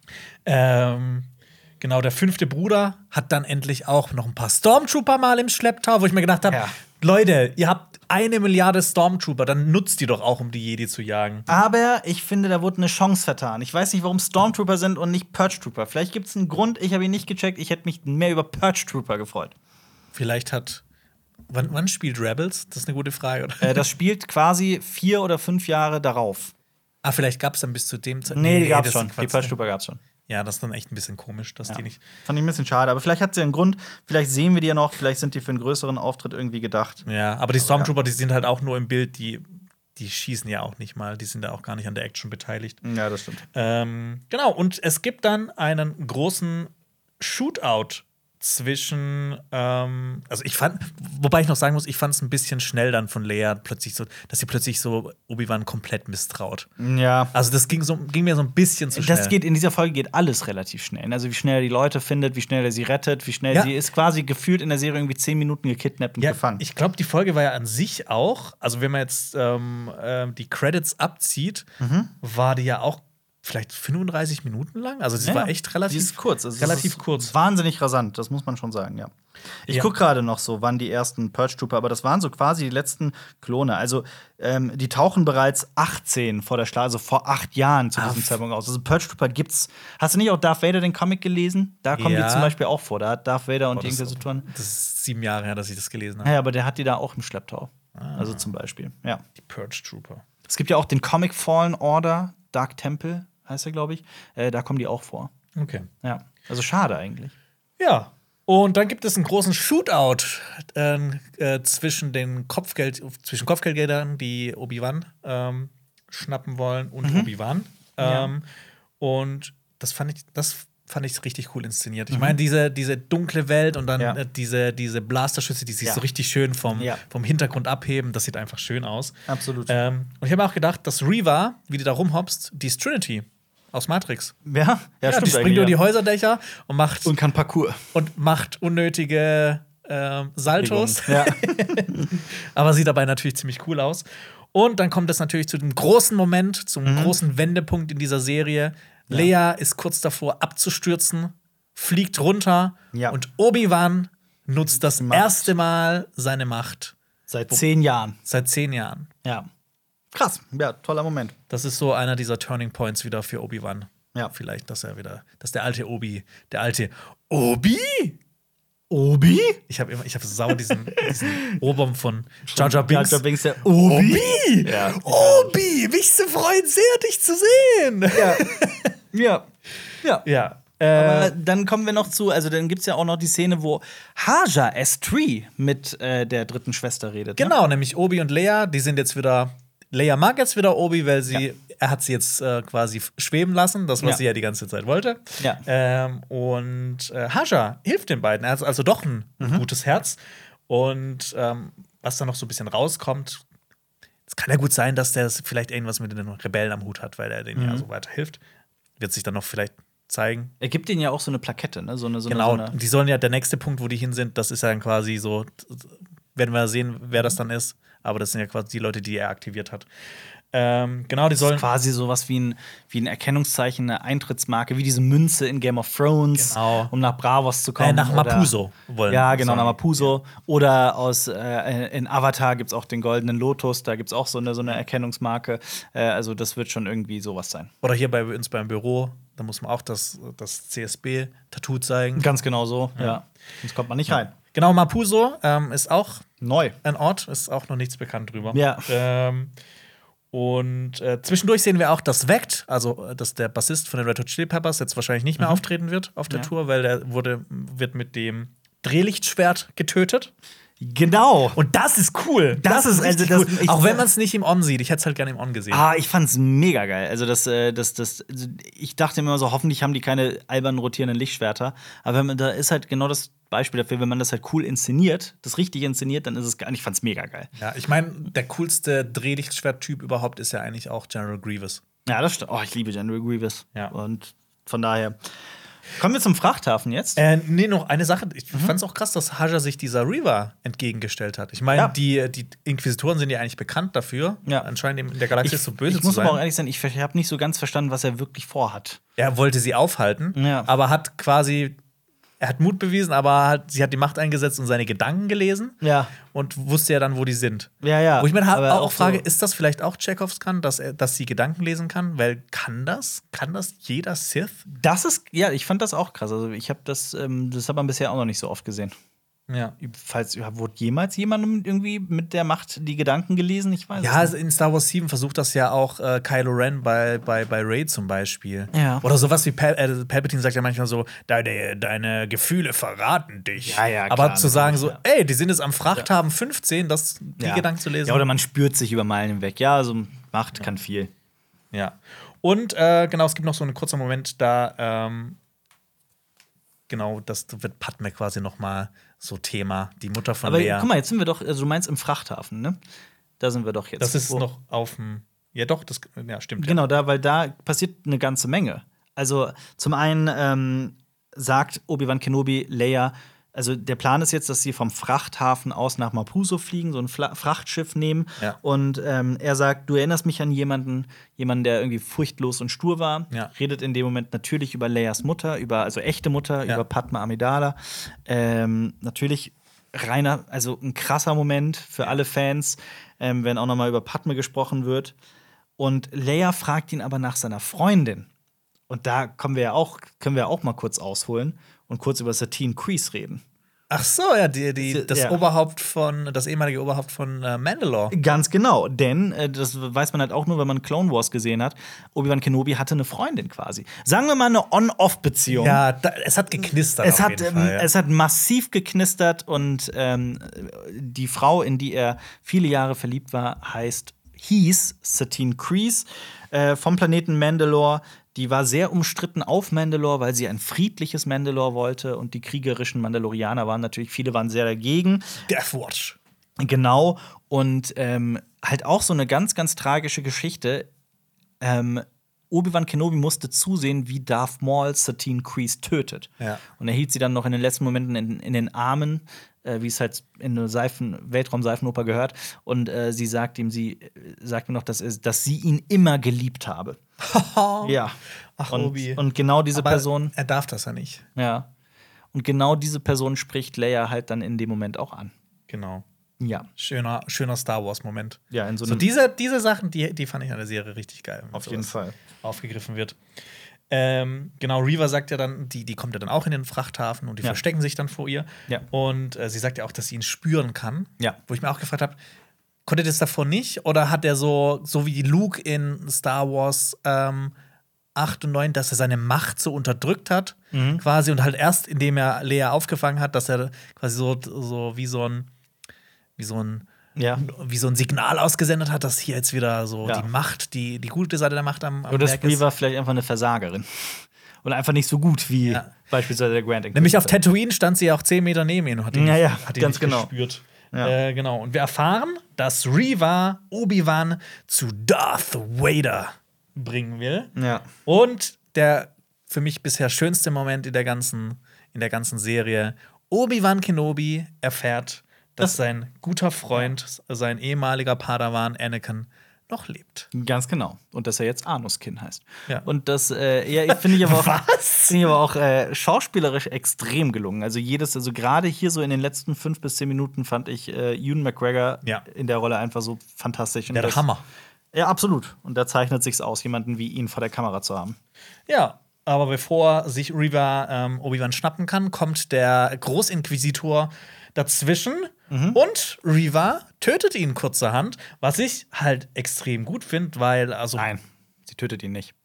Ähm, genau, der fünfte Bruder hat dann endlich auch noch ein paar Stormtrooper mal im Schlepptau, wo ich mir gedacht habe, Ja. Leute, ihr habt eine Milliarde Stormtrooper, dann nutzt die doch auch, um die Jedi zu jagen. Aber ich finde, da wurde eine Chance vertan. Ich weiß nicht, warum Stormtrooper sind und nicht Purge Trooper. Vielleicht gibt es einen Grund, ich habe ihn nicht gecheckt. Ich hätte mich mehr über Purge Trooper gefreut. Vielleicht hat. Wann, wann spielt Rebels? Das ist eine gute Frage, oder? Äh, das spielt quasi vier oder fünf Jahre darauf. Ah, vielleicht gab es dann bis zu dem Zeitpunkt. Nee, die gab's das ist schon. Die Quatsch. Purge Trooper gab's schon. Ja, das ist dann echt ein bisschen komisch, dass Ja. die nicht. Fand ich ein bisschen schade. Aber vielleicht hat sie einen Grund. Vielleicht sehen wir die ja noch. Vielleicht sind die für einen größeren Auftritt irgendwie gedacht. Ja, aber die Stormtrooper, die sind halt auch nur im Bild, die, die schießen ja auch nicht mal, die sind da auch gar nicht an der Action beteiligt. Ja, das stimmt. Ähm, genau, und es gibt dann einen großen Shootout zwischen, ähm, also ich fand, wobei ich noch sagen muss, ich fand es ein bisschen schnell dann von Leia plötzlich so, dass sie plötzlich so Obi-Wan komplett misstraut. Ja. Also das ging, so, ging mir so ein bisschen zu schnell. Das geht in dieser Folge geht alles relativ schnell. Also wie schnell er die Leute findet, wie schnell er sie rettet, wie schnell Ja. sie ist quasi gefühlt in der Serie irgendwie zehn Minuten gekidnappt und Ja, gefangen. ich glaube, die Folge war ja an sich auch, also wenn man jetzt ähm, ähm, die Credits abzieht, Mhm. war die ja auch vielleicht fünfunddreißig Minuten lang. Also sie Ja, war echt relativ die ist kurz. Also es relativ ist kurz. Wahnsinnig rasant, das muss man schon sagen, ja. Ich Ja. gucke gerade noch so, wann die ersten Purge Trooper, aber das waren so quasi die letzten Klone. Also ähm, die tauchen bereits achtzehn vor der Schlacht, also vor acht Jahren zu diesem Ah, Zeitpunkt aus. Also Purge Trooper gibt's. Hast du nicht auch Darth Vader den Comic gelesen? Da kommen Ja. die zum Beispiel auch vor. Da hat Darth Vader und Oh, die das, irgendwie so tun. das ist sieben Jahre her, dass ich das gelesen habe. Ja, aber der hat die da auch im Schlepptau. Ah. Also zum Beispiel, ja. Die Purge Trooper. Es gibt ja auch den Comic Fallen Order, Dark Temple heißt er, glaube ich. Äh, da kommen die auch vor. Okay. Ja. Also schade eigentlich. Ja. Und dann gibt es einen großen Shootout äh, äh, zwischen den Kopfgeld, zwischen Kopfgeldgeldern, die Obi-Wan ähm, schnappen wollen, und Mhm. Obi-Wan. Ja. Ähm, Und das fand ich, das fand ich richtig cool inszeniert. Ich Mhm. meine, diese, diese dunkle Welt und dann Ja. äh, diese, diese Blasterschüsse, die sich Ja. so richtig schön vom, Ja. vom Hintergrund abheben, das sieht einfach schön aus. Absolut. Ähm, und ich habe auch gedacht, dass Reva, wie die da rumhopst, die ist Trinity. aus Matrix. Ja, ja, Ja, stimmt. die springt eigentlich, über die ja. Häuserdächer und macht, Und kann Parkour. und macht unnötige äh, Saltos. Ja. Aber sieht dabei natürlich ziemlich cool aus. Und dann kommt es natürlich zu dem großen Moment, zum Mhm. großen Wendepunkt in dieser Serie. Ja. Leia ist kurz davor abzustürzen, fliegt runter Ja. und Obi-Wan nutzt das Macht. erste Mal seine Macht Seit zehn Jahren. seit zehn Jahren. Ja. Krass. Ja, toller Moment. Das ist so einer dieser Turning Points wieder für Obi-Wan. Ja. Vielleicht, dass er wieder, dass der alte Obi, der alte Obi? Obi? Ich habe immer, ich habe sau diesen, diesen Ohrwurm von Jar Jar Binks. Jar Jar Binks, der Obi! Ja. Obi! Mich zu freuen, sehr dich zu sehen! Ja. Ja. Ja. Ja. Aber Äh, dann kommen wir noch zu, also dann gibt's ja auch noch die Szene, wo Haja S drei mit äh, der dritten Schwester redet. Ne? genau, nämlich Obi und Leia, die sind jetzt wieder. Leia mag jetzt wieder Obi, weil sie, Ja. er hat sie jetzt äh, quasi schweben lassen, das, was Ja. sie ja die ganze Zeit wollte. Ja. Ähm, und äh, Haja hilft den beiden. Er hat also doch ein Mhm. gutes Herz. Und ähm, was da noch so ein bisschen rauskommt, es kann ja gut sein, dass der vielleicht irgendwas mit den Rebellen am Hut hat, weil er denen ja Mhm. so weiterhilft. Wird sich dann noch vielleicht zeigen. Er gibt ihnen ja auch so eine Plakette, ne? So eine, so Genau, eine, so eine die sollen ja, der nächste Punkt, wo die hin sind, das ist ja dann quasi so, werden wir sehen, wer das dann ist. Aber das sind ja quasi die Leute, die er aktiviert hat. Ähm, genau, die Das sollen. ist quasi sowas wie ein, wie ein Erkennungszeichen, eine Eintrittsmarke, wie diese Münze in Game of Thrones, Genau. um nach Bravos zu kommen. Äh, nach oder- Mapuso wollen. Ja, genau, nach sagen. Mapuso. Oder aus äh, in Avatar gibt es auch den goldenen Lotus, da gibt es auch so eine, so eine Erkennungsmarke. Äh, also, das wird schon irgendwie sowas sein. Oder hier bei uns beim Büro, da muss man auch das, das C S B-Tattoo zeigen. Ganz genau so, ja. Sonst kommt man nicht rein. Genau, Mapuso ähm, ist auch Neu. ein Ort, ist auch noch nichts bekannt drüber. Ja. Ähm, und äh, zwischendurch sehen wir auch, dass Vect, also äh, dass der Bassist von den Red Hot Chili Peppers, jetzt wahrscheinlich nicht mehr auftreten wird auf der Ja. Tour, weil der wurde, wird mit dem Drehlichtschwert getötet. Genau. Und das ist cool. Das ist- richtig also das- cool. ich- Auch wenn man es nicht im On sieht. Ich hätte es halt gerne im On gesehen. Ah, ich fand's mega geil. Also das, äh, das, das, also ich dachte immer so, hoffentlich haben die keine albernen rotierenden Lichtschwerter. Aber wenn man, da ist halt genau das Beispiel dafür, wenn man das halt cool inszeniert, das richtig inszeniert, dann ist es geil. Ich fand's mega geil. Ja, ich meine, der coolste Drehlichtschwert-Typ überhaupt ist ja eigentlich auch General Grievous. Ja, das stimmt. Oh, ich liebe General Grievous. Ja. Und von daher. Kommen wir zum Frachthafen jetzt. Äh, nee, noch eine Sache. Ich fand's auch krass, dass Haja sich dieser Reaver entgegengestellt hat. Ich meine, Ja. die, die Inquisitoren sind ja eigentlich bekannt dafür, Ja. anscheinend in der Galaxie so böse ich zu muss sein. aber auch ehrlich sein, ich habe nicht so ganz verstanden, was er wirklich vorhat. Er wollte sie aufhalten, Ja. aber hat quasi, er hat Mut bewiesen, aber hat, sie hat die Macht eingesetzt und seine Gedanken gelesen Ja. und wusste ja dann, wo die sind. Ja, ja. Wo ich mir halt Aber auch, auch frage, so- ist das vielleicht auch Chekhovs kann, dass, er, dass sie Gedanken lesen kann? Weil kann das? Kann das jeder Sith? Das ist, ja, ich fand das auch krass. Also ich habe das, ähm, das hat man bisher auch noch nicht so oft gesehen. Ja. Falls ja, wurde jemals jemandem irgendwie mit der Macht die Gedanken gelesen? Ich weiß Ja, es also in Star Wars sieben versucht das ja auch äh, Kylo Ren bei, bei, bei Rey zum Beispiel. Ja. Oder sowas wie Pal äh, Palpatine sagt ja manchmal so, deine, deine Gefühle verraten dich. Ja, ja, Aber klar, zu sagen so, natürlich, ey, die sind jetzt am Frachthafen fünfzehn, das, die ja. Gedanken zu lesen. Ja, oder man spürt sich über Meilen hinweg. Ja, also Macht kann viel. Ja. Und äh, genau, es gibt noch so einen kurzen Moment, da ähm, genau, das wird Padme quasi noch mal so Thema, die Mutter von Aber Leia. guck mal, jetzt sind wir doch, also du meinst im Frachthafen, ne? Da sind wir doch jetzt. das ist Wo- noch auf dem. Ja, doch, das ja, stimmt. Genau, da, weil da passiert eine ganze Menge. Also zum einen ähm, sagt Obi-Wan Kenobi Leia, also der Plan ist jetzt, dass sie vom Frachthafen aus nach Mapuso fliegen, so ein Fla Frachtschiff nehmen. Ja. Und ähm, er sagt, du erinnerst mich an jemanden, jemanden, der irgendwie furchtlos und stur war. Ja. Redet in dem Moment natürlich über Leias Mutter, über also echte Mutter, Ja. über Padme Amidala. Ähm, natürlich reiner, also ein krasser Moment für alle Fans, ähm, wenn auch noch mal über Padme gesprochen wird. Und Leia fragt ihn aber nach seiner Freundin. Und da kommen wir ja auch, können wir auch mal kurz ausholen und kurz über Satine Kryze reden. Ach so, ja, die, die, das Ja. Oberhaupt von, das ehemalige Oberhaupt von äh, Mandalore. Ganz genau, denn äh, das weiß man halt auch nur, wenn man Clone Wars gesehen hat. Obi-Wan Kenobi hatte eine Freundin quasi. Sagen wir mal eine On-Off-Beziehung. Ja, da, es hat geknistert. Es auf hat, jeden ähm, Fall, ja. es hat massiv geknistert und ähm, die Frau, in die er viele Jahre verliebt war, heißt, hieß Satine Kryze äh, vom Planeten Mandalore. Die war sehr umstritten auf Mandalore, weil sie ein friedliches Mandalore wollte und die kriegerischen Mandalorianer waren natürlich, viele waren sehr dagegen. Death Watch. Genau, und ähm, halt auch so eine ganz, ganz tragische Geschichte. Ähm, Obi-Wan Kenobi musste zusehen, wie Darth Maul Satine Kryze tötet. Ja. Und er hielt sie dann noch in den letzten Momenten in, in den Armen, äh, wie es halt in eine Seifen Weltraum-Seifenoper gehört. Und äh, sie sagt ihm, sie äh, sagt ihm noch, dass, er, dass sie ihn immer geliebt habe. Ja. Ach, und, Obi. und genau diese Aber Person. Er darf das ja nicht. Ja. Und genau diese Person spricht Leia halt dann in dem Moment auch an. Genau. Ja. Schöner, schöner Star Wars-Moment. Ja, in so So einem. diese, diese Sachen, die, die fand ich an der Serie richtig geil. wenn Auf sowas jeden Fall. Aufgegriffen wird. Ähm, genau, Reva sagt ja dann, die, die kommt ja dann auch in den Frachthafen und die Ja. verstecken sich dann vor ihr. Ja. Und äh, sie sagt ja auch, dass sie ihn spüren kann. Ja. Wo ich mir auch gefragt habe, konnte das davor nicht? Oder hat er so, so wie Luke in Star Wars ähm, acht und neun, dass er seine Macht so unterdrückt hat, Mhm. quasi, und halt erst, indem er Lea aufgefangen hat, dass er quasi so, so wie so ein, wie so ein Ja. wie so ein Signal ausgesendet hat, dass hier jetzt wieder so Ja. die Macht, die, die gute Seite der Macht am, am Oder ist Werk ist. Reva vielleicht einfach eine Versagerin. Oder einfach nicht so gut wie Ja. beispielsweise der Grand Inquisitor. Nämlich auf Tatooine stand sie ja auch zehn Meter neben ihn und hat ihn, Ja, ja, hat ihn ganz nicht genau. gespürt. Ja. Äh, genau. Und wir erfahren, dass Reva Obi-Wan zu Darth Vader bringen will. Ja. Und der für mich bisher schönste Moment in der ganzen, in der ganzen Serie: Obi-Wan Kenobi erfährt, dass Das- sein guter Freund, sein ehemaliger Padawan Anakin, noch lebt. Ganz genau. Und dass er jetzt Anuskin heißt. Ja. Und das äh, ja, finde ich aber auch, Was? finde ich aber auch äh, schauspielerisch extrem gelungen. Also jedes, also gerade hier so in den letzten fünf bis zehn Minuten fand ich äh, Ewan McGregor Ja. in der Rolle einfach so fantastisch. Und Der das- Hammer. Ja, absolut. Und da zeichnet sich's aus, jemanden wie ihn vor der Kamera zu haben. Ja, aber bevor sich Reva ähm, Obi-Wan schnappen kann, kommt der Großinquisitor dazwischen und Reva tötet ihn kurzerhand, was ich halt extrem gut finde, weil also Nein, sie tötet ihn nicht.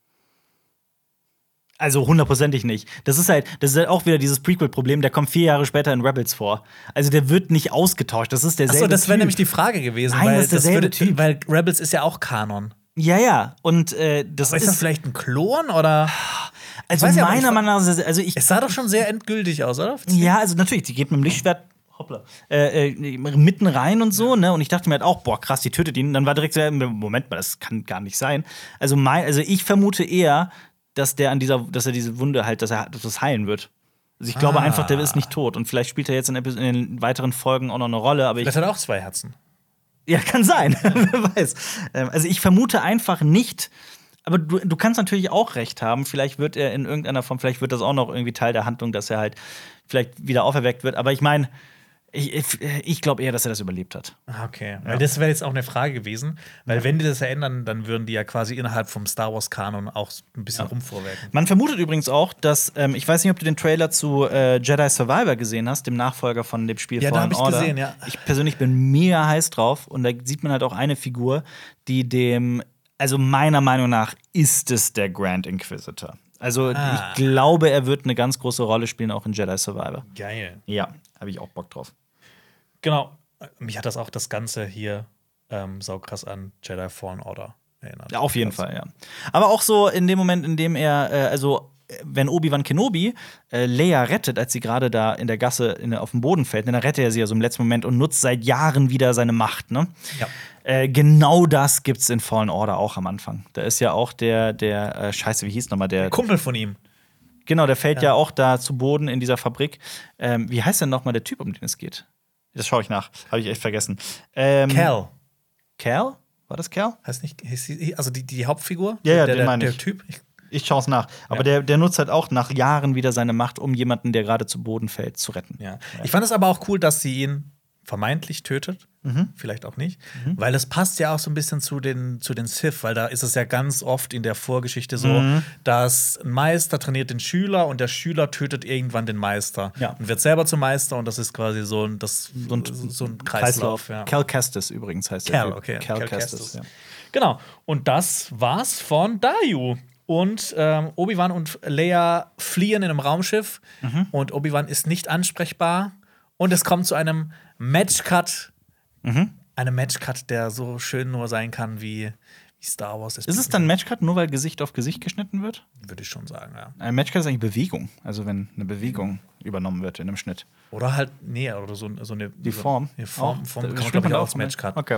Also hundertprozentig nicht. Das ist halt, das ist halt auch wieder dieses Prequel-Problem, der kommt vier Jahre später in Rebels vor. Also der wird nicht ausgetauscht. Das ist derselbe Achso, das wäre Typ. nämlich die Frage gewesen, Nein, weil das ist derselbe würde, Typ. weil Rebels ist ja auch Kanon. Ja, ja. Und äh, das Aber ist das vielleicht ein Klon oder? also weiß ja, aber ich meiner fa- Meinung nach, also ich Es sah doch schon sehr endgültig aus, oder? ja, also natürlich, die geht mit dem Lichtschwert hoppla, äh, äh, mitten rein und so, ne? Und ich dachte mir halt auch, boah, krass, die tötet ihn. Und dann war direkt so, Moment mal, das kann gar nicht sein. Also mein, also ich vermute eher, dass der an dieser, dass er diese Wunde halt, dass er dass das heilen wird. Also ich glaube Ah. einfach, der ist nicht tot. Und vielleicht spielt er jetzt in, Epis- in den weiteren Folgen auch noch eine Rolle. Aber ich, Vielleicht hat er auch zwei Herzen. ja, kann sein. Wer weiß. Ähm, Also ich vermute einfach nicht. Aber du, du kannst natürlich auch recht haben. Vielleicht wird er in irgendeiner Form, vielleicht wird das auch noch irgendwie Teil der Handlung, dass er halt vielleicht wieder auferweckt wird. Aber ich meine, ich, ich, ich glaube eher, dass er das überlebt hat. Ah, okay. Weil das wäre jetzt auch eine Frage gewesen. Weil wenn die das verändern, dann würden die ja quasi innerhalb vom Star Wars-Kanon auch ein bisschen rumvorwerken. Man vermutet übrigens auch, dass, ähm, ich weiß nicht, ob du den Trailer zu äh, Jedi Survivor gesehen hast, dem Nachfolger von dem Spiel Ja, da Fallen hab ich Order. gesehen, ja. Ich persönlich bin mega heiß drauf und da sieht man halt auch eine Figur, die dem, also meiner Meinung nach ist es der Grand Inquisitor. Also Ah. ich glaube, er wird eine ganz große Rolle spielen, auch in Jedi Survivor. Geil. Ja, habe ich auch Bock drauf. Genau. Mich hat das auch das Ganze hier ähm, saukrass an Jedi Fallen Order erinnert. Ja, auf jeden Also, Fall, ja. Aber auch so in dem Moment, in dem er, äh, also äh, wenn Obi-Wan Kenobi äh, Leia rettet, als sie gerade da in der Gasse in, auf dem Boden fällt, ne, dann rettet er sie ja so im letzten Moment und nutzt seit Jahren wieder seine Macht, ne? Ja. Äh, genau das gibt's in Fallen Order auch am Anfang. Da ist ja auch der, der, äh, Scheiße, wie hieß nochmal der? Kumpel von ihm. Genau, der fällt ja. Ja. auch da zu Boden in dieser Fabrik. Ähm, wie heißt denn nochmal der Typ, um den es geht? Das schaue ich nach. Habe ich echt vergessen. Ähm, Cal. Cal? War das Cal? Heißt nicht, heißt die- also die, die Hauptfigur? Ja, ja, der, den der, meine der ich. Typ? Ich, Ich schaue es nach. Aber Ja. der, der nutzt halt auch nach Jahren wieder seine Macht, um jemanden, der gerade zu Boden fällt, zu retten. ja. Ich fand es aber auch cool, dass sie ihn vermeintlich tötet. Mhm. Vielleicht auch nicht. Weil das passt ja auch so ein bisschen zu den, zu den Sith, weil da ist es ja ganz oft in der Vorgeschichte so, Mhm. dass ein Meister trainiert den Schüler und der Schüler tötet irgendwann den Meister Ja. und wird selber zum Meister und das ist quasi so ein, das, So ein, so ein Kreislauf. Ja. Cal Kestis übrigens heißt Cal, der. okay. Cal, Cal Kestis. Kestis. Ja. Genau. Und das war's von Dayu. Und ähm, Obi-Wan und Leia fliehen in einem Raumschiff Mhm. und Obi-Wan ist nicht ansprechbar. Und es kommt zu einem Matchcut. Mhm. Einem Matchcut, der so schön nur sein kann wie, wie Star Wars. Ist es dann ein Matchcut, nur weil Gesicht auf Gesicht geschnitten wird? Würde ich schon sagen, ja. Ein Matchcut ist eigentlich Bewegung. Also wenn eine Bewegung übernommen wird in einem Schnitt. Oder halt, nee, oder so, so eine Die Form. Die Form, Auch? Form Das kann man, stimmt glaube ich, auch auch als mit. Matchcut. Okay.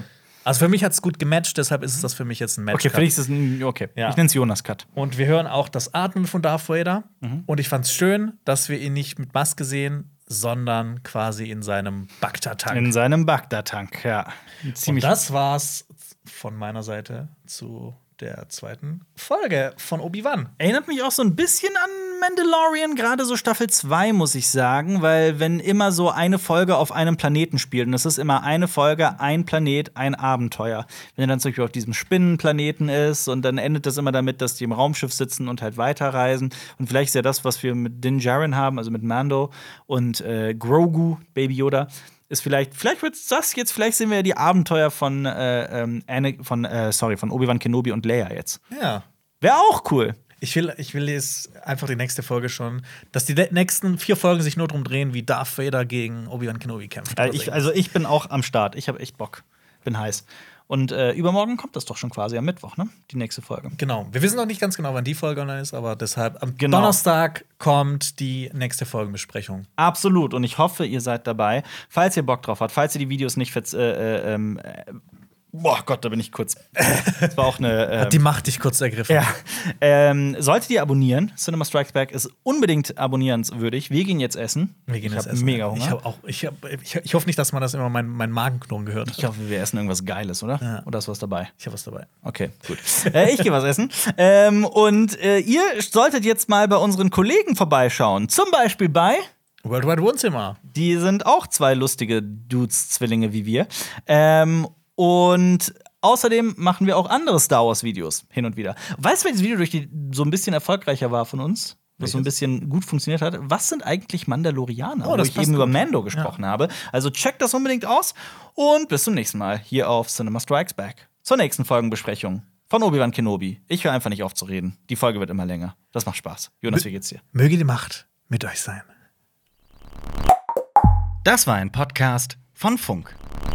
Also für mich hat es gut gematcht, deshalb ist das für mich jetzt ein Match. Okay, für dich ist es ein, okay. Ja. Ich nenne es Jonas-Cut. Und wir hören auch das Atmen von Darth Vader. Mhm. Und ich fand es schön, dass wir ihn nicht mit Maske sehen, sondern quasi in seinem Bacta-Tank. In seinem Bagdad-Tank, ja. Und das war's von meiner Seite zu der zweiten Folge von Obi-Wan. Erinnert mich auch so ein bisschen an Mandalorian, gerade so Staffel zwei, muss ich sagen, weil wenn immer so eine Folge auf einem Planeten spielt, und es ist immer eine Folge, ein Planet, ein Abenteuer. Wenn er dann zum Beispiel auf diesem Spinnenplaneten ist und dann endet das immer damit, dass die im Raumschiff sitzen und halt weiterreisen. Und vielleicht ist ja das, was wir mit Din Djarin haben, also mit Mando und äh, Grogu, Baby Yoda, ist vielleicht, vielleicht wird das jetzt, vielleicht sehen wir ja die Abenteuer von, äh, ähm, Anakin, von äh, sorry, von Obi-Wan Kenobi und Leia jetzt. Ja. Wäre auch cool. Ich will, ich will jetzt einfach die nächste Folge schon, dass die nächsten vier Folgen sich nur darum drehen, wie Darth Vader gegen Obi-Wan Kenobi kämpft. Äh, ich, also ich bin auch am Start. Ich habe echt Bock. Bin heiß. Und äh, übermorgen kommt das doch schon quasi am Mittwoch, ne? Die nächste Folge. Genau. Wir wissen noch nicht ganz genau, wann die Folge online ist, aber deshalb am Genau. Donnerstag kommt die nächste Folgenbesprechung. Absolut. Und ich hoffe, ihr seid dabei. Falls ihr Bock drauf habt, falls ihr die Videos nicht verz äh, äh, ähm, äh, boah Gott, da bin ich kurz. Das war auch eine. Ähm, Hat die Macht dich kurz ergriffen. Ja. Ähm, solltet ihr abonnieren, Cinema Strikes Back ist unbedingt abonnierenswürdig. Wir gehen jetzt essen. Wir gehen ich jetzt hab essen. mega Hunger. Ich, hab auch, ich, hab, ich, ich hoffe nicht, dass man das immer mein, mein Magenknurren gehört hat. Ich hoffe, wir essen irgendwas Geiles, oder? Ja. Oder ist was dabei? Ich habe was dabei. Okay, gut. äh, ich gehe was essen. Ähm, und äh, ihr solltet jetzt mal bei unseren Kollegen vorbeischauen. Zum Beispiel bei Worldwide Wohnzimmer. Die sind auch zwei lustige Dudes-Zwillinge wie wir. Ähm, und außerdem machen wir auch andere Star Wars-Videos hin und wieder. Weißt du, welches Video durch die so ein bisschen erfolgreicher war von uns? Was so ein bisschen gut funktioniert hat. Was sind eigentlich Mandalorianer? Oh, wo das ich passt eben über gut. Mando gesprochen Ja. habe. Also checkt das unbedingt aus und bis zum nächsten Mal hier auf Cinema Strikes Back. Zur nächsten Folgenbesprechung von Obi-Wan Kenobi. Ich höre einfach nicht auf zu reden. Die Folge wird immer länger. Das macht Spaß. Jonas, wie geht's dir? Möge die Macht mit euch sein. Das war ein Podcast von Funk.